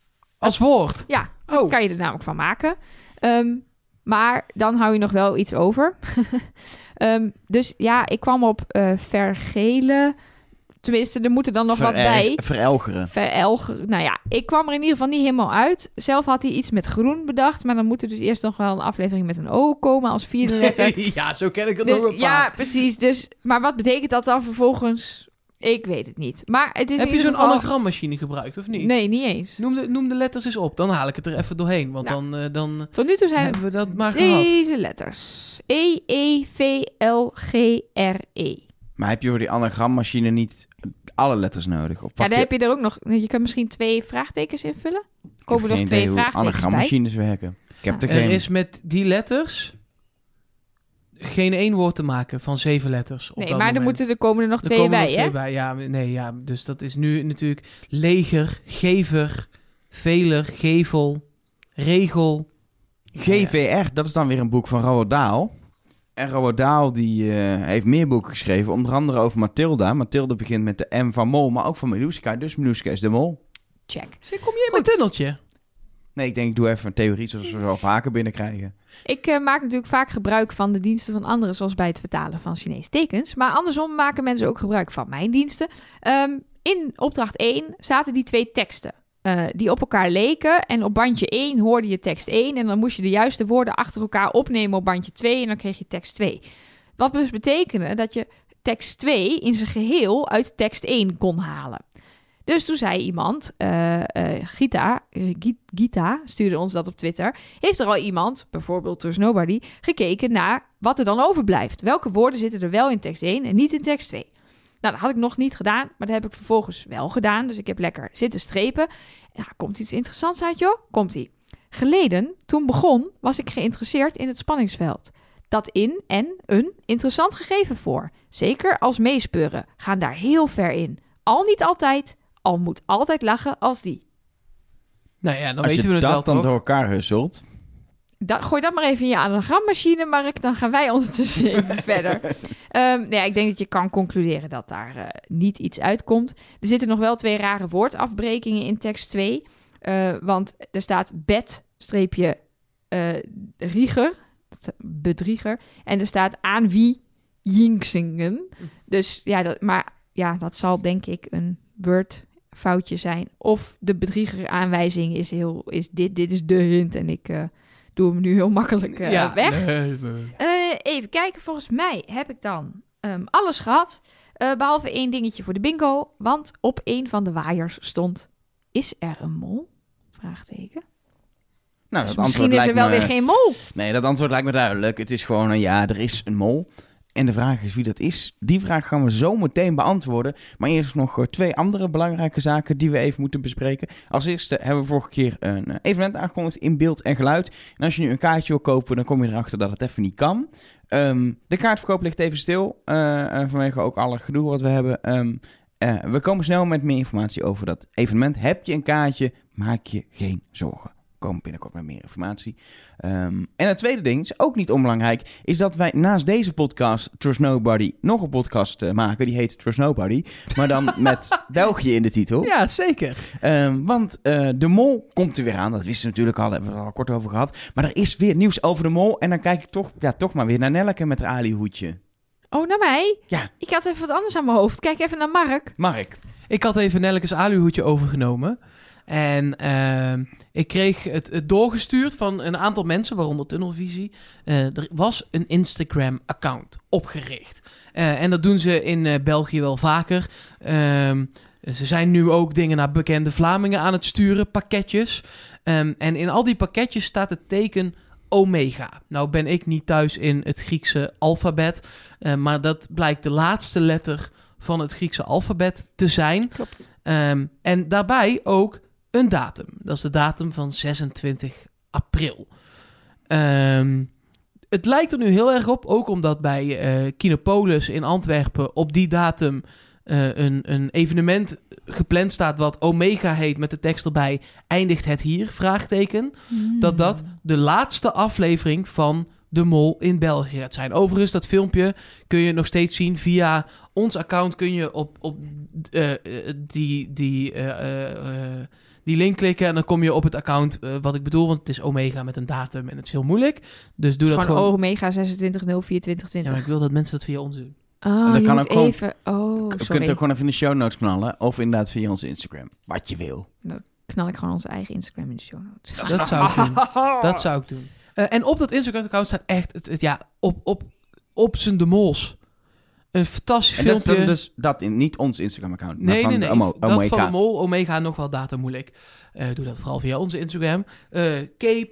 Als woord? Ja, dat Oh. kan je er namelijk van maken. Um, maar dan hou je nog wel iets over. um, dus ja, ik kwam op uh, vergelen. Tenminste, er moet er dan nog wat Vererg- bij. Verelgeren. Verelgeren. Nou ja, ik kwam er in ieder geval niet helemaal uit. Zelf had hij iets met groen bedacht. Maar dan moet er dus eerst nog wel een aflevering met een O komen als vierde letter. Ja, zo ken ik het nog Dus een paar. ja, precies. Dus, maar wat betekent dat dan vervolgens? Ik weet het niet. Maar het is Heb in je ieder zo'n geval... anagrammachine gebruikt, of niet? Nee, niet eens. Noem de, noem de letters eens op, dan haal ik het er even doorheen. Want Nou. dan, uh, dan Tot nu toe zijn hebben we dat maar gehad. deze letters. E, E, V, L, G, R, E. Maar heb je voor die anagrammachine niet alle letters nodig? Of pak Ja, dan heb je er ook nog... Je kan misschien twee vraagtekens invullen. Ik heb Komen er geen nog twee idee hoe vraagtekens bij. anagrammachines werken. Ik heb Ja. er geen... Er is met die letters geen één woord te maken van zeven letters. Op Nee, dat maar er, moment. moeten, er komen er nog Er twee komen bij, nog hè? twee bij. Ja, nee, ja, dus dat is nu natuurlijk leger, gever, veler, gevel, regel. G V R, dat is dan weer een boek van Roald Dahl. En Roald Dahl die, uh, heeft meer boeken geschreven, onder andere over Mathilda. Mathilda begint met de M van Mol, maar ook van Miljuska. Dus Miljuska is de mol. Check. Zeg, kom je in Goed. mijn tunneltje? Nee, ik denk ik doe even een theorie zoals we zo vaker binnenkrijgen. Ik uh, maak natuurlijk vaak gebruik van de diensten van anderen, zoals bij het vertalen van Chinese tekens. Maar andersom maken mensen ook gebruik van mijn diensten. Um, in opdracht één zaten die twee teksten. Uh, die op elkaar leken. En op bandje één hoorde je tekst één. En dan moest je de juiste woorden achter elkaar opnemen op bandje twee. En dan kreeg je tekst twee. Wat dus betekende dat je tekst twee in zijn geheel uit tekst één kon halen. Dus toen zei iemand, uh, uh, Gita, uh, Gita stuurde ons dat op Twitter. Heeft er al iemand, bijvoorbeeld Trust Nobody, gekeken naar wat er dan overblijft? Welke woorden zitten er wel in tekst één en niet in tekst twee? Nou, dat had ik nog niet gedaan, maar dat heb ik vervolgens wel gedaan. Dus ik heb lekker zitten strepen. Ja, komt iets interessants uit, joh? Komt-ie. Geleden, toen begon, was ik geïnteresseerd in het spanningsveld. Dat in en een interessant gegeven voor. Zeker als meespeuren. Gaan daar heel ver in. al niet altijd, al moet altijd lachen als die. Nou ja, dan Als weten je we het dat wel, dan toch? door elkaar husselt. Da- gooi dat maar even in je anagrammachine, Mark. Dan gaan wij ondertussen even verder. Um, nou ja, ik denk dat je kan concluderen dat daar uh, niet iets uitkomt. Er zitten nog wel twee rare woordafbrekingen in tekst twee. Uh, want er staat bed, streepje, uh, rieger, bedrieger. En er staat aan wie jinxingen. Dus ja, dat, maar ja, dat zal denk ik een wordfoutje zijn. Of de bedrieger aanwijzing is heel, is dit, dit is de hint en ik... Uh, doe hem nu heel makkelijk uh, ja, weg. Nee, nee. Uh, even kijken, volgens mij heb ik dan um, alles gehad. Uh, behalve één dingetje voor de bingo. Want op een van de waaiers stond... Is er een mol? Vraagteken. Nou, Dus dat misschien antwoord is er lijkt wel me... weer geen mol. Nee, dat antwoord lijkt me duidelijk. Het is gewoon een ja, er is een mol. En de vraag is wie dat is. Die vraag gaan we zo meteen beantwoorden. Maar eerst nog twee andere belangrijke zaken die we even moeten bespreken. Als eerste hebben we vorige keer een evenement aangekondigd in beeld en geluid. En als je nu een kaartje wil kopen, dan kom je erachter dat het even niet kan. Um, de kaartverkoop ligt even stil. Uh, uh, vanwege ook alle gedoe wat we hebben. Um, uh, we komen snel met meer informatie over dat evenement. Heb je een kaartje, maak je geen zorgen. We komen binnenkort met meer informatie. Um, en het tweede ding, is ook niet onbelangrijk, is dat wij naast deze podcast, Trust Nobody, nog een podcast uh, maken. Die heet Trust Nobody, maar dan met België in de titel. Ja, zeker. Um, want uh, de mol komt er weer aan. Dat wisten we natuurlijk al, hebben we het al kort over gehad. Maar er is weer nieuws over de mol. En dan kijk ik toch, ja, toch maar weer naar Nelleke met haar alihoedje. Oh, naar mij? Ja. Ik had even wat anders aan mijn hoofd. Kijk even naar Mark. Mark. Ik had even Nelleke's aluhoedje overgenomen. En uh, ik kreeg het, het doorgestuurd van een aantal mensen, waaronder Tunnelvisie. Uh, er was een Instagram-account opgericht. Uh, en dat doen ze in uh, België wel vaker. Uh, ze zijn nu ook dingen naar bekende Vlamingen aan het sturen, pakketjes. Um, en in al die pakketjes staat het teken Omega. Nou ben ik niet thuis in het Griekse alfabet, uh, maar dat blijkt de laatste letter van het Griekse alfabet te zijn. Klopt. Um, en daarbij ook een datum. Dat is de datum van zesentwintig april. Um, het lijkt er nu heel erg op, ook omdat bij uh, Kinopolis in Antwerpen op die datum uh, een, een evenement gepland staat wat Omega heet met de tekst erbij, eindigt het hier, vraagteken. Mm. Dat dat de laatste aflevering van De Mol in België gaat zijn. Overigens, dat filmpje kun je nog steeds zien via ons account. Kun je op, op uh, die, die, uh, uh, uh, die link klikken en dan kom je op het account uh, wat ik bedoel. Want het is Omega met een datum en het is heel moeilijk. Dus doe Het dat gewoon gewoon. Omega zesentwintig nul vier twintig Ja, twintig. maar ik wil dat mensen dat via ons doen. Oh, dat je kan moet ook gewoon- even... Oh, Je kunt sorry. het ook gewoon even in de show notes knallen. Of inderdaad via onze Instagram. Wat je wil. Knal ik gewoon onze eigen Instagram in de show notes. Dat zou ik doen. Dat zou ik doen. Uh, en op dat Instagram-account staat echt, het, het, ja, op, op, op zijn de mols. Een fantastisch En dat is filmpje. dan dus dat in, niet ons Instagram-account. maar Nee, van nee, nee. de Omo- dat Omega. van de Mol, Omega nog wel data moeilijk. Uh, doe dat vooral via onze Instagram. Uh, Cape,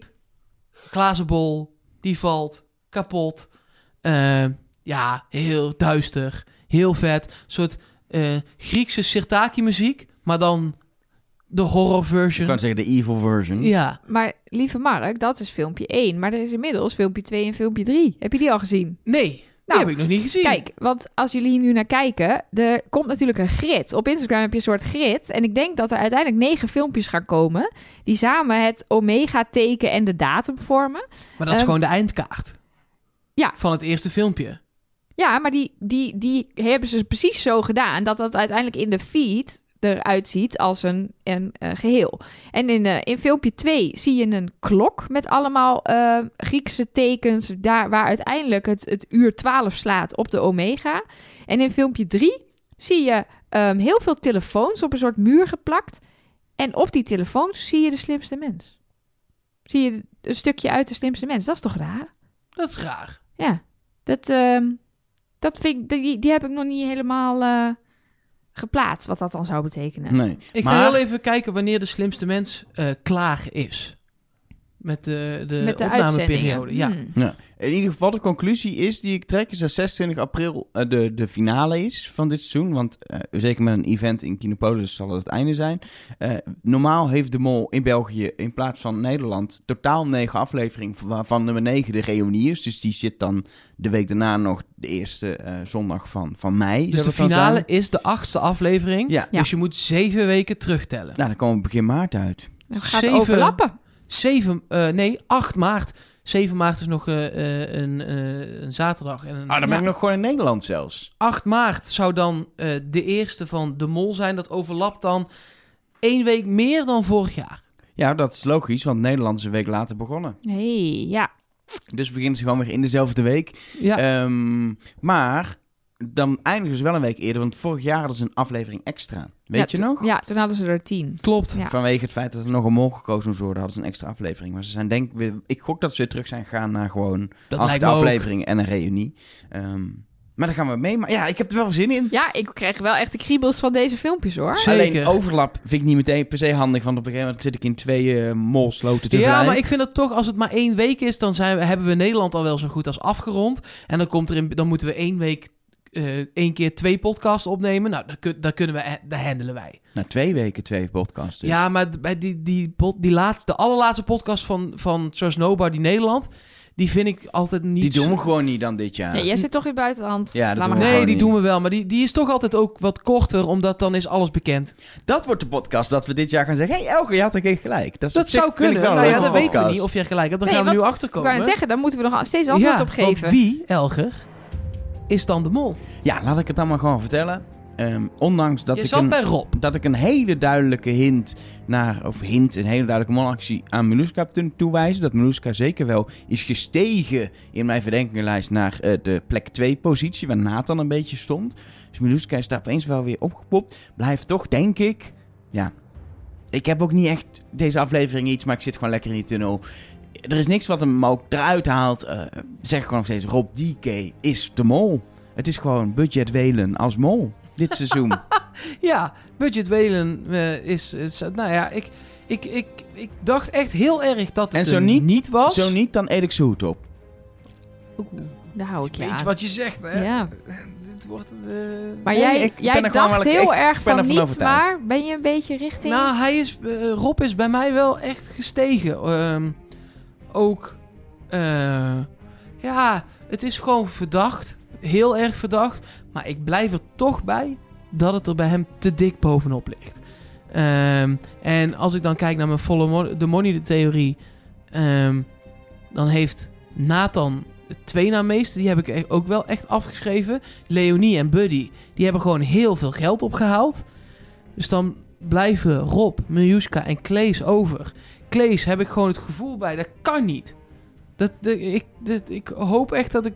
glazen bol, die valt kapot. Uh, ja, heel duister, heel vet. Een soort uh, Griekse sirtaki muziek, maar dan de horror Ik version. kan zeggen de evil version. Ja, Maar lieve Mark, dat is filmpje één. Maar er is inmiddels filmpje twee en filmpje drie. Heb je die al gezien? nee, die Nou, heb ik nog niet gezien. Kijk, want als jullie hier nu naar kijken, er komt natuurlijk een grid. Op Instagram heb je een soort grid. En ik denk dat er uiteindelijk negen filmpjes gaan komen, die samen het Omega-teken en de datum vormen. Maar dat is Um, gewoon de eindkaart. ja. Van het eerste filmpje. Ja, maar die, die, die hebben ze precies zo gedaan dat dat uiteindelijk in de feed eruit ziet als een, een uh, geheel. En in, uh, in filmpje twee zie je een klok met allemaal uh, Griekse tekens, daar waar uiteindelijk het, het uur twaalf slaat op de Omega. En in filmpje drie zie je um, heel veel telefoons op een soort muur geplakt. En op die telefoons zie je de slimste mens. Zie je een stukje uit de slimste mens. Dat is toch raar? Dat is raar. Ja, dat, um, dat vind ik, die, die heb ik nog niet helemaal uh, geplaatst, wat dat dan zou betekenen. Nee. Ik maar... ga heel even kijken wanneer de slimste mens uh, klaar is. met de, de, Met de opnameperiode. Ja. Hmm. Ja. In ieder geval, de conclusie is die ik trek... is dat zesentwintig april uh, de, de finale is van dit seizoen. Want uh, zeker met een event in Kinopolis zal het het einde zijn. Uh, normaal heeft De Mol in België in plaats van Nederland... totaal negen afleveringen, waarvan nummer negen de reunie is. Dus die zit dan de week daarna nog de eerste uh, zondag van, van mei. Dus de finale is de achtste aflevering. Ja. Dus je moet zeven weken terugtellen. Nou, dan komen we begin maart uit. Dan gaat Zeven- het overlappen. zeven, uh, nee, acht maart. zeven maart is nog uh, uh, een, uh, een zaterdag. En een, Ah, dan ben ik nog gewoon in Nederland zelfs. acht maart zou dan uh, de eerste van De Mol zijn. Dat overlapt dan één week meer dan vorig jaar. Ja, dat is logisch, want Nederland is een week later begonnen. Hey, ja. Dus beginnen ze gewoon weer in dezelfde week. Ja, Um, maar dan eindigen ze wel een week eerder, want vorig jaar hadden ze een aflevering extra. Weet Ja, je to- nog? Ja, toen hadden ze er tien. klopt. Ja. Vanwege het feit dat er nog een mol gekozen moest worden, hadden ze een extra aflevering. Maar ze zijn denk ik weer... Ik gok dat ze weer terug zijn gegaan naar gewoon Dat acht lijkt me ook. afleveringen en een reunie. Um, maar daar gaan we mee. Maar ja, ik heb er wel zin in. Ja, ik krijg wel echt de kriebels van deze filmpjes, hoor. Zeker. Alleen overlap vind ik niet meteen per se handig, want op een gegeven moment zit ik in twee uh, molsloten tegelijk. Ja, maar ik vind dat toch, als het maar één week is, dan zijn we, hebben we Nederland al wel zo goed als afgerond. En dan, komt er in, dan moeten we één week uh, één keer twee podcasts opnemen. Nou, dat, kun- dat kunnen we, dat handelen wij. Na twee weken twee podcasts dus. Ja, maar bij die, die, pod, die laatste, de allerlaatste podcast van, van Trust Nobody Nederland, die vind ik altijd niet... Die doen zo- we gewoon niet dan dit jaar. Ja, jij zit toch in het buitenland. Ja, dat Laat doen maar we gaan. Nee, die gewoon doen we wel. Maar die, die is toch altijd ook wat korter, omdat dan is alles bekend. Dat wordt de podcast dat we dit jaar gaan zeggen... Hé, hey, Elke, je had er geen gelijk. Dat, is Dat op zich, zou vind ik kunnen. wel een Nou ja, leuke dat weten we podcast. niet of jij gelijk hebt. Dan Nee, gaan we nu want- Ik achterkomen. wou net zeggen, daar moeten we nog steeds antwoord ja, op geven. want wie, Elger, is dan de mol? Ja, laat ik het dan maar gewoon vertellen. Um, ondanks dat Je ik, zat een, bij Rob. dat ik een hele duidelijke hint naar... Of hint, een hele duidelijke molactie aan Miluska heb kunnen toewijzen. Dat Miluska zeker wel is gestegen in mijn verdenkingenlijst naar uh, de plek twee positie. Waar Nathan een beetje stond. Dus Miluska is daar opeens wel weer opgepopt. Blijft toch, denk ik... Ja, ik heb ook niet echt deze aflevering iets, maar ik zit gewoon lekker in die tunnel. Er is niks wat hem ook eruit haalt. Uh, zeg gewoon nog steeds, Rob D K is de mol. Het is gewoon budget welen als mol dit seizoen. Ja, budget Welen uh, is, is... Nou ja, ik, ik, ik, ik dacht echt heel erg dat het En zo er niet, niet was. Zo niet, dan eet ik zijn hoed op. Oeh, daar hou ik je Weet aan. wat je zegt, hè? Ja. Dit wordt... uh, Maar Nee, jij, ik ben jij er gewoon dacht wel- heel ik erg ben van ervan niet, overtuigd. maar ben je een beetje richting... Nou, hij is, uh, Rob is bij mij wel echt gestegen. Um, ook, uh, ja, het is gewoon verdacht. Heel erg verdacht. Maar ik blijf er toch bij dat het er bij hem te dik bovenop ligt. Um, en als ik dan kijk naar mijn Follow Mo- the Money theorie, um, dan heeft Nathan twee na meeste. Die heb ik e- ook wel echt afgeschreven. Leonie en Buddy, die hebben gewoon heel veel geld opgehaald. Dus dan blijven Rob, Miljuska en Klees over. Klees heb ik gewoon het gevoel bij, dat kan niet. Dat, de, ik, de, ik hoop echt dat ik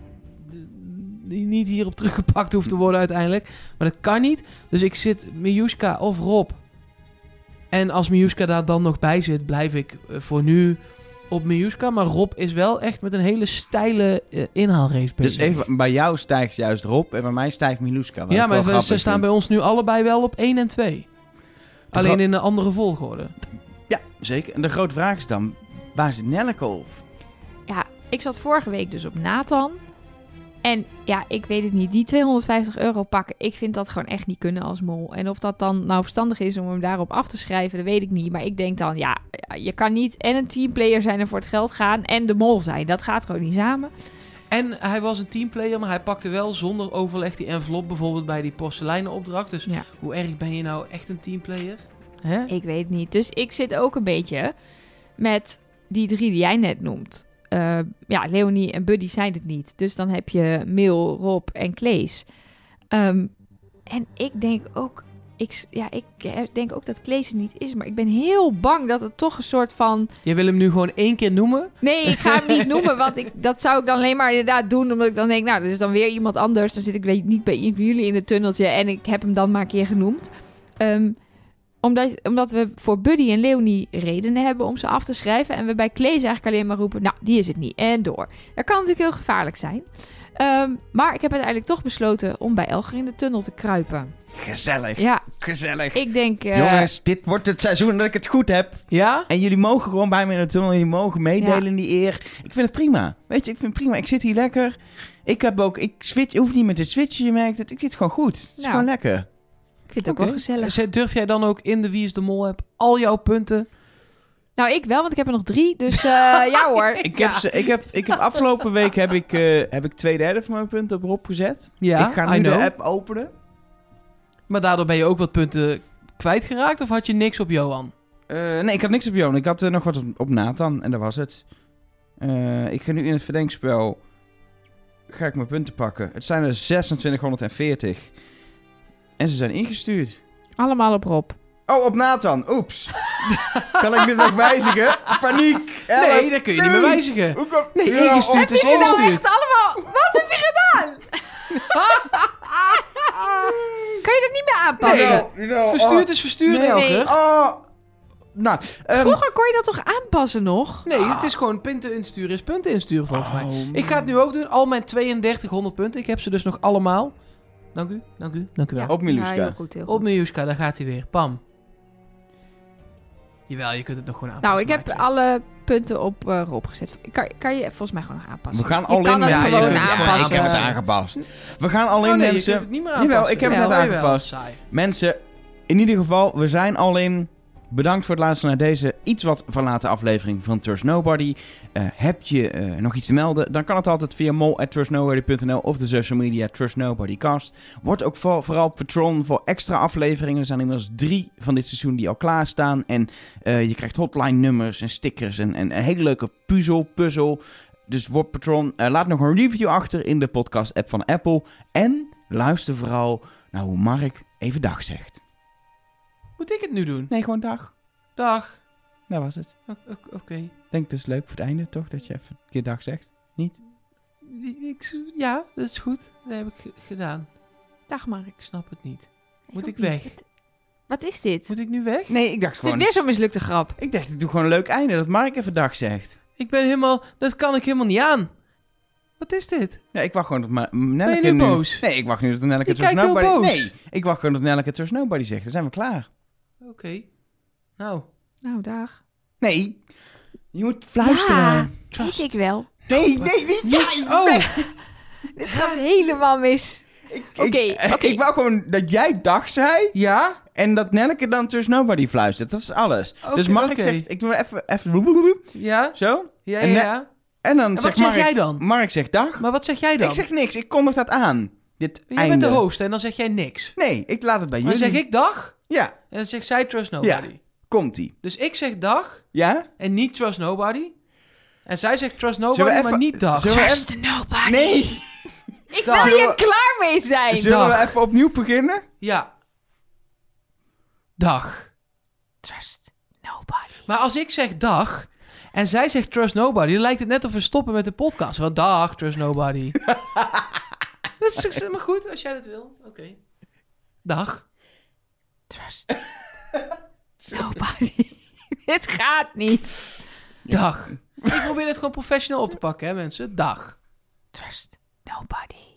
die niet hierop teruggepakt hoeft te worden uiteindelijk. Maar dat kan niet. Dus ik zit Miljuska of Rob. En als Miljuska daar dan nog bij zit, blijf ik uh, voor nu op Miljuska. Maar Rob is wel echt met een hele steile uh, inhaalrace bezig. Dus even, bij jou stijgt juist Rob en bij mij stijgt Miluska. Ja, maar we, ze staan bij ons nu allebei wel op één en twee. Alleen gro- in een andere volgorde. Ja, zeker. En de grote vraag is dan, waar zit Nelleke op? Ja, ik zat vorige week dus op Nathan. En ja, ik weet het niet. Die tweehonderdvijftig euro pakken, ik vind dat gewoon echt niet kunnen als mol. En of dat dan nou verstandig is om hem daarop af te schrijven, dat weet ik niet. Maar ik denk dan, ja, je kan niet en een teamplayer zijn en voor het geld gaan en de mol zijn. Dat gaat gewoon niet samen. En hij was een teamplayer, maar hij pakte wel zonder overleg die envelop bijvoorbeeld bij die porseleinenopdracht. Dus Ja. hoe erg ben je nou echt een teamplayer? Hè? Ik weet het niet. Dus ik zit ook een beetje met die drie die jij net noemt. Uh, ja, Leonie en Buddy zijn het niet. Dus dan heb je Mil, Rob en Klees. Um, en ik denk ook... Ik, ja, ik denk ook dat Klees het niet is. Maar ik ben heel bang dat het toch een soort van... Je wil hem nu gewoon één keer noemen? Nee, ik ga hem niet noemen. Want ik, dat zou ik dan alleen maar inderdaad doen. Omdat ik dan denk, nou, er is dan weer iemand anders. Dan zit ik weet, niet bij een van jullie in het tunneltje. En ik heb hem dan maar een keer genoemd. Um, Omdat, omdat we voor Buddy en Leonie redenen hebben om ze af te schrijven. En we bij Klees eigenlijk alleen maar roepen, nou, die is het niet. En door. Dat kan natuurlijk heel gevaarlijk zijn. Um, maar ik heb uiteindelijk toch besloten om bij Elger in de tunnel te kruipen. Gezellig. Ja, Gezellig. ik denk... Uh, Jongens, dit wordt het seizoen dat ik het goed heb. Ja? En jullie mogen gewoon bij me in de tunnel. Jullie mogen meedelen Ja. in die eer. Ik vind het prima. Weet je, ik vind het prima. Ik zit hier lekker. Ik heb ook... Ik switch, je hoeft niet meer te switchen, je merkt het. Ik zit gewoon goed. Het is Nou. gewoon lekker. ik vind het ook Oké. wel gezellig. Z- Durf jij dan ook in de Wie is de Mol app al jouw punten? Nou, ik wel, want ik heb er nog drie. Dus uh, ja hoor. Ik heb, ze, ik heb, ik heb afgelopen week heb ik, uh, heb ik twee derde van mijn punten op Rob gezet. Ja, ik ga I nu de know. app openen. Maar daardoor ben je ook wat punten kwijtgeraakt of had je niks op Johan? Uh, nee, ik had niks op Johan. Ik had uh, nog wat op, op Nathan en dat was het. Uh, ik ga nu in het verdenkspel... Ga ik mijn punten pakken. Het zijn er zesentwintighonderdveertig. En ze zijn ingestuurd. Allemaal op Rob. Oh, op Nathan. Oeps. Kan ik dit nog wijzigen? Paniek. Help. Nee, dat kun je niet meer wijzigen. Hoe kom- Nee, Ja, ingestuurd Heb is je ze nou ingestuurd. echt allemaal... Wat heb je gedaan? Kan je dat niet meer aanpassen? Nee, no, Verstuurd is verstuurd, Nee. Elger. Oh. Nou, um, Vroeger kon je dat toch aanpassen nog? Nee, het is gewoon punten insturen is punten insturen volgens mij. Oh, Ik ga het nu ook doen. Al mijn tweeëndertighonderd punten. Ik heb ze dus nog allemaal. Dank u, dank u, dank u wel. Op Miluska. Ja, heel goed, heel goed. Op Miluska, daar gaat hij weer. Pam. Jawel, je kunt het nog gewoon aanpassen. Nou, ik heb maakt niet alle punten op uh, Rob gezet. Kan, kan je volgens mij gewoon nog aanpassen. we gaan Je al kan in het mensen. gewoon Ja, je kunt het aanpassen. ik heb het aangepast. We gaan al uit. in Oh nee, je mensen. kunt het niet meer Jawel, aanpassen. ik heb het net Jawel, aangepast. jawel, saai. Mensen, in ieder geval, we zijn al in. Bedankt voor het luisteren naar deze iets wat verlaten aflevering van Trust Nobody. Uh, heb je uh, nog iets te melden? Dan kan het altijd via mol at trust nobody punt n l of de social media Trust Nobody Cast. Word ook voor, vooral patron voor extra afleveringen. Er zijn inmiddels drie van dit seizoen die al klaarstaan. En uh, je krijgt hotline nummers en stickers en, en een hele leuke puzzel, puzzel. Dus word patron. Uh, laat nog een review achter in de podcast app van Apple. En luister vooral naar hoe Mark even dag zegt. Moet ik het nu doen? Nee, gewoon dag. Dag. Dat was het. O- o- Oké. Okay. Denk dus leuk voor het einde, toch? Dat je even een keer dag zegt. Niet? Ik- Ja, dat is goed. Dat heb ik g- gedaan. Dag Mark. Ik snap het niet. Ik Moet ook ik niet. weg? Wat, wat is dit? Moet ik nu weg? Nee, ik dacht Is dit gewoon... weer zo'n mislukte grap? Ik dacht, ik doe gewoon een leuk einde. Dat Mark even dag zegt. Ik ben helemaal... Dat kan ik helemaal niet aan. Wat is dit? Ja, ik wacht gewoon tot Ma- Nelleke Ben je nu nu... boos? Nee, ik wacht nu tot Nelleke Je Trust kijkt heel Nobody... boos. Nee, ik wacht gewoon tot Nelleke Trust Nobody zegt. Dan zijn we klaar. Oké. Okay. Nou. Nou, dag. Nee, je moet fluisteren. Ja, Trust. weet ik wel. Nee, nee, niet jij! Oh. Nee. Dit gaat helemaal mis. Ik, Oké, ik, oké. ik wou gewoon dat jij dag zei... Ja? En dat Nelleke dan Trust Nobody fluistert. Dat is alles. Oké, dus Mark oké. zegt... Ik doe even... even Ja? zo. Ja, En ja, ne- ja. En dan En zegt wat zeg Mark... jij dan? Mark zegt dag. Maar wat zeg jij dan? Ik zeg niks. Ik kondig dat aan. Dit Jij einde. bent de host en dan zeg jij niks. Nee, ik laat het bij Dan jullie. zeg ik dag Ja, en dan zegt zij Trust Nobody. komt-ie. Dus ik zeg dag Ja? en niet Trust Nobody. En zij zegt Trust Zullen Nobody, we maar even- niet dag. zullen we Trust nobody. Nee. Ik Dag. wil Zullen hier we- klaar mee zijn. Zullen dag. we even opnieuw beginnen? Ja. Dag. Trust nobody. Maar als ik zeg dag en zij zegt Trust Nobody, dan lijkt het net of we stoppen met de podcast. Want dag, Trust Nobody. Dat is maar goed, als jij dat wil. Oké. Okay. Dag. Trust nobody. Dit gaat niet. Dag. Ik probeer het gewoon professioneel op te pakken, hè mensen. Dag. Trust nobody.